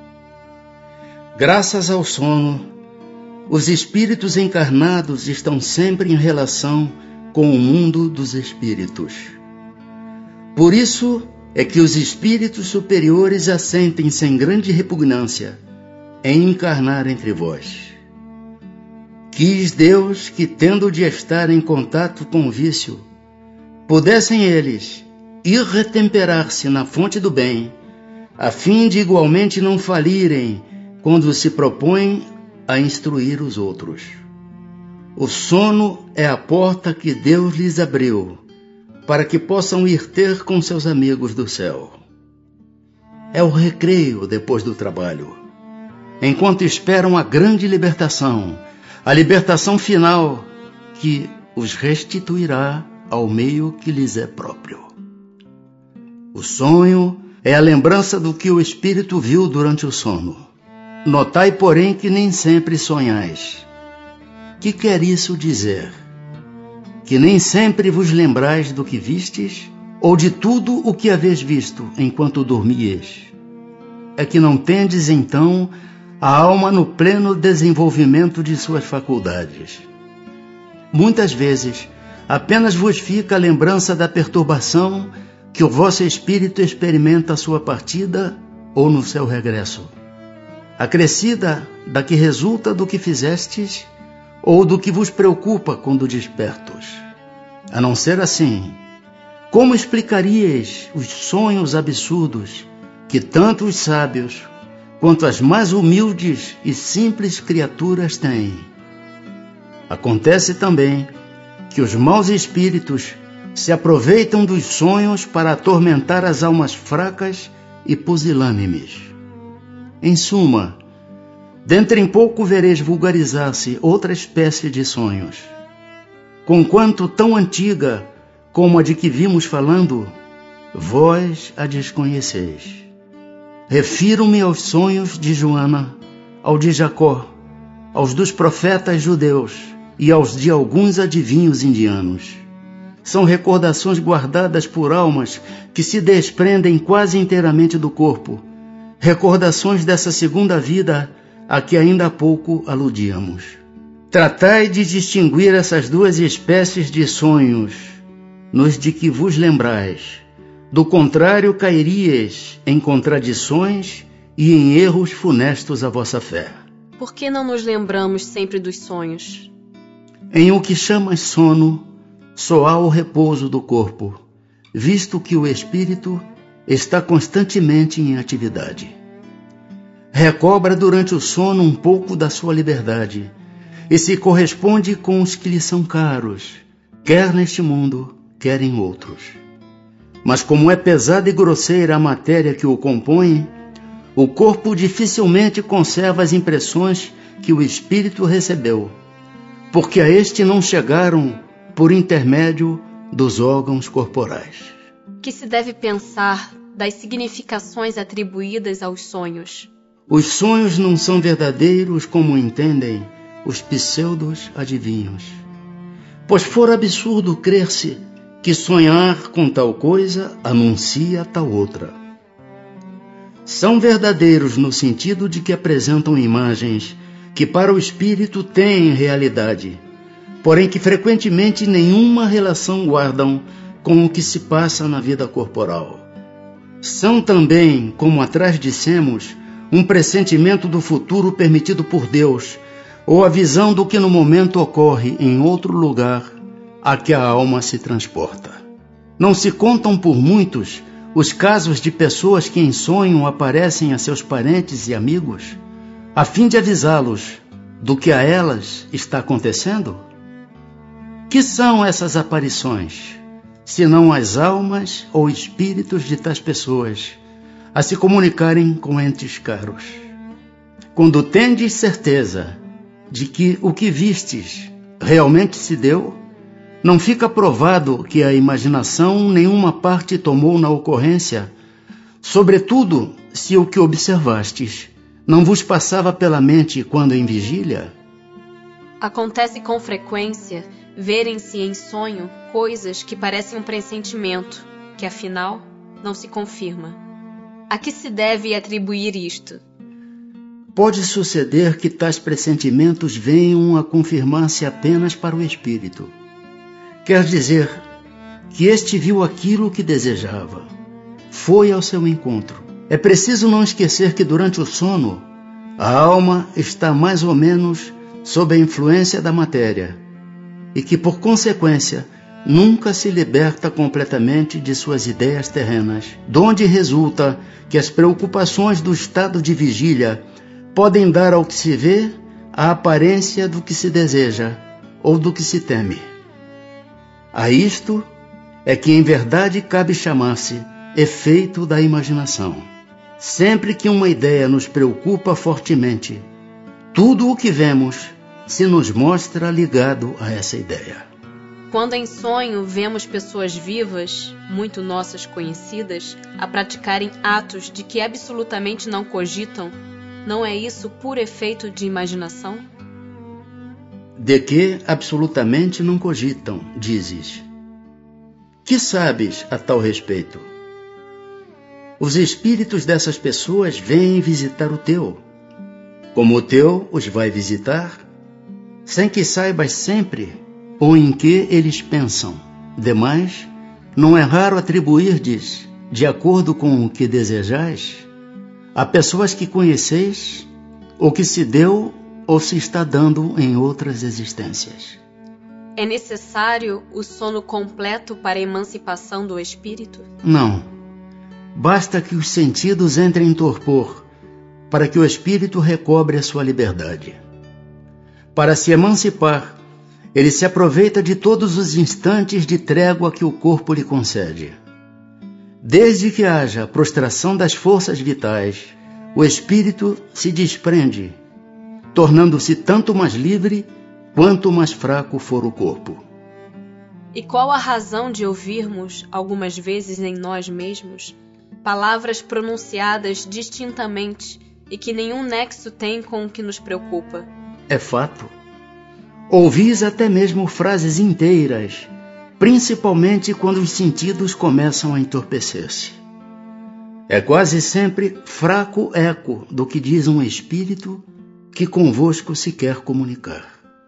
Graças ao sono, os espíritos encarnados estão sempre em relação com o mundo dos espíritos. Por isso é que os espíritos superiores assentem sem grande repugnância em encarnar entre vós. Quis Deus que, tendo de estar em contato com o vício, pudessem eles ir retemperar-se na fonte do bem, a fim de igualmente não falirem quando se propõem a instruir os outros. O sono é a porta que Deus lhes abriu, para que possam ir ter com seus amigos do céu. É o recreio depois do trabalho, enquanto esperam a grande libertação, a libertação final que os restituirá ao meio que lhes é próprio. O sonho é a lembrança do que o espírito viu durante o sono. Notai, porém, que nem sempre sonhais. Que quer isso dizer? Que nem sempre vos lembrais do que vistes, ou de tudo o que haveis visto enquanto dormieis? É que não tendes, então, a alma no pleno desenvolvimento de suas faculdades. Muitas vezes, apenas vos fica a lembrança da perturbação que o vosso espírito experimenta à sua partida ou no seu regresso. acrescida da que resulta do que fizestes ou do que vos preocupa quando despertos. A não ser assim, como explicaríeis os sonhos absurdos que tanto os sábios quanto as mais humildes e simples criaturas têm? Acontece também que os maus espíritos se aproveitam dos sonhos para atormentar as almas fracas e pusilânimes. Em suma, dentro em pouco vereis vulgarizar-se outra espécie de sonhos. Conquanto tão antiga como a de que vimos falando, vós a desconheceis. Refiro-me aos sonhos de Joana, ao de Jacó, aos dos profetas judeus e aos de alguns adivinhos indianos. São recordações guardadas por almas que se desprendem quase inteiramente do corpo, recordações dessa segunda vida a que ainda há pouco aludíamos. Tratai de distinguir essas duas espécies de sonhos, nos de que vos lembrais. Do contrário, cairíeis em contradições e em erros funestos à vossa fé. Por que não nos lembramos sempre dos sonhos? Em o que chamas sono, só há o repouso do corpo, visto que o espírito está constantemente em atividade. Recobra durante o sono um pouco da sua liberdade e se corresponde com os que lhe são caros, quer neste mundo, quer em outros. Mas como é pesada e grosseira a matéria que o compõe, o corpo dificilmente conserva as impressões que o espírito recebeu, porque a este não chegaram por intermédio dos órgãos corporais. Que se deve pensar das significações atribuídas aos sonhos? Os sonhos não são verdadeiros como entendem os pseudos adivinhos. Pois for absurdo crer-se que sonhar com tal coisa anuncia tal outra. São verdadeiros no sentido de que apresentam imagens que para o espírito têm realidade, porém que frequentemente nenhuma relação guardam com o que se passa na vida corporal. São também, como atrás dissemos, um pressentimento do futuro permitido por Deus, ou a visão do que no momento ocorre em outro lugar a que a alma se transporta. Não se contam por muitos os casos de pessoas que em sonho aparecem a seus parentes e amigos, a fim de avisá-los do que a elas está acontecendo? Que são essas aparições, senão as almas ou espíritos de tais pessoas a se comunicarem com entes caros? Quando tendes certeza de que o que vistes realmente se deu, não fica provado que a imaginação nenhuma parte tomou na ocorrência, sobretudo se o que observastes não vos passava pela mente quando em vigília? Acontece com frequência verem-se em sonho coisas que parecem um pressentimento, que afinal não se confirma. A que se deve atribuir isto? Pode suceder que tais pressentimentos venham a confirmar-se apenas para o espírito. Quer dizer que este viu aquilo que desejava, foi ao seu encontro. É preciso não esquecer que durante o sono, a alma está mais ou menos sob a influência da matéria e que, por consequência, nunca se liberta completamente de suas ideias terrenas, donde resulta que as preocupações do estado de vigília podem dar ao que se vê a aparência do que se deseja ou do que se teme. A isto é que em verdade cabe chamar-se efeito da imaginação. Sempre que uma ideia nos preocupa fortemente, tudo o que vemos se nos mostra ligado a essa ideia. Quando em sonho vemos pessoas vivas, muito nossas conhecidas, a praticarem atos de que absolutamente não cogitam, não é isso puro efeito de imaginação? De que absolutamente não cogitam, dizes. Que sabes a tal respeito? Os espíritos dessas pessoas vêm visitar o teu. Como o teu os vai visitar, sem que saibas sempre ou em que eles pensam. Demais, não é raro atribuir-lhes, de acordo com o que desejais, a pessoas que conheceis o que se deu ou se está dando em outras existências. É necessário o sono completo para a emancipação do espírito? Não. Basta que os sentidos entrem em torpor para que o espírito recobre a sua liberdade. Para se emancipar, ele se aproveita de todos os instantes de trégua que o corpo lhe concede. Desde que haja a prostração das forças vitais, o espírito se desprende, tornando-se tanto mais livre quanto mais fraco for o corpo. E qual a razão de ouvirmos, algumas vezes em nós mesmos, palavras pronunciadas distintamente e que nenhum nexo tem com o que nos preocupa? É fato. Ouvis até mesmo frases inteiras, principalmente quando os sentidos começam a entorpecer-se. É quase sempre fraco eco do que diz um espírito que convosco se quer comunicar.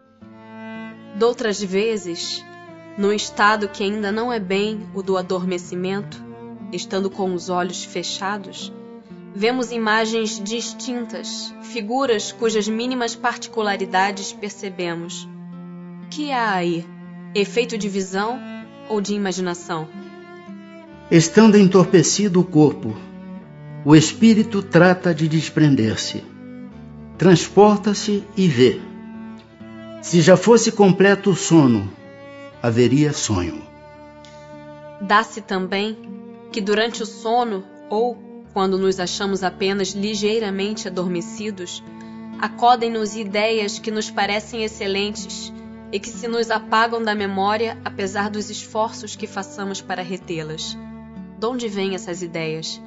Doutras vezes, num estado que ainda não é bem o do adormecimento, estando com os olhos fechados, vemos imagens distintas, figuras cujas mínimas particularidades percebemos. Que há aí? Efeito de visão ou de imaginação? Estando entorpecido o corpo, o espírito trata de desprender-se, transporta-se e vê. Se já fosse completo o sono, haveria sonho. Dá-se também que durante o sono, ou quando nos achamos apenas ligeiramente adormecidos, acodem-nos ideias que nos parecem excelentes e que se nos apagam da memória apesar dos esforços que façamos para retê-las. De onde vêm essas ideias?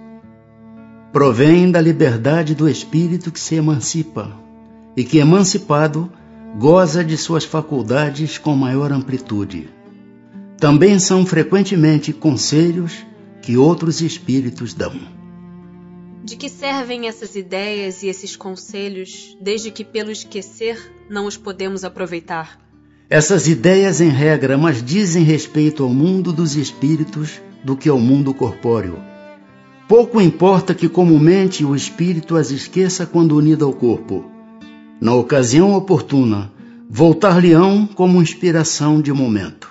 Provém da liberdade do espírito que se emancipa e que, emancipado, goza de suas faculdades com maior amplitude. Também são frequentemente conselhos que outros espíritos dão. De que servem essas ideias e esses conselhos, desde que pelo esquecer não os podemos aproveitar? Essas ideias, em regra, mais dizem respeito ao mundo dos espíritos do que ao mundo corpóreo. Pouco importa que comumente o espírito as esqueça quando unido ao corpo. Na ocasião oportuna, voltar-lhe-ão como inspiração de momento.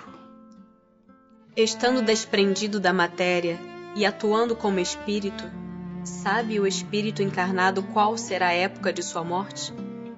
Estando desprendido da matéria e atuando como espírito, sabe o espírito encarnado qual será a época de sua morte?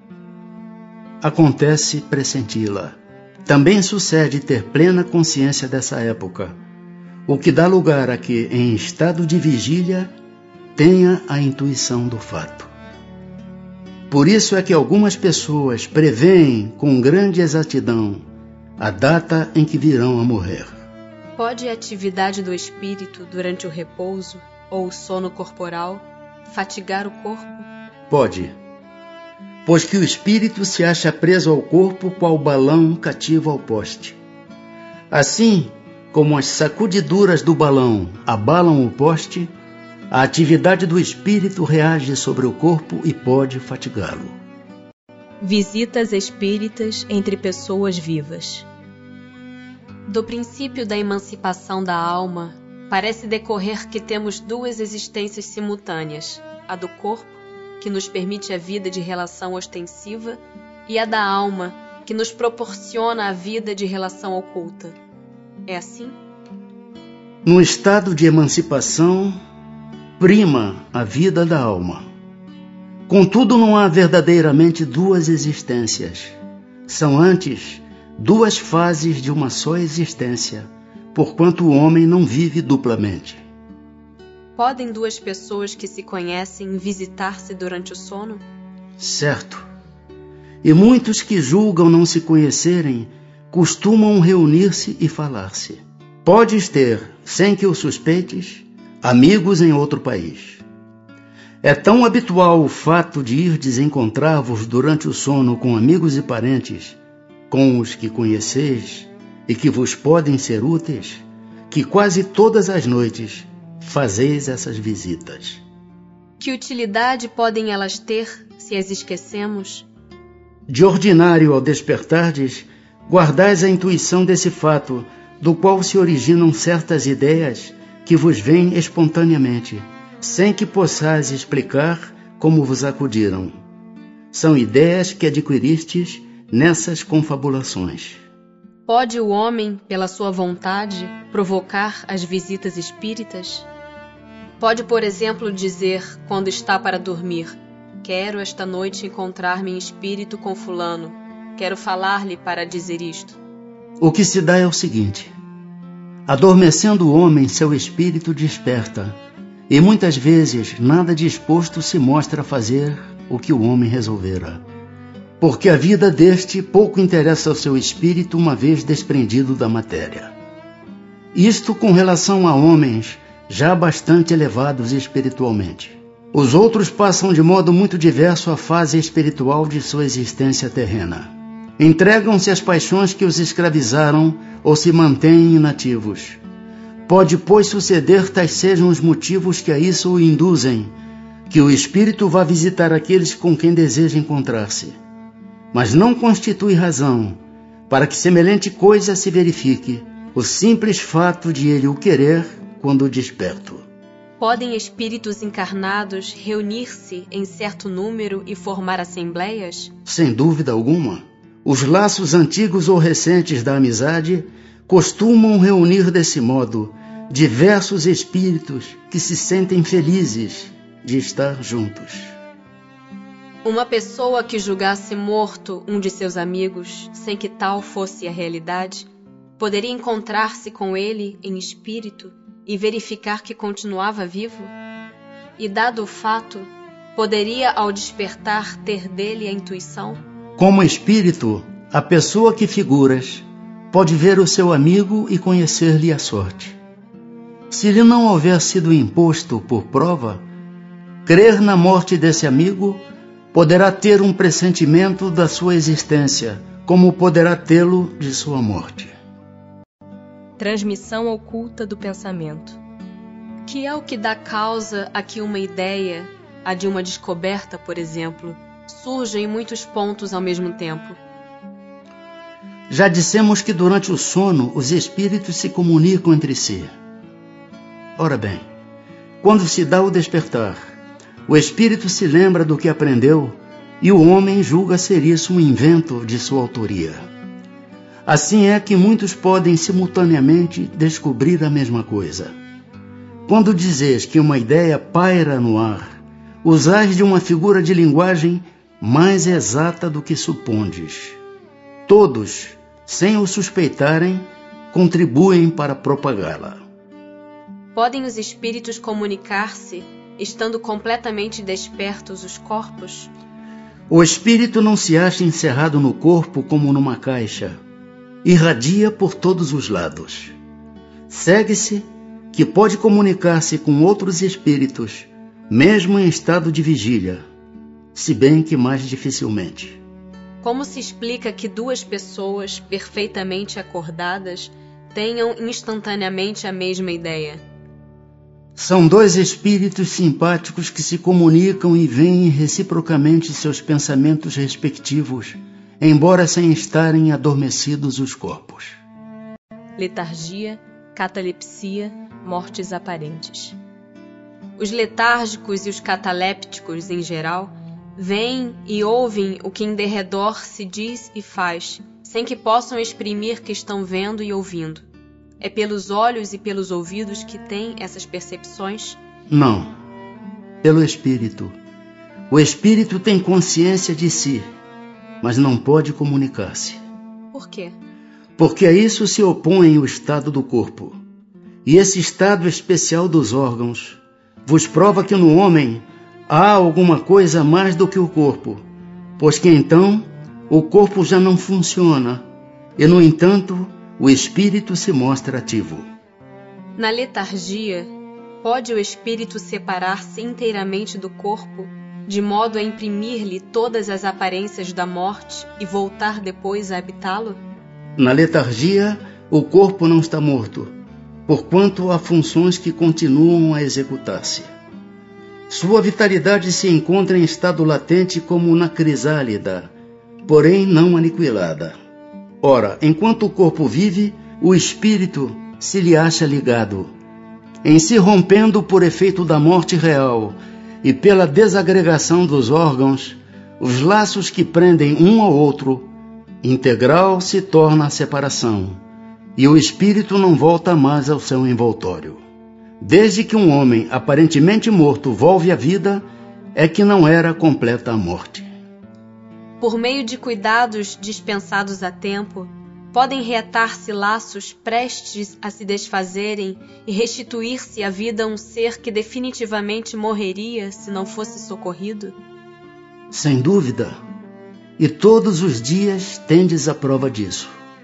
Acontece pressenti-la. Também sucede ter plena consciência dessa época, o que dá lugar a que, em estado de vigília, tenha a intuição do fato. Por isso é que algumas pessoas preveem com grande exatidão a data em que virão a morrer. Pode a atividade do espírito durante o repouso ou o sono corporal fatigar o corpo? Pode, pois que o espírito se acha preso ao corpo qual balão cativo ao poste. Assim como as sacudiduras do balão abalam o poste, a atividade do espírito reage sobre o corpo e pode fatigá-lo. Visitas espíritas entre pessoas vivas. Do princípio da emancipação da alma, parece decorrer que temos duas existências simultâneas, a do corpo, que nos permite a vida de relação ostensiva, e a da alma, que nos proporciona a vida de relação oculta. É assim? No estado de emancipação, prima a vida da alma. Contudo, não há verdadeiramente duas existências. São antes duas fases de uma só existência, porquanto o homem não vive duplamente. Podem duas pessoas que se conhecem visitar-se durante o sono? Certo. E muitos que julgam não se conhecerem costumam reunir-se e falar-se. Podes ter, sem que o suspeites, amigos em outro país. É tão habitual o fato de irdes encontrar-vos durante o sono com amigos e parentes, com os que conheceis e que vos podem ser úteis, que quase todas as noites fazeis essas visitas. Que utilidade podem elas ter se as esquecemos? De ordinário, ao despertardes, guardais a intuição desse fato, do qual se originam certas ideias que vos vêm espontaneamente, sem que possais explicar como vos acudiram. São ideias que adquiristes nessas confabulações. Pode o homem, pela sua vontade, provocar as visitas espíritas? Pode, por exemplo, dizer, quando está para dormir: quero esta noite encontrar-me em espírito com fulano, quero falar-lhe para dizer isto. O que se dá é o seguinte: adormecendo o homem, seu espírito desperta, e muitas vezes nada disposto se mostra a fazer o que o homem resolvera, porque a vida deste pouco interessa ao seu espírito uma vez desprendido da matéria. Isto com relação a homens já bastante elevados espiritualmente. Os outros passam de modo muito diverso a fase espiritual de sua existência terrena. Entregam-se às paixões que os escravizaram ou se mantêm inativos. Pode, pois, suceder tais sejam os motivos que a isso o induzem, que o espírito vá visitar aqueles com quem deseja encontrar-se. Mas não constitui razão para que semelhante coisa se verifique o simples fato de ele o querer quando desperto. Podem espíritos encarnados reunir-se em certo número e formar assembleias? Sem dúvida alguma. Os laços antigos ou recentes da amizade costumam reunir desse modo diversos espíritos que se sentem felizes de estar juntos. Uma pessoa que julgasse morto um de seus amigos, sem que tal fosse a realidade, poderia encontrar-se com ele em espírito e verificar que continuava vivo? E, dado o fato, poderia, ao despertar, ter dele a intuição? Como espírito, a pessoa que figuras pode ver o seu amigo e conhecer-lhe a sorte. Se lhe não houver sido imposto por prova, crer na morte desse amigo poderá ter um pressentimento da sua existência, como poderá tê-lo de sua morte. Transmissão oculta do pensamento. Que é o que dá causa a que uma ideia, a de uma descoberta, por exemplo, surja em muitos pontos ao mesmo tempo? Já dissemos que durante o sono os espíritos se comunicam entre si. Ora bem, quando se dá o despertar, o espírito se lembra do que aprendeu e o homem julga ser isso um invento de sua autoria. Assim é que muitos podem simultaneamente descobrir a mesma coisa. Quando dizes que uma ideia paira no ar, usais de uma figura de linguagem mais exata do que supondes. Todos, sem o suspeitarem, contribuem para propagá-la. Podem os espíritos comunicar-se, estando completamente despertos os corpos? O espírito não se acha encerrado no corpo como numa caixa. Irradia por todos os lados. Segue-se que pode comunicar-se com outros espíritos, mesmo em estado de vigília, se bem que mais dificilmente. Como se explica que duas pessoas perfeitamente acordadas tenham instantaneamente a mesma ideia? São dois espíritos simpáticos que se comunicam e veem reciprocamente seus pensamentos respectivos, embora sem estarem adormecidos os corpos. Letargia, catalepsia, mortes aparentes. Os letárgicos e os catalépticos, em geral, veem e ouvem o que em derredor se diz e faz, sem que possam exprimir que estão vendo e ouvindo. É pelos olhos e pelos ouvidos que têm essas percepções? Não, pelo espírito. O espírito tem consciência de si, mas não pode comunicar-se. Por quê? Porque a isso se opõe o estado do corpo. E esse estado especial dos órgãos vos prova que no homem há alguma coisa mais do que o corpo, pois que então o corpo já não funciona, e no entanto o espírito se mostra ativo. Na letargia, pode o espírito separar-se inteiramente do corpo, de modo a imprimir-lhe todas as aparências da morte e voltar depois a habitá-lo? Na letargia, o corpo não está morto, porquanto há funções que continuam a executar-se. Sua vitalidade se encontra em estado latente como na crisálida, porém não aniquilada. Ora, enquanto o corpo vive, o espírito se lhe acha ligado. Em se rompendo por efeito da morte real e pela desagregação dos órgãos, os laços que prendem um ao outro, integral se torna a separação, e o espírito não volta mais ao seu envoltório. Desde que um homem aparentemente morto volve à vida, é que não era completa a morte. Por meio de cuidados dispensados a tempo, podem reatar-se laços prestes a se desfazerem e restituir-se à vida um ser que definitivamente morreria se não fosse socorrido? Sem dúvida, e todos os dias tendes a prova disso.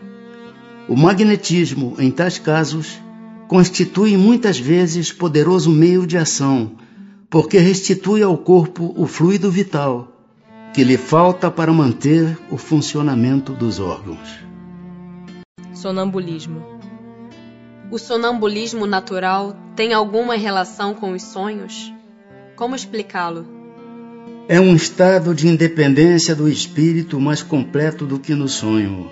O magnetismo, em tais casos, constitui muitas vezes poderoso meio de ação, porque restitui ao corpo o fluido vital que lhe falta para manter o funcionamento dos órgãos. Sonambulismo. O sonambulismo natural tem alguma relação com os sonhos? Como explicá-lo? É um estado de independência do espírito mais completo do que no sonho.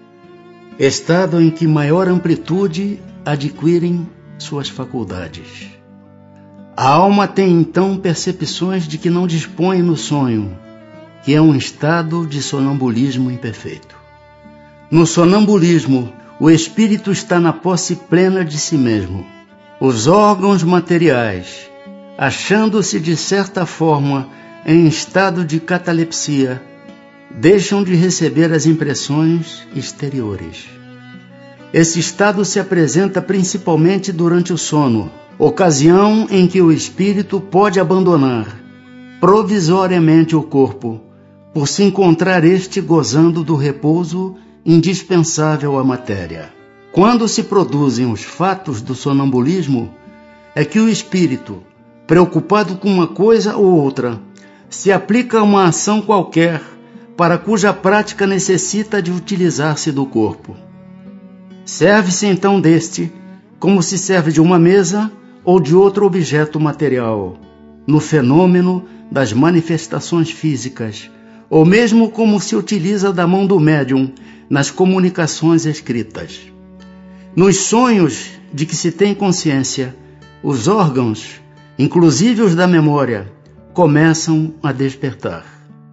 Estado em que maior amplitude adquirem suas faculdades. A alma tem então percepções de que não dispõe no sonho, que é um estado de sonambulismo imperfeito. No sonambulismo, o espírito está na posse plena de si mesmo. Os órgãos materiais, achando-se de certa forma em estado de catalepsia, deixam de receber as impressões exteriores. Esse estado se apresenta principalmente durante o sono, ocasião em que o espírito pode abandonar provisoriamente o corpo, por se encontrar este gozando do repouso indispensável à matéria. Quando se produzem os fatos do sonambulismo, é que o espírito, preocupado com uma coisa ou outra, se aplica a uma ação qualquer para cuja prática necessita de utilizar-se do corpo. Serve-se então deste como se serve de uma mesa ou de outro objeto material, no fenômeno das manifestações físicas, ou mesmo como se utiliza da mão do médium nas comunicações escritas. Nos sonhos de que se tem consciência, os órgãos, inclusive os da memória, começam a despertar.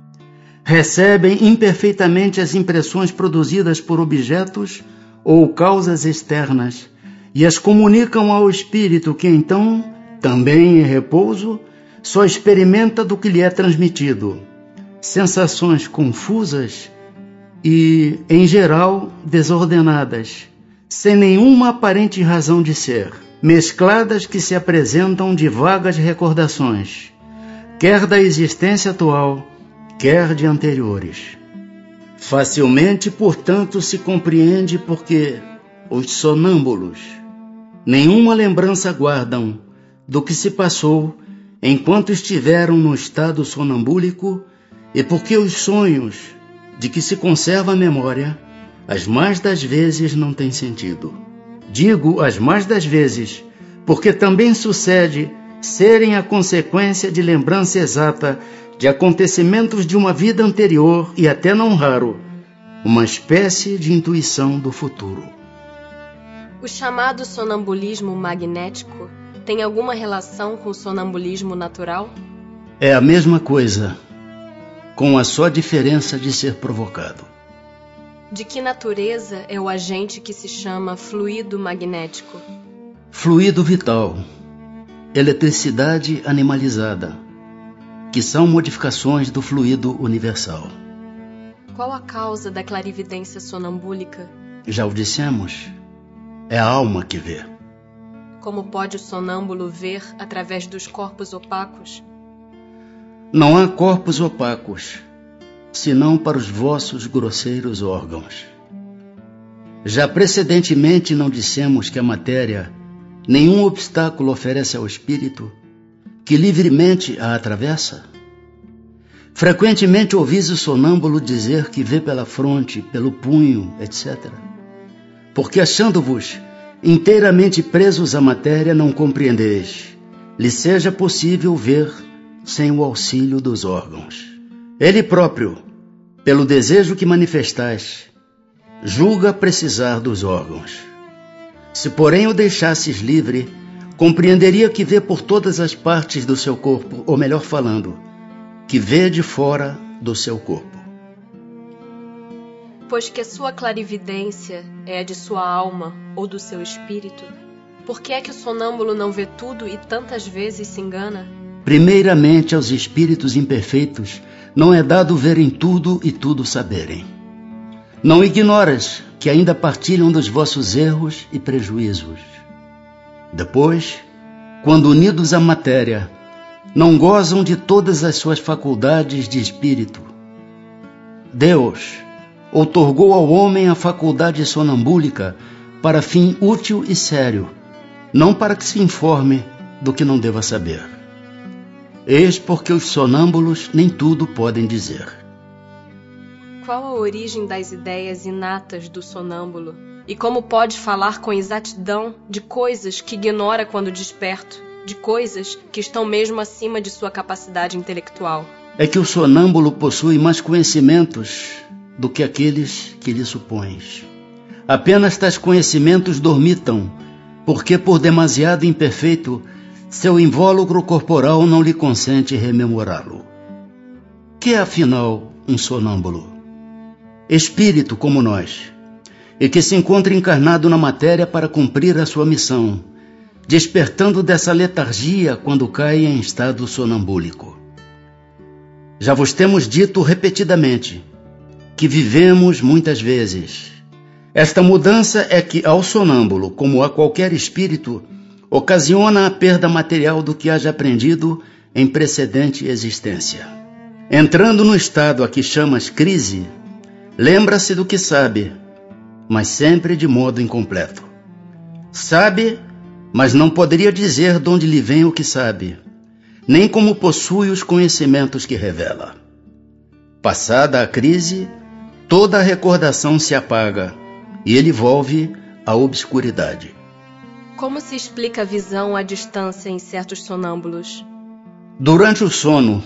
Recebem imperfeitamente as impressões produzidas por objetos ou causas externas e as comunicam ao espírito que então, também em repouso, só experimenta do que lhe é transmitido. Sensações confusas e, em geral, desordenadas, sem nenhuma aparente razão de ser, mescladas que se apresentam de vagas recordações, quer da existência atual, quer de anteriores. Facilmente, portanto, se compreende porque os sonâmbulos nenhuma lembrança guardam do que se passou enquanto estiveram no estado sonambúlico e porque os sonhos de que se conserva a memória, as mais das vezes não têm sentido. Digo as mais das vezes, porque também sucede serem a consequência de lembrança exata de acontecimentos de uma vida anterior e até não raro, uma espécie de intuição do futuro. O chamado sonambulismo magnético tem alguma relação com o sonambulismo natural? É a mesma coisa, com a só diferença de ser provocado. De que natureza é o agente que se chama fluido magnético? Fluido vital, eletricidade animalizada, que são modificações do fluido universal. Qual a causa da clarividência sonambúlica? Já o dissemos, é a alma que vê. Como pode o sonâmbulo ver através dos corpos opacos? Não há corpos opacos, senão para os vossos grosseiros órgãos. Já precedentemente não dissemos que a matéria nenhum obstáculo oferece ao espírito, que livremente a atravessa? Frequentemente ouvis o sonâmbulo dizer que vê pela fronte, pelo punho, etc. Porque achando-vos inteiramente presos à matéria, não compreendeis, lhe seja possível ver sem o auxílio dos órgãos. Ele próprio, pelo desejo que manifestais, julga precisar dos órgãos. Se, porém, o deixasses livre, compreenderia que vê por todas as partes do seu corpo, ou melhor falando, que vê de fora do seu corpo. Pois que a sua clarividência é a de sua alma ou do seu espírito, por que é que o sonâmbulo não vê tudo e tantas vezes se engana? Primeiramente, aos espíritos imperfeitos não é dado verem tudo e tudo saberem. Não ignoras que ainda partilham dos vossos erros e prejuízos. Depois, quando unidos à matéria, não gozam de todas as suas faculdades de espírito. Deus outorgou ao homem a faculdade sonambúlica para fim útil e sério, não para que se informe do que não deva saber. Eis porque os sonâmbulos nem tudo podem dizer. Qual a origem das ideias inatas do sonâmbulo? E como pode falar com exatidão de coisas que ignora quando desperto, de coisas que estão mesmo acima de sua capacidade intelectual? É que o sonâmbulo possui mais conhecimentos do que aqueles que lhe supões. Apenas tais conhecimentos dormitam, porque por demasiado imperfeito, seu invólucro corporal não lhe consente rememorá-lo. Que é, afinal, um sonâmbulo? Espírito como nós, e que se encontra encarnado na matéria para cumprir a sua missão, despertando dessa letargia quando cai em estado sonambúlico. Já vos temos dito repetidamente que vivemos muitas vezes. Esta mudança é que ao sonâmbulo, como a qualquer espírito, ocasiona a perda material do que haja aprendido em precedente existência. Entrando no estado a que chamas crise, lembra-se do que sabe, mas sempre de modo incompleto. Sabe, mas não poderia dizer de onde lhe vem o que sabe, nem como possui os conhecimentos que revela. Passada a crise, toda a recordação se apaga e ele volve à obscuridade. Como se explica a visão à distância em certos sonâmbulos? Durante o sono,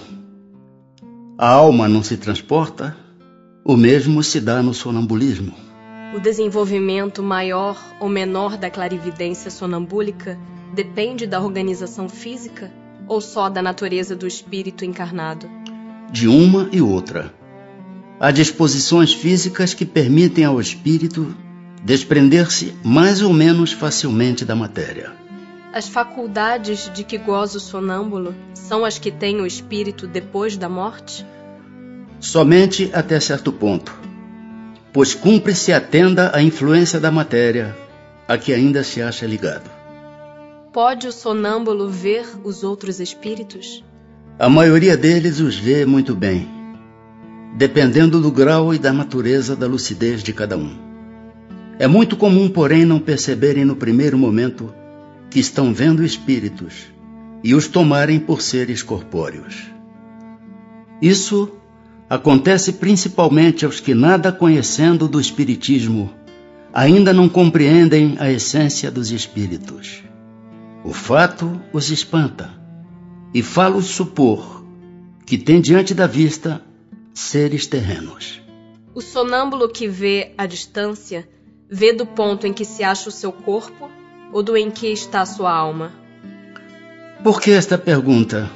a alma não se transporta, o mesmo se dá no sonambulismo. O desenvolvimento maior ou menor da clarividência sonambúlica depende da organização física ou só da natureza do espírito encarnado? De uma e outra. Há disposições físicas que permitem ao espírito desprender-se mais ou menos facilmente da matéria. As faculdades de que goza o sonâmbulo são as que tem o espírito depois da morte? Somente até certo ponto, pois cumpre se atenda à influência da matéria, a que ainda se acha ligado. Pode o sonâmbulo ver os outros espíritos? A maioria deles os vê muito bem, dependendo do grau e da natureza da lucidez de cada um. É muito comum, porém, não perceberem no primeiro momento que estão vendo espíritos e os tomarem por seres corpóreos. Isso acontece principalmente aos que, nada conhecendo do espiritismo, ainda não compreendem a essência dos espíritos. O fato os espanta e fá-los supor que tem diante da vista seres terrenos. O sonâmbulo que vê à distância vê do ponto em que se acha o seu corpo ou do em que está a sua alma? Por que esta pergunta?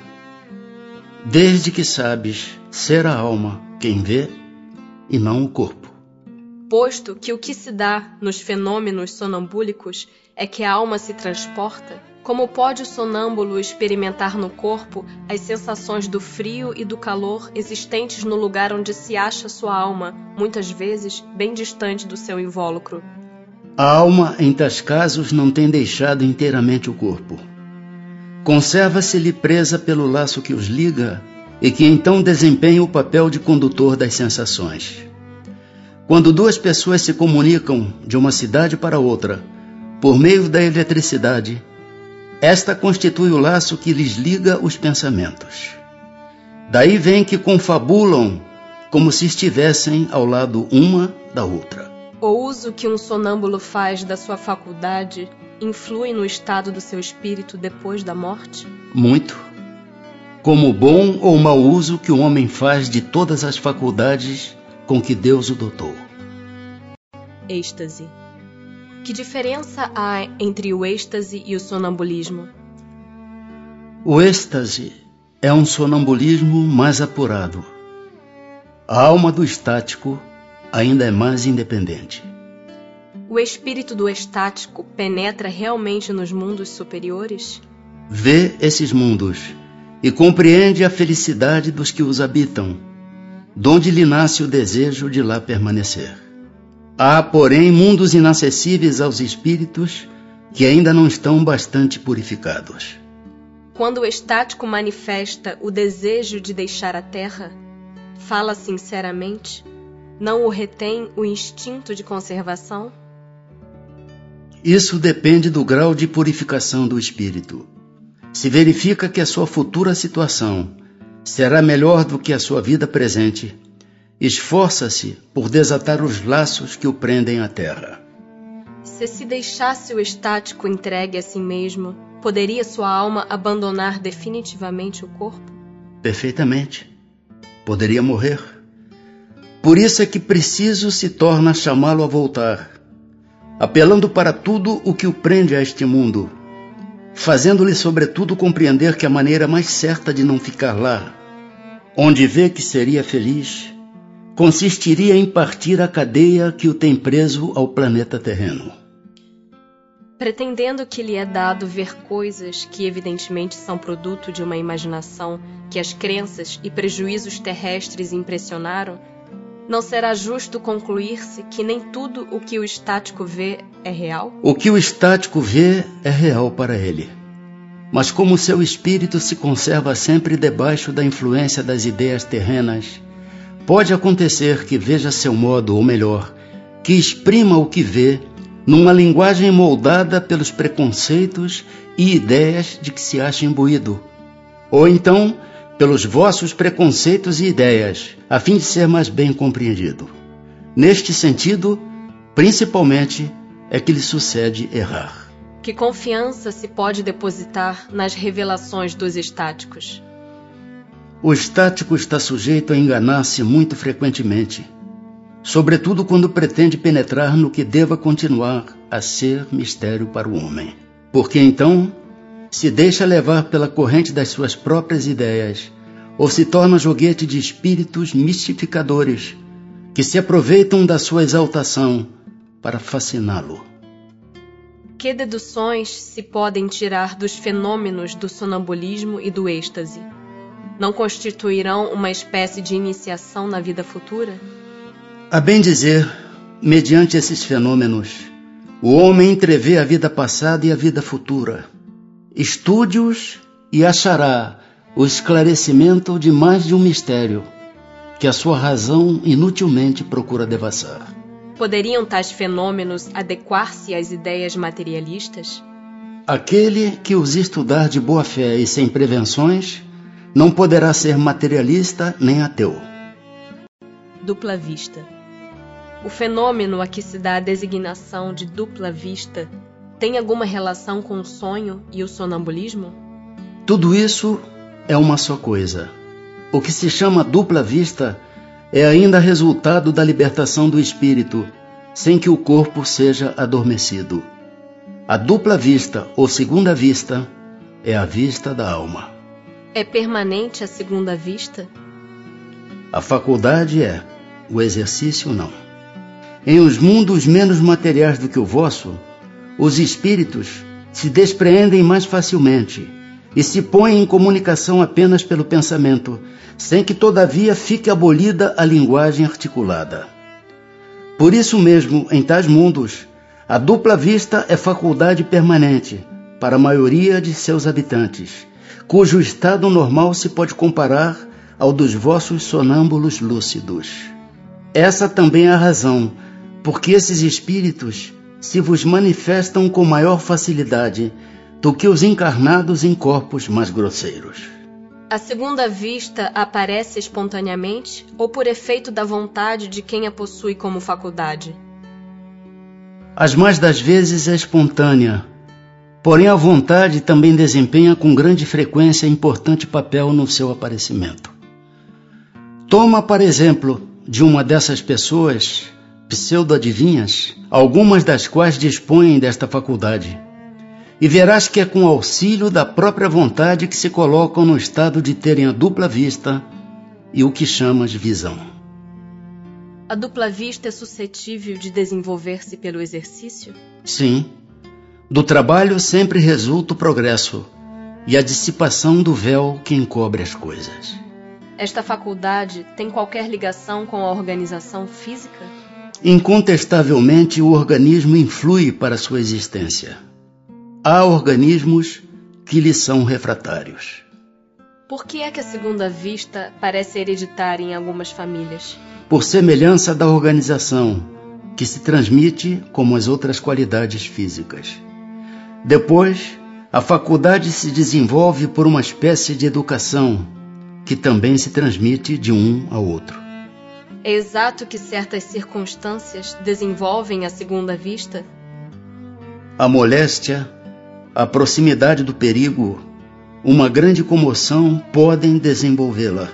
Desde que sabes ser a alma quem vê e não o corpo. Posto que o que se dá nos fenômenos sonambúlicos é que a alma se transporta, como pode o sonâmbulo experimentar no corpo as sensações do frio e do calor existentes no lugar onde se acha sua alma, muitas vezes bem distante do seu invólucro? A alma, em tais casos, não tem deixado inteiramente o corpo. Conserva-se-lhe presa pelo laço que os liga e que então desempenha o papel de condutor das sensações. Quando duas pessoas se comunicam de uma cidade para outra por meio da eletricidade, esta constitui o laço que lhes liga os pensamentos. Daí vem que confabulam como se estivessem ao lado uma da outra. O uso que um sonâmbulo faz da sua faculdade influi no estado do seu espírito depois da morte? Muito. Como o bom ou mau uso que o homem faz de todas as faculdades com que Deus o dotou. Êxtase. Que diferença há entre o êxtase e o sonambulismo? O êxtase é um sonambulismo mais apurado. A alma do estático ainda é mais independente. O espírito do estático penetra realmente nos mundos superiores? Vê esses mundos e compreende a felicidade dos que os habitam, donde lhe nasce o desejo de lá permanecer. Há, porém, mundos inacessíveis aos espíritos que ainda não estão bastante purificados. Quando o estático manifesta o desejo de deixar a Terra, fala sinceramente, não o retém o instinto de conservação? Isso depende do grau de purificação do espírito. Se verifica que a sua futura situação será melhor do que a sua vida presente, esforça-se por desatar os laços que o prendem à terra. Se deixasse o estático entregue a si mesmo, poderia sua alma abandonar definitivamente o corpo? Perfeitamente. Poderia morrer. Por isso é que preciso se torna chamá-lo a voltar, apelando para tudo o que o prende a este mundo, fazendo-lhe sobretudo compreender que a maneira mais certa de não ficar lá, onde vê que seria feliz, consistiria em partir a cadeia que o tem preso ao planeta terreno. Pretendendo que lhe é dado ver coisas que evidentemente são produto de uma imaginação que as crenças e prejuízos terrestres impressionaram, não será justo concluir-se que nem tudo o que o estático vê é real? O que o estático vê é real para ele. Mas como seu espírito se conserva sempre debaixo da influência das ideias terrenas, pode acontecer que veja seu modo, ou melhor, que exprima o que vê numa linguagem moldada pelos preconceitos e ideias de que se acha imbuído. Ou então, pelos vossos preconceitos e ideias, a fim de ser mais bem compreendido. Neste sentido, principalmente, é que lhe sucede errar. Que confiança se pode depositar nas revelações dos estáticos? O estático está sujeito a enganar-se muito frequentemente, sobretudo quando pretende penetrar no que deva continuar a ser mistério para o homem. Porque então se deixa levar pela corrente das suas próprias ideias, ou se torna joguete de espíritos mistificadores que se aproveitam da sua exaltação para fasciná-lo. Que deduções se podem tirar dos fenômenos do sonambulismo e do êxtase? Não constituirão uma espécie de iniciação na vida futura? A bem dizer, mediante esses fenômenos, o homem entrevê a vida passada e a vida futura. Estude-os e achará o esclarecimento de mais de um mistério que a sua razão inutilmente procura devassar. Poderiam tais fenômenos adequar-se às ideias materialistas? Aquele que os estudar de boa fé e sem prevenções não poderá ser materialista nem ateu. Dupla vista. O fenômeno a que se dá a designação de dupla vista tem alguma relação com o sonho e o sonambulismo? Tudo isso é uma só coisa. O que se chama dupla vista é ainda resultado da libertação do espírito, sem que o corpo seja adormecido. A dupla vista, ou segunda vista, é a vista da alma. É permanente a segunda vista? A faculdade é, o exercício não. Em os mundos menos materiais do que o vosso, os espíritos se despreendem mais facilmente e se põem em comunicação apenas pelo pensamento, sem que todavia fique abolida a linguagem articulada. Por isso mesmo, em tais mundos, a dupla vista é faculdade permanente para a maioria de seus habitantes, cujo estado normal se pode comparar ao dos vossos sonâmbulos lúcidos. Essa também é a razão porque esses espíritos se vos manifestam com maior facilidade do que os encarnados em corpos mais grosseiros. A segunda vista aparece espontaneamente ou por efeito da vontade de quem a possui como faculdade? As mais das vezes é espontânea, porém a vontade também desempenha com grande frequência importante papel no seu aparecimento. Toma, por exemplo, de uma dessas pessoas, pseudo-adivinhas, algumas das quais dispõem desta faculdade, e verás que é com auxílio da própria vontade que se colocam no estado de terem a dupla vista e o que chamas visão. A dupla vista é suscetível de desenvolver-se pelo exercício? Sim. Do trabalho sempre resulta o progresso e a dissipação do véu que encobre as coisas. Esta faculdade tem qualquer ligação com a organização física? Incontestavelmente, o organismo influi para sua existência. Há organismos que lhe são refratários. Por que é que a segunda vista parece hereditária em algumas famílias? Por semelhança da organização, que se transmite como as outras qualidades físicas. Depois, a faculdade se desenvolve por uma espécie de educação, que também se transmite de um ao outro. É exato que certas circunstâncias desenvolvem a segunda vista? A moléstia, a proximidade do perigo, uma grande comoção podem desenvolvê-la.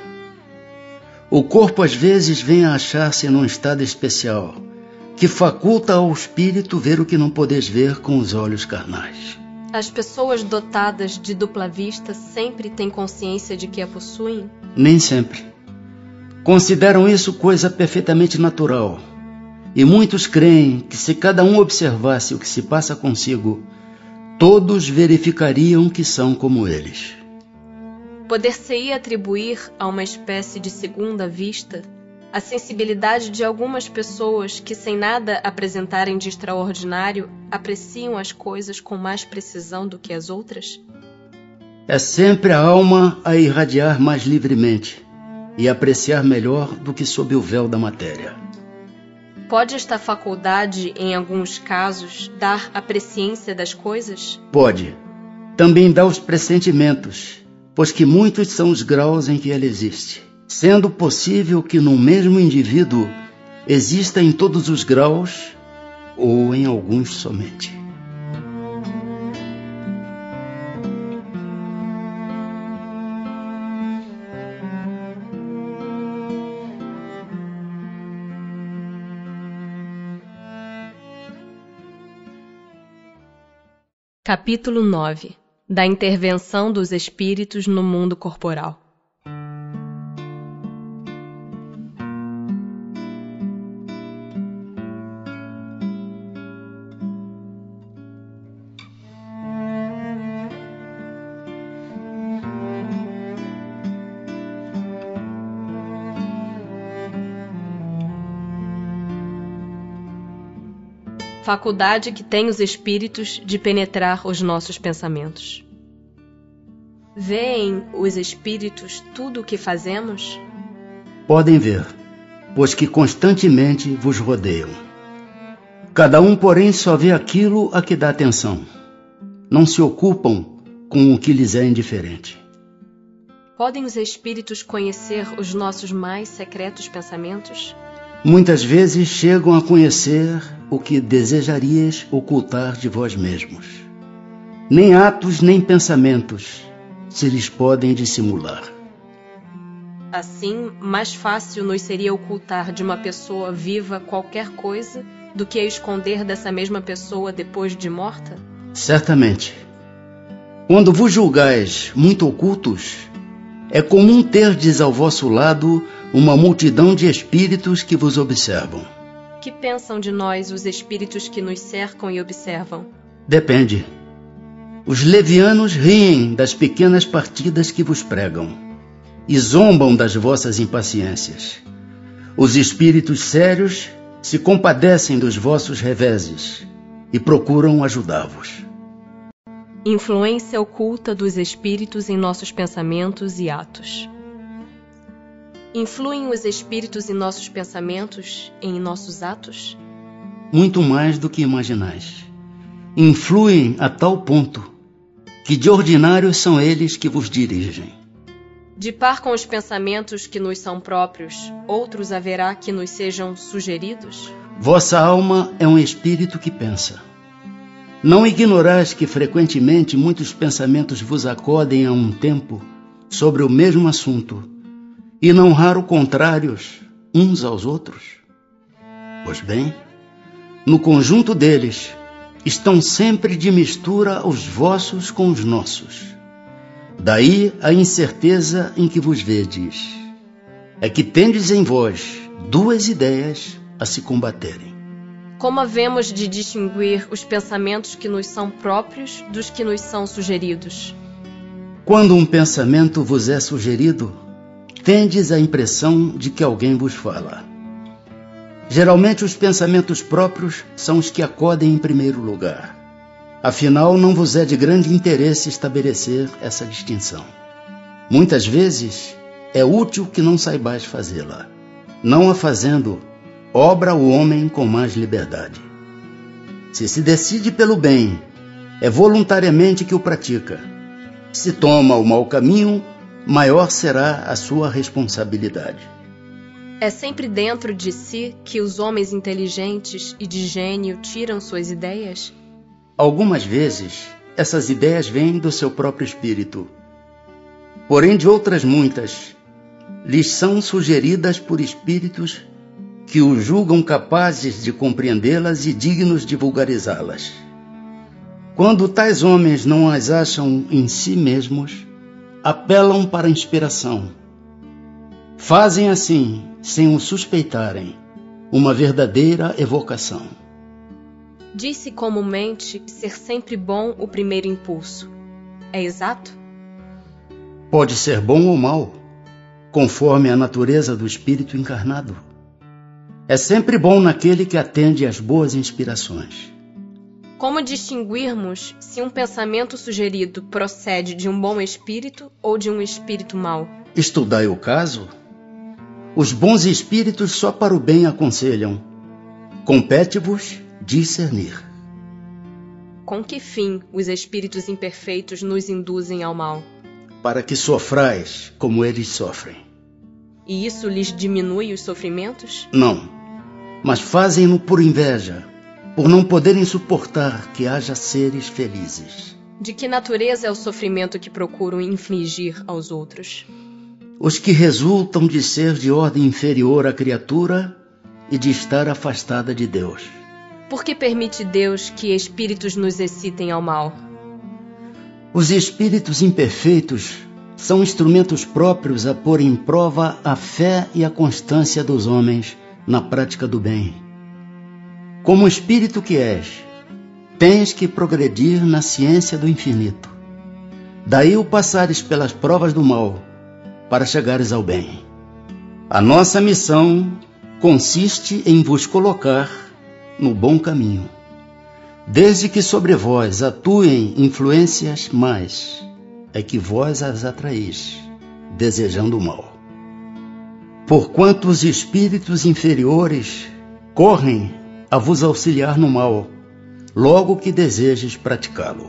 O corpo às vezes vem a achar-se num estado especial, que faculta ao espírito ver o que não podes ver com os olhos carnais. As pessoas dotadas de dupla vista sempre têm consciência de que a possuem? Nem sempre. Consideram isso coisa perfeitamente natural. E muitos creem que se cada um observasse o que se passa consigo, todos verificariam que são como eles. Poder-se-ia atribuir a uma espécie de segunda vista a sensibilidade de algumas pessoas que, sem nada apresentarem de extraordinário, apreciam as coisas com mais precisão do que as outras? É sempre a alma a irradiar mais livremente e apreciar melhor do que sob o véu da matéria. Pode esta faculdade, em alguns casos, dar a presciência das coisas? Pode. Também dá os pressentimentos, pois que muitos são os graus em que ela existe, sendo possível que num mesmo indivíduo exista em todos os graus ou em alguns somente. Capítulo 9. Da intervenção dos espíritos no mundo corporal. Faculdade que tem os espíritos de penetrar os nossos pensamentos. Veem os espíritos tudo o que fazemos? Podem ver, pois que constantemente vos rodeiam. Cada um, porém, só vê aquilo a que dá atenção. Não se ocupam com o que lhes é indiferente. Podem os espíritos conhecer os nossos mais secretos pensamentos? Muitas vezes chegam a conhecer o que desejarias ocultar de vós mesmos. Nem atos nem pensamentos se lhes podem dissimular. Assim, mais fácil nos seria ocultar de uma pessoa viva qualquer coisa do que a esconder dessa mesma pessoa depois de morta? Certamente. Quando vos julgais muito ocultos, é comum terdes ao vosso lado uma multidão de espíritos que vos observam. Que pensam de nós os espíritos que nos cercam e observam? Depende. Os levianos riem das pequenas partidas que vos pregam e zombam das vossas impaciências. Os espíritos sérios se compadecem dos vossos reveses e procuram ajudar-vos. Influência oculta dos espíritos em nossos pensamentos e atos. Influem os espíritos em nossos pensamentos e em nossos atos? Muito mais do que imaginais. Influem a tal ponto que de ordinário são eles que vos dirigem. De par com os pensamentos que nos são próprios, outros haverá que nos sejam sugeridos? Vossa alma é um espírito que pensa. Não ignorais que frequentemente muitos pensamentos vos acodem a um tempo sobre o mesmo assunto, e não raro contrários uns aos outros? Pois bem, no conjunto deles estão sempre de mistura os vossos com os nossos. Daí a incerteza em que vos vedes. É que tendes em vós duas ideias a se combaterem. Como havemos de distinguir os pensamentos que nos são próprios dos que nos são sugeridos? Quando um pensamento vos é sugerido, tendes a impressão de que alguém vos fala. Geralmente os pensamentos próprios são os que acodem em primeiro lugar. Afinal, não vos é de grande interesse estabelecer essa distinção. Muitas vezes é útil que não saibais fazê-la. Não a fazendo, obra o homem com mais liberdade. Se decide pelo bem, é voluntariamente que o pratica. Se toma o mau caminho, maior será a sua responsabilidade. É sempre dentro de si que os homens inteligentes e de gênio tiram suas ideias? Algumas vezes, essas ideias vêm do seu próprio espírito. Porém, de outras muitas, lhes são sugeridas por espíritos que os julgam capazes de compreendê-las e dignos de vulgarizá-las. Quando tais homens não as acham em si mesmos, apelam para a inspiração. Fazem assim, sem o suspeitarem, uma verdadeira evocação. Diz-se comumente ser sempre bom o primeiro impulso. É exato? Pode ser bom ou mal, conforme a natureza do espírito encarnado. É sempre bom naquele que atende às boas inspirações. Como distinguirmos se um pensamento sugerido procede de um bom espírito ou de um espírito mau? Estudai o caso. Os bons espíritos só para o bem aconselham. Compete-vos discernir. Com que fim os espíritos imperfeitos nos induzem ao mal? Para que sofrais como eles sofrem. E isso lhes diminui os sofrimentos? Não, mas fazem-no por inveja, por não poderem suportar que haja seres felizes. De que natureza é o sofrimento que procuram infligir aos outros? Os que resultam de ser de ordem inferior à criatura e de estar afastada de Deus. Por que permite Deus que espíritos nos excitem ao mal? Os espíritos imperfeitos são instrumentos próprios a pôr em prova a fé e a constância dos homens na prática do bem. Como espírito que és, tens que progredir na ciência do infinito. Daí o passares pelas provas do mal, para chegares ao bem. A nossa missão consiste em vos colocar no bom caminho, desde que sobre vós atuem influências más, é que vós as atraís, desejando o mal. Porquanto os espíritos inferiores correm a vos auxiliar no mal, logo que desejes praticá-lo.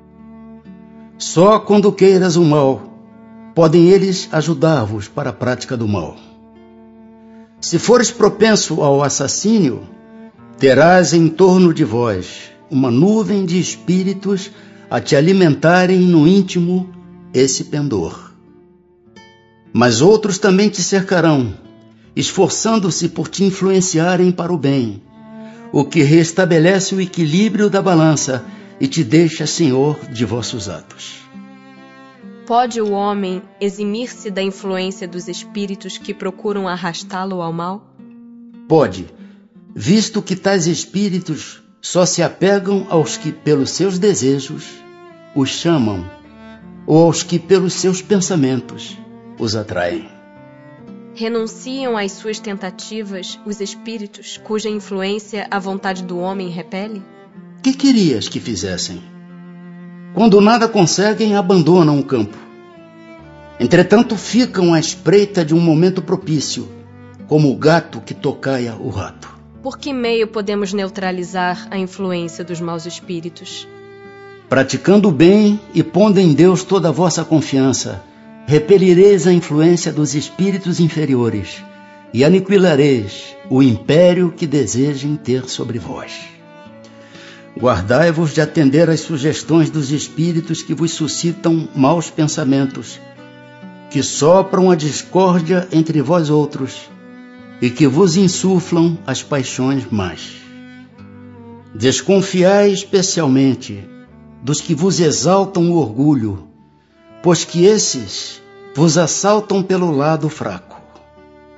Só quando queiras o mal, podem eles ajudar-vos para a prática do mal. Se fores propenso ao assassínio, terás em torno de vós uma nuvem de espíritos a te alimentarem no íntimo esse pendor. Mas outros também te cercarão, esforçando-se por te influenciarem para o bem, o que restabelece o equilíbrio da balança e te deixa senhor de vossos atos. Pode o homem eximir-se da influência dos espíritos que procuram arrastá-lo ao mal? Pode, visto que tais espíritos só se apegam aos que, pelos seus desejos, os chamam, ou aos que, pelos seus pensamentos, os atraem. Renunciam às suas tentativas os espíritos cuja influência a vontade do homem repele? Que querias que fizessem? Quando nada conseguem, abandonam o campo. Entretanto, ficam à espreita de um momento propício, como o gato que tocaia o rato. Por que meio podemos neutralizar a influência dos maus espíritos? Praticando o bem e pondo em Deus toda a vossa confiança, repelireis a influência dos espíritos inferiores e aniquilareis o império que desejem ter sobre vós. Guardai-vos de atender às sugestões dos espíritos que vos suscitam maus pensamentos, que sopram a discórdia entre vós outros e que vos insuflam as paixões más. Desconfiai especialmente dos que vos exaltam o orgulho, pois que esses vos assaltam pelo lado fraco.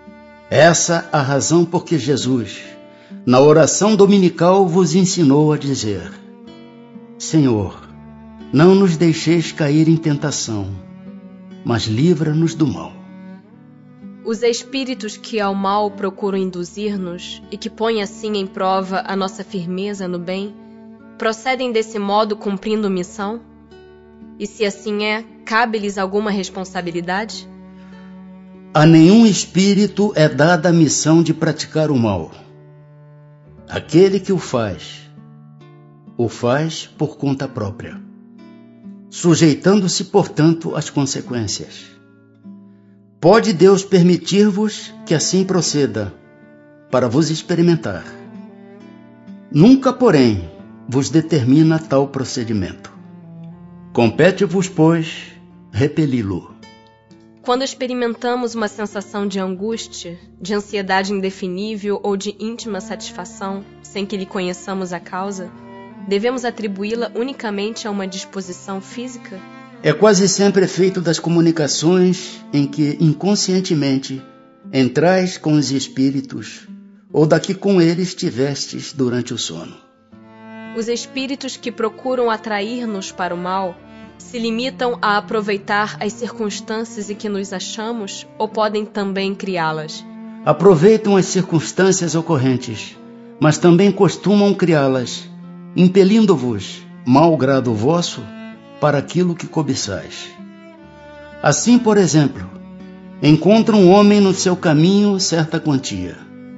Essa a razão por que Jesus, na oração dominical, vos ensinou a dizer: Senhor, não nos deixeis cair em tentação, mas livra-nos do mal. Os espíritos que ao mal procuram induzir-nos e que põem assim em prova a nossa firmeza no bem, procedem desse modo cumprindo missão? E se assim é, cabe-lhes alguma responsabilidade? A nenhum espírito é dada a missão de praticar o mal. Aquele que o faz por conta própria, sujeitando-se, portanto, às consequências. Pode Deus permitir-vos que assim proceda, para vos experimentar. Nunca, porém, vos determina tal procedimento. Compete-vos, pois, repeli-lo. Quando experimentamos uma sensação de angústia, de ansiedade indefinível ou de íntima satisfação, sem que lhe conheçamos a causa, devemos atribuí-la unicamente a uma disposição física? É quase sempre efeito das comunicações em que, inconscientemente, entrais com os espíritos ou da que com eles tivestes durante o sono. Os espíritos que procuram atrair-nos para o mal se limitam a aproveitar as circunstâncias em que nos achamos ou podem também criá-las? Aproveitam as circunstâncias ocorrentes, mas também costumam criá-las, impelindo-vos, mau grado vosso, para aquilo que cobiçais. Assim, por exemplo, encontra um homem no seu caminho certa quantia.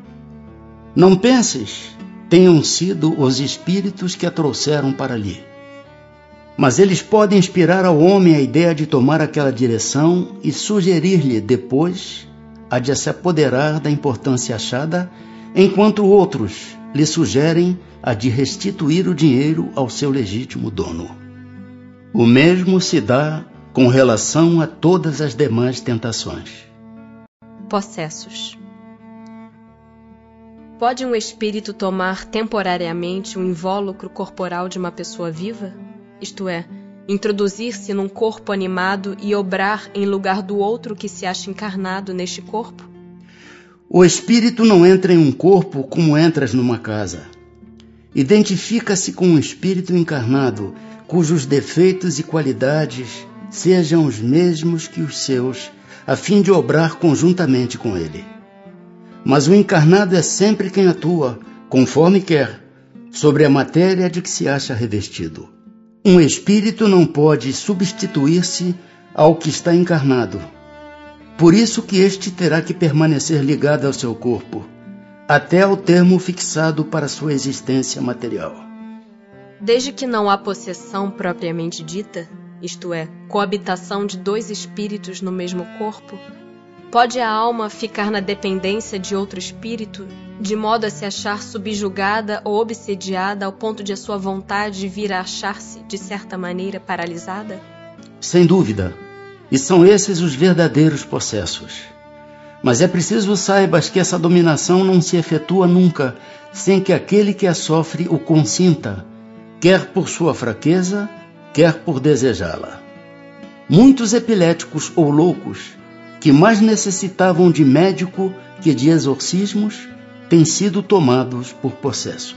Não penses, tenham sido os espíritos que a trouxeram para ali. Mas eles podem inspirar ao homem a ideia de tomar aquela direção e sugerir-lhe depois a de se apoderar da importância achada, enquanto outros lhe sugerem a de restituir o dinheiro ao seu legítimo dono. O mesmo se dá com relação a todas as demais tentações. Possessos. Pode um espírito tomar temporariamente o invólucro corporal de uma pessoa viva? Isto é, introduzir-se num corpo animado e obrar em lugar do outro que se acha encarnado neste corpo? O espírito não entra em um corpo como entras numa casa. Identifica-se com um espírito encarnado, cujos defeitos e qualidades sejam os mesmos que os seus, a fim de obrar conjuntamente com ele. Mas o encarnado é sempre quem atua, conforme quer, sobre a matéria de que se acha revestido. Um espírito não pode substituir-se ao que está encarnado. Por isso que este terá que permanecer ligado ao seu corpo, até ao termo fixado para sua existência material. Desde que não há possessão propriamente dita, isto é, coabitação de dois espíritos no mesmo corpo, pode a alma ficar na dependência de outro espírito, de modo a se achar subjugada ou obsediada ao ponto de a sua vontade vir a achar-se, de certa maneira, paralisada? Sem dúvida, e são esses os verdadeiros possessos. Mas é preciso saibas que essa dominação não se efetua nunca sem que aquele que a sofre o consinta, quer por sua fraqueza, quer por desejá-la. Muitos epiléticos ou loucos, que mais necessitavam de médico que de exorcismos, têm sido tomados por possessos.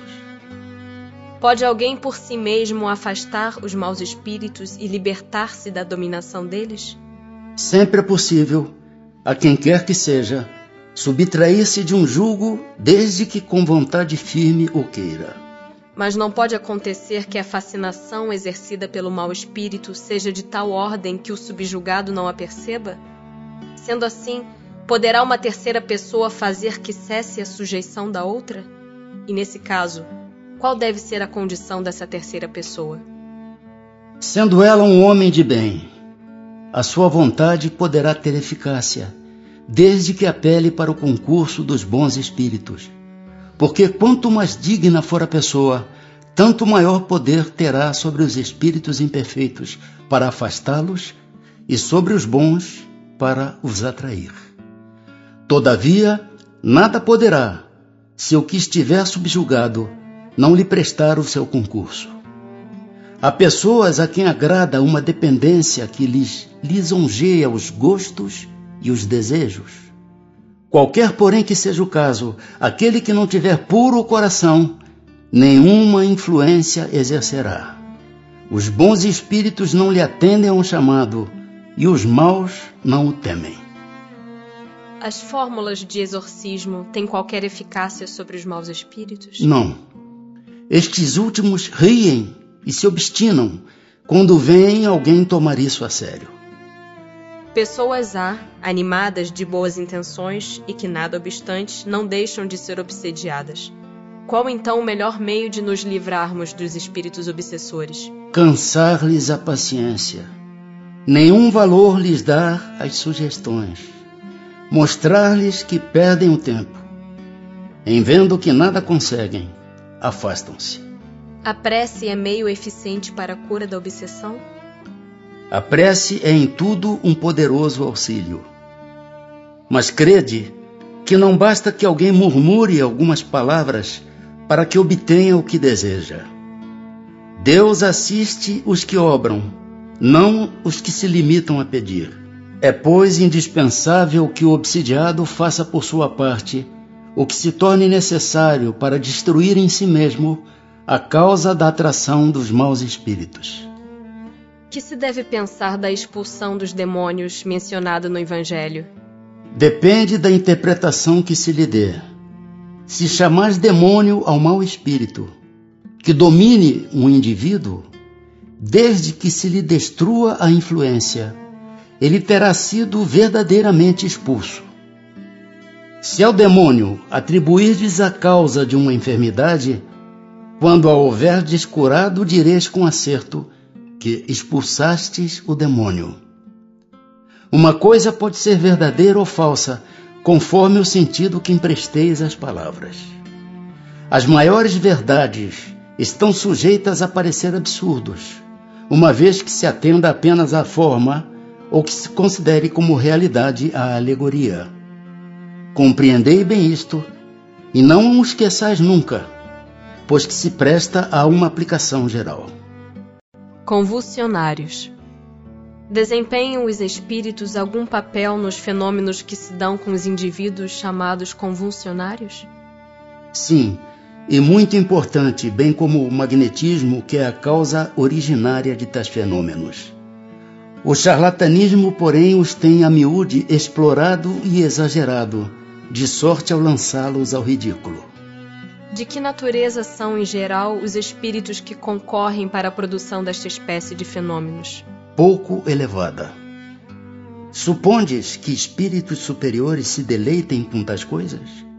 Pode alguém por si mesmo afastar os maus espíritos e libertar-se da dominação deles? Sempre é possível, a quem quer que seja, subtrair-se de um jugo desde que com vontade firme o queira. Mas não pode acontecer que a fascinação exercida pelo mau espírito seja de tal ordem que o subjugado não a perceba? Sendo assim, poderá uma terceira pessoa fazer que cesse a sujeição da outra? E nesse caso, qual deve ser a condição dessa terceira pessoa? Sendo ela um homem de bem, a sua vontade poderá ter eficácia, desde que apele para o concurso dos bons espíritos. Porque quanto mais digna for a pessoa, tanto maior poder terá sobre os espíritos imperfeitos para afastá-los e sobre os bons para os atrair. Todavia, nada poderá, se o que estiver subjugado não lhe prestar o seu concurso. Há pessoas a quem agrada uma dependência que lhes lisonjeia os gostos e os desejos. Qualquer, porém, que seja o caso, aquele que não tiver puro coração, nenhuma influência exercerá. Os bons espíritos não lhe atendem a um chamado, e os maus não o temem. As fórmulas de exorcismo têm qualquer eficácia sobre os maus espíritos? Não. Estes últimos riem e se obstinam quando veem alguém tomar isso a sério. Pessoas há, animadas de boas intenções e que, nada obstante, não deixam de ser obsediadas. Qual então o melhor meio de nos livrarmos dos espíritos obsessores? Cansar-lhes a paciência. Nenhum valor lhes dar as sugestões. Mostrar-lhes que perdem o tempo. Em vendo que nada conseguem, afastam-se. A prece é meio eficiente para a cura da obsessão? A prece é em tudo um poderoso auxílio. Mas crede que não basta que alguém murmure algumas palavras para que obtenha o que deseja. Deus assiste os que obram, não os que se limitam a pedir. É, pois, indispensável que o obsidiado faça por sua parte o que se torne necessário para destruir em si mesmo a causa da atração dos maus espíritos. Que se deve pensar da expulsão dos demônios mencionada no Evangelho? Depende da interpretação que se lhe dê. Se chamares demônio ao mau espírito, que domine um indivíduo, desde que se lhe destrua a influência, ele terá sido verdadeiramente expulso. Se ao demônio atribuirdes a causa de uma enfermidade, quando a houverdes curado, direis com acerto que expulsastes o demônio. Uma coisa pode ser verdadeira ou falsa, conforme o sentido que empresteis às palavras. As maiores verdades estão sujeitas a parecer absurdos, uma vez que se atenda apenas à forma ou que se considere como realidade a alegoria. Compreendei bem isto, e não o esqueçais nunca, pois que se presta a uma aplicação geral. Convulsionários. Desempenham os espíritos algum papel nos fenômenos que se dão com os indivíduos chamados convulsionários? Sim, e muito importante, bem como o magnetismo, que é a causa originária de tais fenômenos. O charlatanismo, porém, os tem a miúde explorado e exagerado, de sorte ao lançá-los ao ridículo. De que natureza são, em geral, os espíritos que concorrem para a produção desta espécie de fenômenos? Pouco elevada. Supondes que espíritos superiores se deleitem com tais coisas?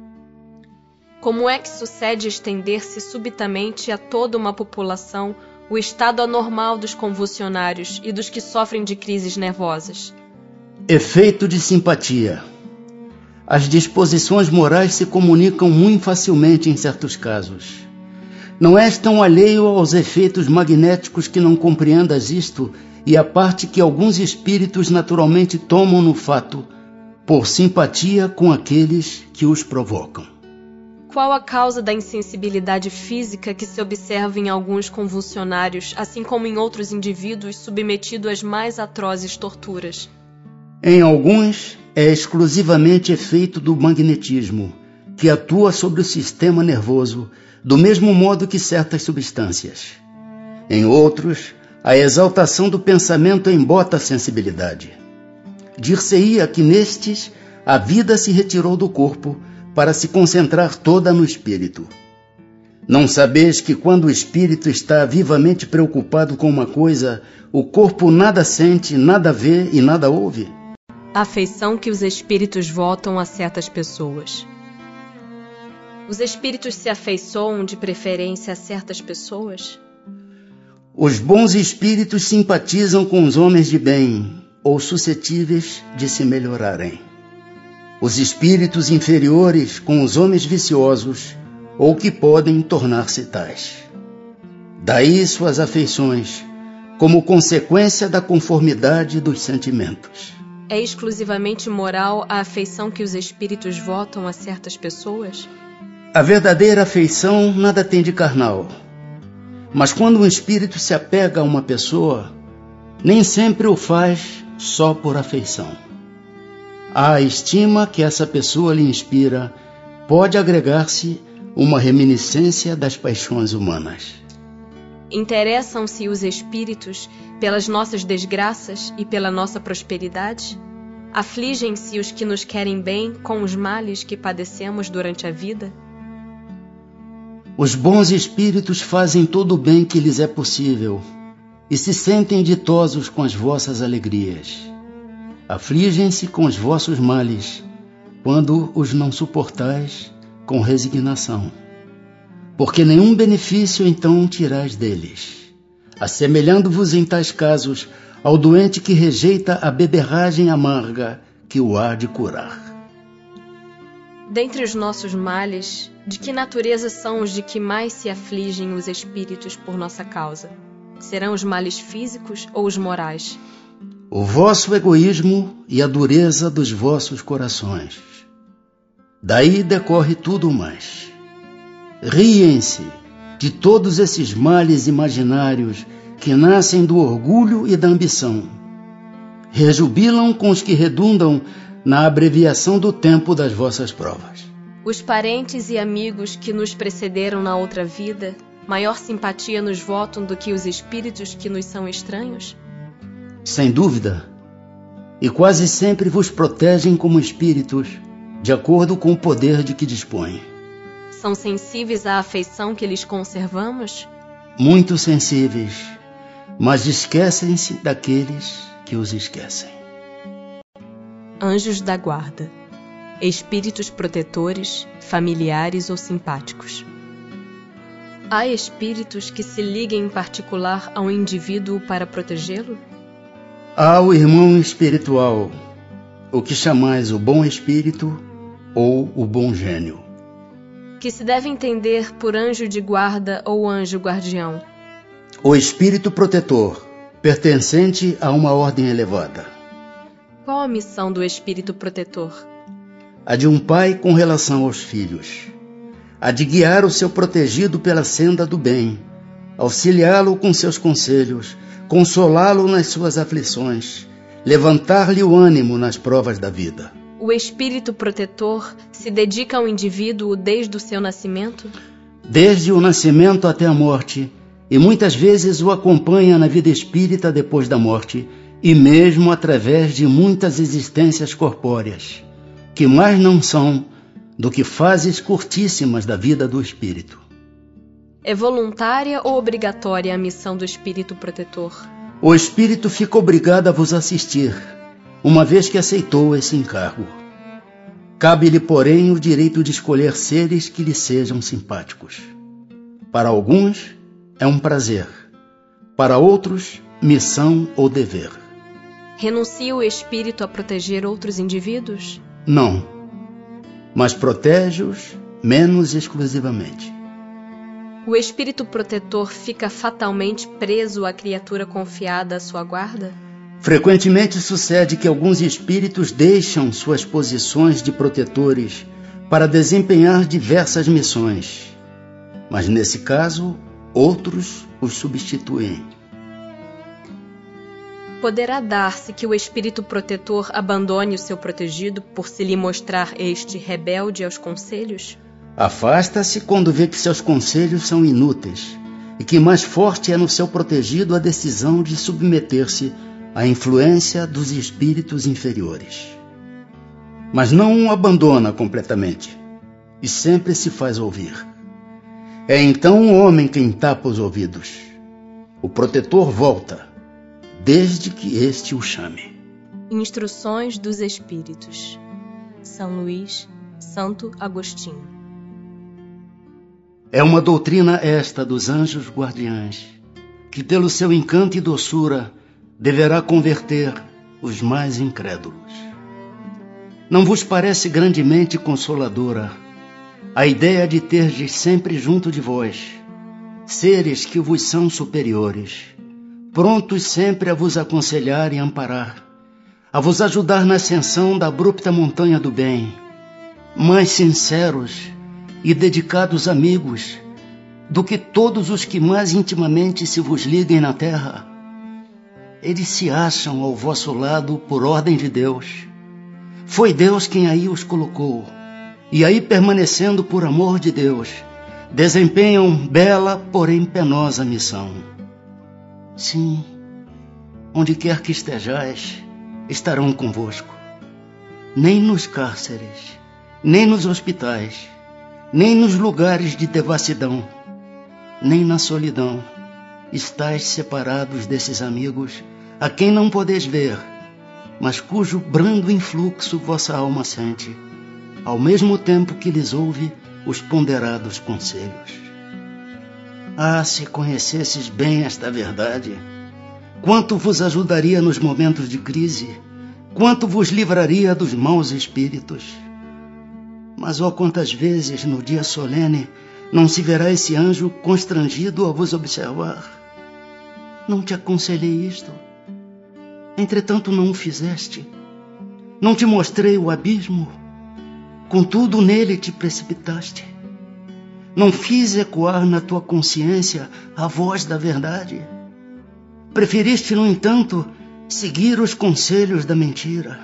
Como é que sucede estender-se subitamente a toda uma população o estado anormal dos convulsionários e dos que sofrem de crises nervosas? Efeito de simpatia. As disposições morais se comunicam muito facilmente em certos casos. Não és tão alheio aos efeitos magnéticos que não compreendas isto e a parte que alguns espíritos naturalmente tomam no fato, por simpatia com aqueles que os provocam. Qual a causa da insensibilidade física que se observa em alguns convulsionários, assim como em outros indivíduos submetidos às mais atrozes torturas? Em alguns, é exclusivamente efeito do magnetismo, que atua sobre o sistema nervoso, do mesmo modo que certas substâncias. Em outros, a exaltação do pensamento embota a sensibilidade. Dir-se-ia que nestes, a vida se retirou do corpo para se concentrar toda no espírito. Não sabeis que quando o espírito está vivamente preocupado com uma coisa, o corpo nada sente, nada vê e nada ouve? A afeição que os espíritos votam a certas pessoas. Os espíritos se afeiçoam de preferência a certas pessoas? Os bons espíritos simpatizam com os homens de bem ou suscetíveis de se melhorarem. Os espíritos inferiores com os homens viciosos ou que podem tornar-se tais. Daí suas afeições, como consequência da conformidade dos sentimentos. É exclusivamente moral a afeição que os espíritos votam a certas pessoas? A verdadeira afeição nada tem de carnal. Mas quando um espírito se apega a uma pessoa, nem sempre o faz só por afeição. à estima que essa pessoa lhe inspira, pode agregar-se uma reminiscência das paixões humanas. Interessam-se os espíritos pelas nossas desgraças e pela nossa prosperidade? Afligem-se os que nos querem bem com os males que padecemos durante a vida? Os bons espíritos fazem todo o bem que lhes é possível e se sentem ditosos com as vossas alegrias. Afligem-se com os vossos males, quando os não suportais com resignação, porque nenhum benefício então tirais deles, assemelhando-vos em tais casos ao doente que rejeita a beberragem amarga que o há de curar. Dentre os nossos males, de que natureza são os de que mais se afligem os espíritos por nossa causa? Serão os males físicos ou os morais? O vosso egoísmo e a dureza dos vossos corações. Daí decorre tudo mais. Riem-se de todos esses males imaginários que nascem do orgulho e da ambição. Rejubilam com os que redundam na abreviação do tempo das vossas provas. Os parentes e amigos que nos precederam na outra vida, maior simpatia nos votam do que os espíritos que nos são estranhos? Sem dúvida, e quase sempre vos protegem como espíritos, de acordo com o poder de que dispõem. São sensíveis à afeição que lhes conservamos? Muito sensíveis, mas esquecem-se daqueles que os esquecem. Anjos da guarda, espíritos protetores, familiares ou simpáticos. Há espíritos que se liguem em particular ao indivíduo para protegê-lo? Há o irmão espiritual, o que chamais o bom espírito ou o bom gênio, que se deve entender por anjo de guarda ou anjo guardião. O espírito protetor, pertencente a uma ordem elevada. Qual a missão do espírito protetor? A de um pai com relação aos filhos. A de guiar o seu protegido pela senda do bem, auxiliá-lo com seus conselhos, consolá-lo nas suas aflições, levantar-lhe o ânimo nas provas da vida. O espírito protetor se dedica ao indivíduo desde o seu nascimento? Desde o nascimento até a morte, e muitas vezes o acompanha na vida espírita depois da morte, e mesmo através de muitas existências corpóreas, que mais não são do que fases curtíssimas da vida do espírito. É voluntária ou obrigatória a missão do espírito protetor? O espírito fica obrigado a vos assistir, uma vez que aceitou esse encargo. Cabe-lhe, porém, o direito de escolher seres que lhe sejam simpáticos. Para alguns, é um prazer. Para outros, missão ou dever. Renuncia o espírito a proteger outros indivíduos? Não, mas protege-os menos exclusivamente. O espírito protetor fica fatalmente preso à criatura confiada à sua guarda? Frequentemente sucede que alguns espíritos deixam suas posições de protetores para desempenhar diversas missões, mas nesse caso, outros os substituem. Poderá dar-se que o espírito protetor abandone o seu protegido por se lhe mostrar este rebelde aos conselhos? Afasta-se quando vê que seus conselhos são inúteis e que mais forte é no seu protegido a decisão de submeter-se à influência dos espíritos inferiores. Mas não o abandona completamente e sempre se faz ouvir. É então o homem quem tapa os ouvidos. O protetor volta, desde que este o chame. Instruções dos Espíritos. São Luís, Santo Agostinho. É uma doutrina esta dos anjos guardiães, que pelo seu encanto e doçura deverá converter os mais incrédulos. Não vos parece grandemente consoladora a ideia de terdes sempre junto de vós seres que vos são superiores, prontos sempre a vos aconselhar e amparar, a vos ajudar na ascensão da abrupta montanha do bem, mais sinceros e dedicados amigos do que todos os que mais intimamente se vos liguem na terra? Eles se acham ao vosso lado por ordem de Deus, Foi Deus quem aí os colocou. E aí, permanecendo por amor de Deus, desempenham bela, porém penosa missão. Sim, onde quer que estejais, estarão convosco. Nem nos cárceres, nem nos hospitais, nem nos lugares de devassidão, nem na solidão, estais separados desses amigos, a quem não podeis ver, mas cujo brando influxo vossa alma sente, ao mesmo tempo que lhes ouve os ponderados conselhos. Ah, se conhecesses bem esta verdade, quanto vos ajudaria nos momentos de crise, quanto vos livraria dos maus espíritos. Mas, ó, quantas vezes no dia solene não se verá esse anjo constrangido a vos observar? Não te aconselhei isto? Entretanto não o fizeste. Não te mostrei o abismo? Contudo nele te precipitaste. Não fiz ecoar na tua consciência a voz da verdade. Preferiste, no entanto, seguir os conselhos da mentira.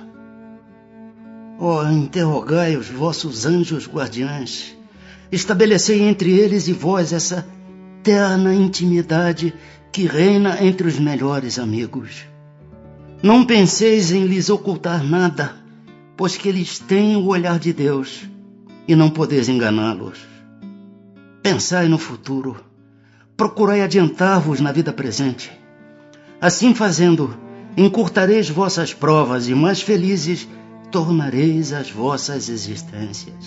Ó, interrogai os vossos anjos guardiães. Estabelecei entre eles e vós essa terna intimidade que reina entre os melhores amigos. Não penseis em lhes ocultar nada, pois que eles têm o olhar de Deus e não podeis enganá-los. Pensai no futuro, procurai adiantar-vos na vida presente. Assim fazendo, encurtareis vossas provas e mais felizes tornareis as vossas existências.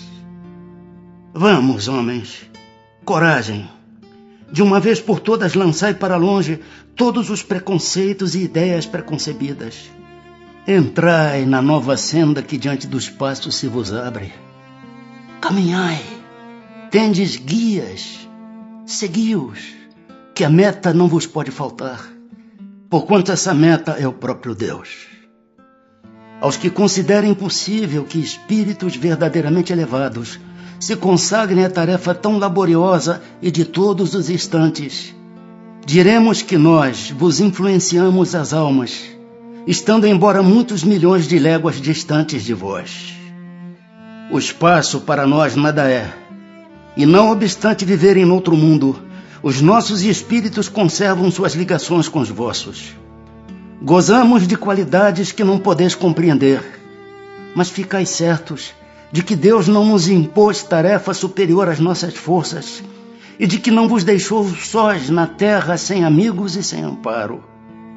Vamos, homens, coragem. De uma vez por todas lançai para longe todos os preconceitos e ideias preconcebidas. Entrai na nova senda que diante dos passos se vos abre. Caminhai, tendes guias, segui-os, que a meta não vos pode faltar, porquanto essa meta é o próprio Deus. Aos que considerem possível que espíritos verdadeiramente elevados se consagrem à tarefa tão laboriosa e de todos os instantes, diremos que nós vos influenciamos as almas, estando embora muitos milhões de léguas distantes de vós. O espaço para nós nada é, e não obstante viverem noutro mundo, os nossos espíritos conservam suas ligações com os vossos. Gozamos de qualidades que não podeis compreender, mas ficai certos de que Deus não nos impôs tarefa superior às nossas forças e de que não vos deixou sós na terra sem amigos e sem amparo.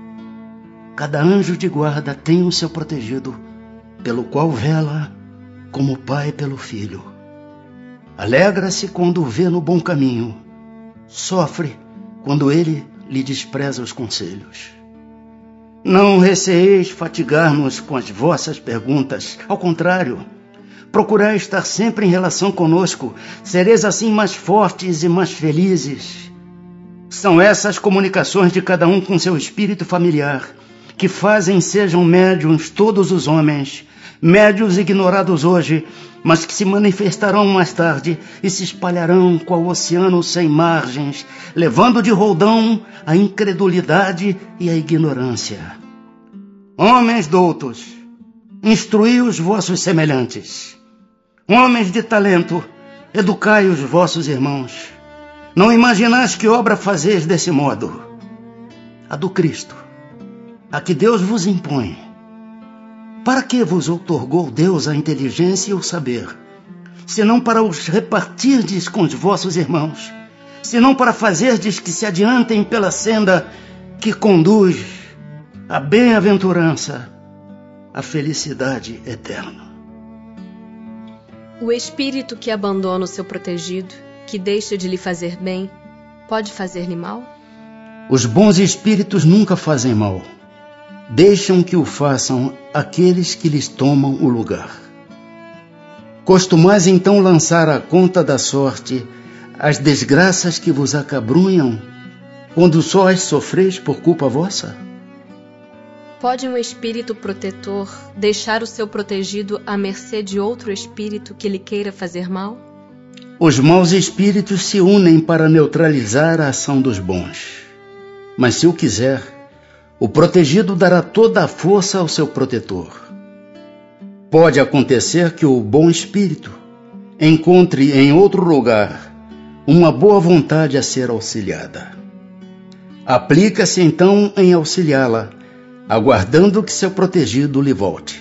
Cada anjo de guarda tem o seu protegido, pelo qual vela como o pai pelo filho. Alegra-se quando o vê no bom caminho, sofre quando ele lhe despreza os conselhos. Não receeis fatigar-nos com as vossas perguntas, ao contrário, procurai estar sempre em relação conosco, sereis assim mais fortes e mais felizes. São essas comunicações de cada um com seu espírito familiar, que fazem sejam médiuns todos os homens, médiuns ignorados hoje, mas que se manifestarão mais tarde e se espalharão qual oceano sem margens, levando de roldão a incredulidade e a ignorância. Homens doutos, instruí os vossos semelhantes. Homens de talento, educai os vossos irmãos. Não imaginais que obra fazeis desse modo. A do Cristo, a que Deus vos impõe. Para que vos outorgou Deus a inteligência e o saber, senão para os repartirdes com os vossos irmãos, senão para fazerdes que se adiantem pela senda que conduz à bem-aventurança, à felicidade eterna. O espírito que abandona o seu protegido, que deixa de lhe fazer bem, pode fazer-lhe mal? Os bons espíritos nunca fazem mal. Deixam que o façam aqueles que lhes tomam o lugar. Costumais então lançar à conta da sorte as desgraças que vos acabrunham, quando só as sofreis por culpa vossa? Pode um espírito protetor deixar o seu protegido à mercê de outro espírito que lhe queira fazer mal? Os maus espíritos se unem para neutralizar a ação dos bons. Mas se o quiser, o protegido dará toda a força ao seu protetor. Pode acontecer que o bom espírito encontre em outro lugar uma boa vontade a ser auxiliada. Aplica-se então em auxiliá-la, aguardando que seu protegido lhe volte.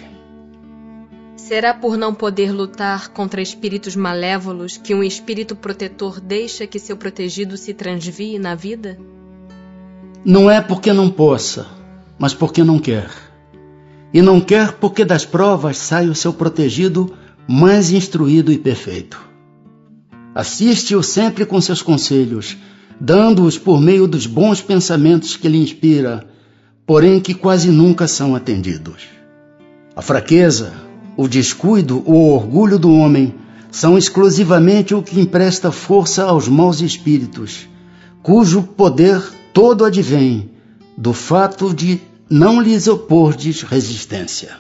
Será por não poder lutar contra espíritos malévolos que um espírito protetor deixa que seu protegido se transvie na vida? Não é porque não possa, mas porque não quer. E não quer porque das provas sai o seu protegido mais instruído e perfeito. Assiste-o sempre com seus conselhos, dando-os por meio dos bons pensamentos que lhe inspira, porém que quase nunca são atendidos. A fraqueza, o descuido ou o orgulho do homem são exclusivamente o que empresta força aos maus espíritos, cujo poder todo advém do fato de não lhes opordes resistência.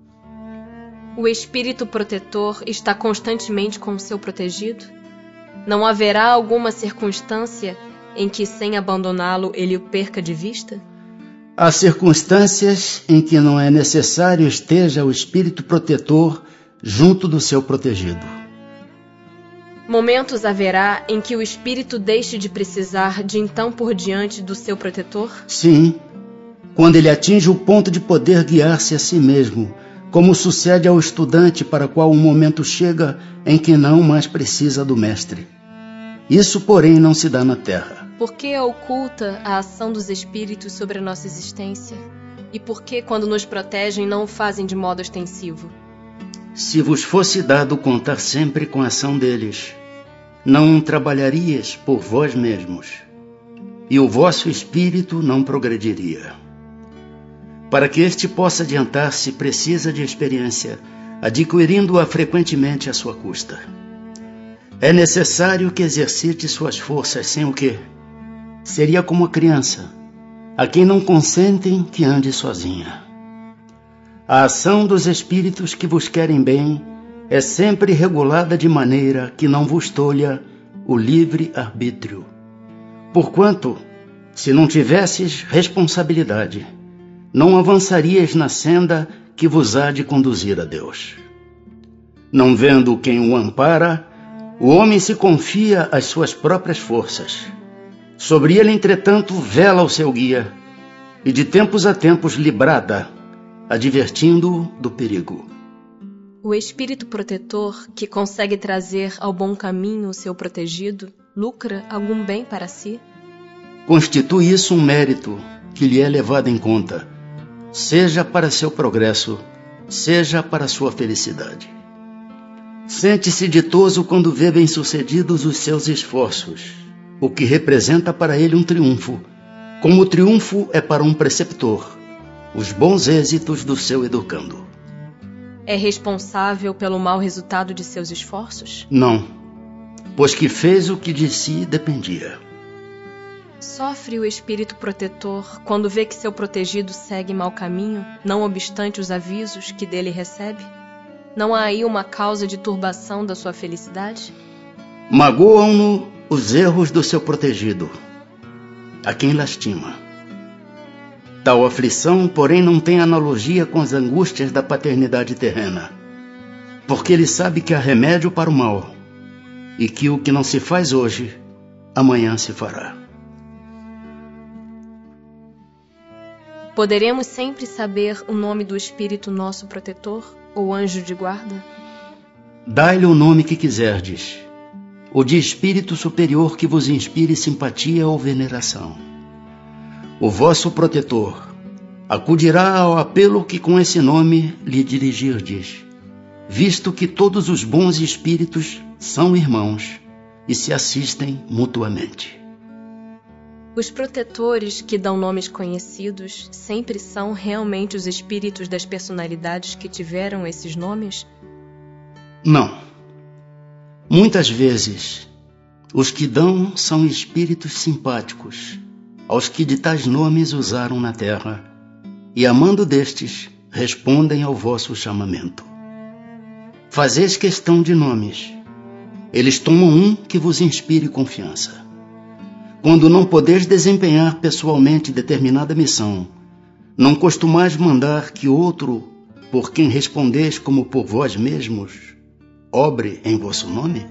O espírito protetor está constantemente com o seu protegido? Não haverá alguma circunstância em que, sem abandoná-lo, ele o perca de vista? Há circunstâncias em que não é necessário esteja o espírito protetor junto do seu protegido. Momentos haverá em que o espírito deixe de precisar de então por diante do seu protetor? Sim, quando ele atinge o ponto de poder guiar-se a si mesmo, como sucede ao estudante para qual um momento chega em que não mais precisa do mestre. Isso, porém, não se dá na terra. Por que oculta a ação dos espíritos sobre a nossa existência? E por que, quando nos protegem, não o fazem de modo ostensivo? Se vos fosse dado contar sempre com a ação deles, não trabalharias por vós mesmos, e o vosso espírito não progrediria. Para que este possa adiantar-se, precisa de experiência, adquirindo-a frequentemente à sua custa. É necessário que exercite suas forças, sem o que seria como a criança, a quem não consentem que ande sozinha. A ação dos espíritos que vos querem bem é sempre regulada de maneira que não vos tolha o livre arbítrio. Porquanto, se não tivesses responsabilidade, não avançarias na senda que vos há de conduzir a Deus. Não vendo quem o ampara, o homem se confia às suas próprias forças. Sobre ele, entretanto, vela o seu guia, e de tempos a tempos lhe brada, advertindo-o do perigo. O espírito protetor, que consegue trazer ao bom caminho o seu protegido, lucra algum bem para si? Constitui isso um mérito que lhe é levado em conta, seja para seu progresso, seja para sua felicidade. Sente-se ditoso quando vê bem-sucedidos os seus esforços, o que representa para ele um triunfo, como o triunfo é para um preceptor, os bons êxitos do seu educando. É responsável pelo mau resultado de seus esforços? Não, pois que fez o que de si dependia. Sofre o espírito protetor quando vê que seu protegido segue mau caminho, não obstante os avisos que dele recebe? Não há aí uma causa de turbação da sua felicidade? Magoam-no os erros do seu protegido, a quem lastima. Tal aflição, porém, não tem analogia com as angústias da paternidade terrena, porque ele sabe que há remédio para o mal, e que o que não se faz hoje, amanhã se fará. Poderemos sempre saber o nome do espírito nosso protetor, ou anjo de guarda? Dai-lhe o nome que quiserdes, o de espírito superior que vos inspire simpatia ou veneração. O vosso protetor acudirá ao apelo que com esse nome lhe dirigirdes, visto que todos os bons espíritos são irmãos e se assistem mutuamente. Os protetores que dão nomes conhecidos sempre são realmente os espíritos das personalidades que tiveram esses nomes? Não. Muitas vezes, os que dão são espíritos simpáticos, aos que de tais nomes usaram na terra, e amando destes, respondem ao vosso chamamento. Fazeis questão de nomes. Eles tomam um que vos inspire confiança. Quando não podeis desempenhar pessoalmente determinada missão, não costumais mandar que outro por quem respondeis como por vós mesmos, obre em vosso nome?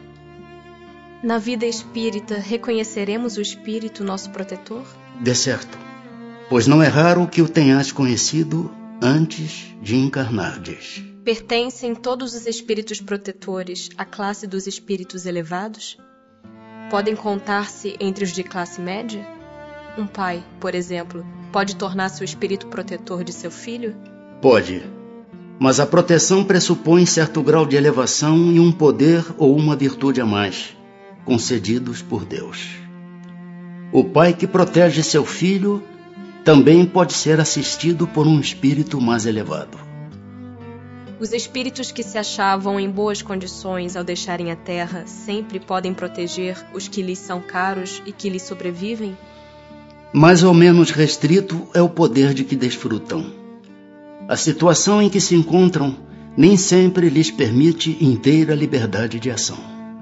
Na vida espírita, reconheceremos o Espírito nosso protetor? De certo, pois não é raro que o tenhas conhecido antes de encarnardes. Pertencem todos os espíritos protetores à classe dos espíritos elevados? Podem contar-se entre os de classe média? Um pai, por exemplo, pode tornar-se o espírito protetor de seu filho? Pode, mas a proteção pressupõe certo grau de elevação e um poder ou uma virtude a mais, concedidos por Deus. O pai que protege seu filho também pode ser assistido por um espírito mais elevado. Os espíritos que se achavam em boas condições ao deixarem a terra sempre podem proteger os que lhes são caros e que lhes sobrevivem? Mais ou menos restrito é o poder de que desfrutam. A situação em que se encontram nem sempre lhes permite inteira liberdade de ação.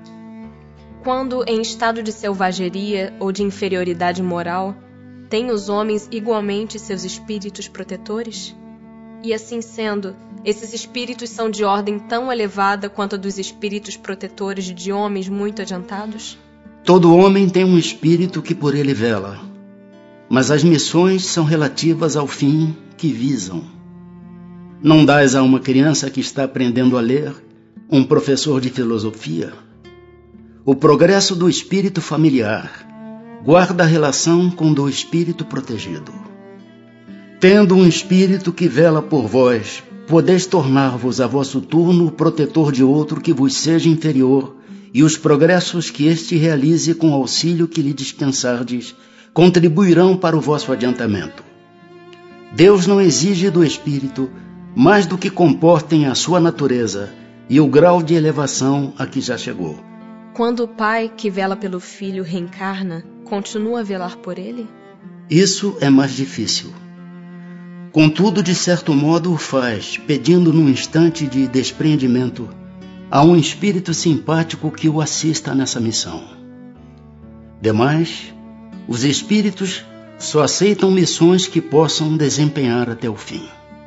Quando em estado de selvageria ou de inferioridade moral, têm os homens igualmente seus espíritos protetores? E assim sendo, esses espíritos são de ordem tão elevada quanto a dos espíritos protetores de homens muito adiantados? Todo homem tem um espírito que por ele vela, mas as missões são relativas ao fim que visam. Não dás a uma criança que está aprendendo a ler um professor de filosofia? O progresso do espírito familiar guarda a relação com o do espírito protegido. Tendo um espírito que vela por vós, podeis tornar-vos a vosso turno o protetor de outro que vos seja inferior, e os progressos que este realize com o auxílio que lhe dispensardes contribuirão para o vosso adiantamento. Deus não exige do espírito mais do que comportem a sua natureza e o grau de elevação a que já chegou. Quando o pai que vela pelo filho reencarna, continua a velar por ele? Isso é mais difícil. Contudo, de certo modo o faz, pedindo num instante de despreendimento a um espírito simpático que o assista nessa missão. Demais, os espíritos só aceitam missões que possam desempenhar até o fim.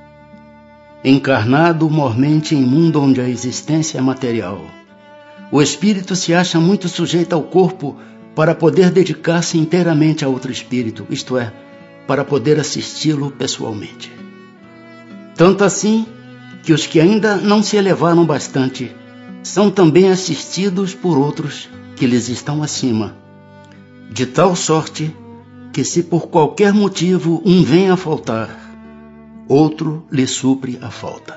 Encarnado mormente em mundo onde a existência é material, o espírito se acha muito sujeito ao corpo para poder dedicar-se inteiramente a outro espírito, isto é, para poder assisti-lo pessoalmente. Tanto assim que os que ainda não se elevaram bastante são também assistidos por outros que lhes estão acima, de tal sorte que se por qualquer motivo um vem a faltar, outro lhe supre a falta.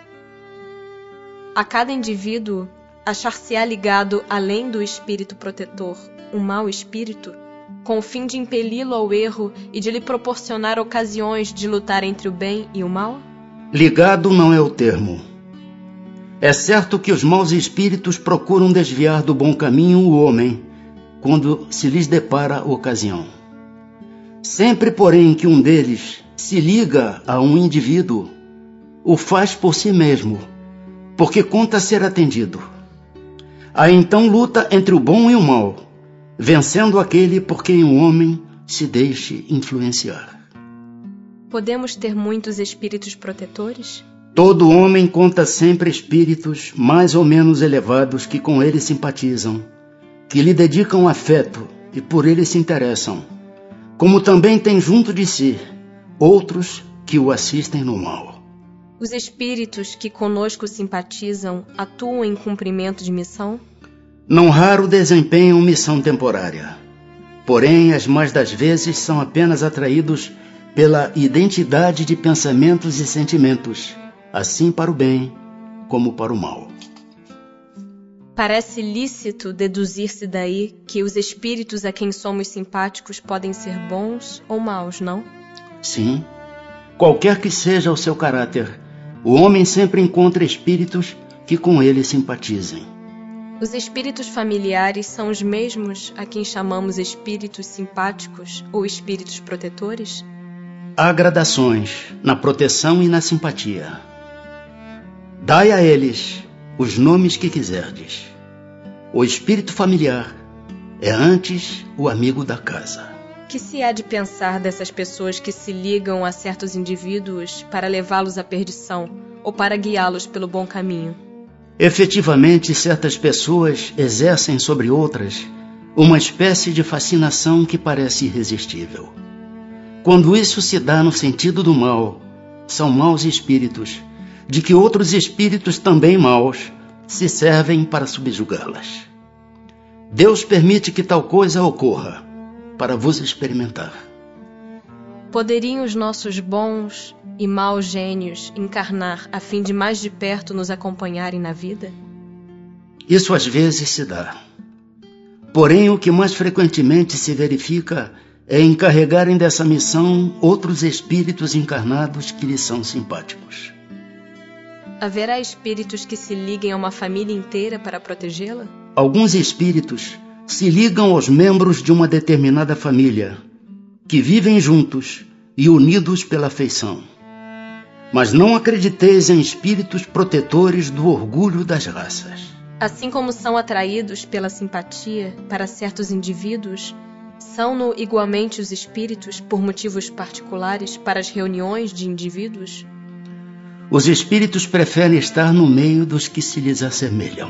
A cada indivíduo achar-se-á ligado além do espírito protetor um mau espírito, com o fim de impeli-lo ao erro e de lhe proporcionar ocasiões de lutar entre o bem e o mal? Ligado não é o termo. É certo que os maus espíritos procuram desviar do bom caminho o homem, quando se lhes depara a ocasião. Sempre, porém, que um deles se liga a um indivíduo, o faz por si mesmo, porque conta ser atendido. Há então luta entre o bom e o mal, vencendo aquele por quem o homem se deixe influenciar. Podemos ter muitos espíritos protetores? Todo homem conta sempre espíritos mais ou menos elevados que com ele simpatizam, que lhe dedicam afeto e por ele se interessam, como também tem junto de si outros que o assistem no mal. Os espíritos que conosco simpatizam atuam em cumprimento de missão? Não raro desempenham missão temporária, porém as mais das vezes são apenas atraídos pela identidade de pensamentos e sentimentos, assim para o bem como para o mal. Parece lícito deduzir-se daí que os espíritos a quem somos simpáticos podem ser bons ou maus, não? Sim, qualquer que seja o seu caráter, o homem sempre encontra espíritos que com ele simpatizem. Os espíritos familiares são os mesmos a quem chamamos espíritos simpáticos ou espíritos protetores? Há gradações na proteção e na simpatia. Dai a eles os nomes que quiserdes. O espírito familiar é antes o amigo da casa. Que se há de pensar dessas pessoas que se ligam a certos indivíduos para levá-los à perdição ou para guiá-los pelo bom caminho? Efetivamente, certas pessoas exercem sobre outras uma espécie de fascinação que parece irresistível. Quando isso se dá no sentido do mal, são maus espíritos, de que outros espíritos também maus se servem para subjugá-las. Deus permite que tal coisa ocorra, para vos experimentar. Poderiam os nossos bons e maus gênios encarnar a fim de mais de perto nos acompanharem na vida? Isso às vezes se dá. Porém, o que mais frequentemente se verifica é encarregarem dessa missão outros espíritos encarnados que lhes são simpáticos. Haverá espíritos que se liguem a uma família inteira para protegê-la? Alguns espíritos se ligam aos membros de uma determinada família, que vivem juntos e unidos pela afeição. Mas não acrediteis em espíritos protetores do orgulho das raças. Assim como são atraídos pela simpatia para certos indivíduos, são-no igualmente os espíritos, por motivos particulares, para as reuniões de indivíduos? Os espíritos preferem estar no meio dos que se lhes assemelham.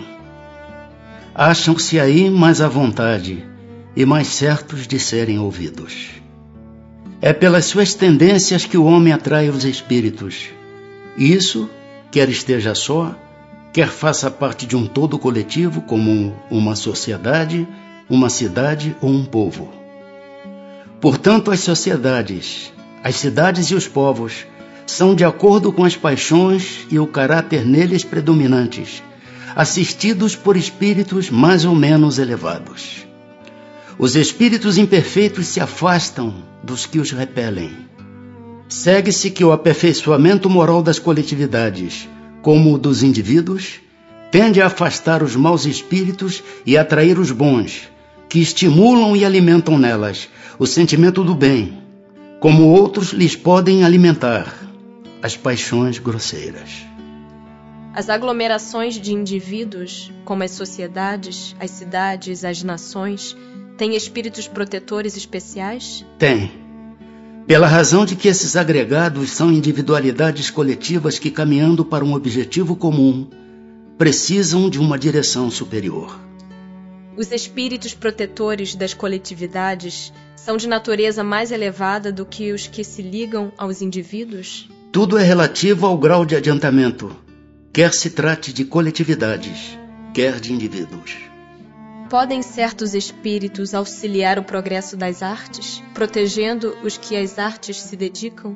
Acham-se aí mais à vontade e mais certos de serem ouvidos. É pelas suas tendências que o homem atrai os espíritos. Isso, quer esteja só, quer faça parte de um todo coletivo, como uma sociedade, uma cidade ou um povo. Portanto, as sociedades, as cidades e os povos são de acordo com as paixões e o caráter neles predominantes, assistidos por espíritos mais ou menos elevados. Os espíritos imperfeitos se afastam dos que os repelem. Segue-se que o aperfeiçoamento moral das coletividades, como o dos indivíduos, tende a afastar os maus espíritos e atrair os bons, que estimulam e alimentam nelas o sentimento do bem, como outros lhes podem alimentar as paixões grosseiras. As aglomerações de indivíduos, como as sociedades, as cidades, as nações, têm espíritos protetores especiais? Tem. Pela razão de que esses agregados são individualidades coletivas que, caminhando para um objetivo comum, precisam de uma direção superior. Os espíritos protetores das coletividades são de natureza mais elevada do que os que se ligam aos indivíduos? Tudo é relativo ao grau de adiantamento, quer se trate de coletividades, quer de indivíduos. Podem certos espíritos auxiliar o progresso das artes, protegendo os que às artes se dedicam?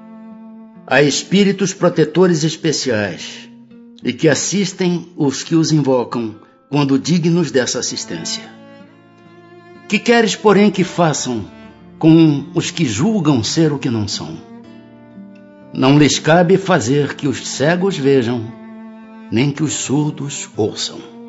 Há espíritos protetores especiais e que assistem os que os invocam quando dignos dessa assistência. Que queres, porém, que façam com os que julgam ser o que não são? Não lhes cabe fazer que os cegos vejam, nem que os surdos ouçam.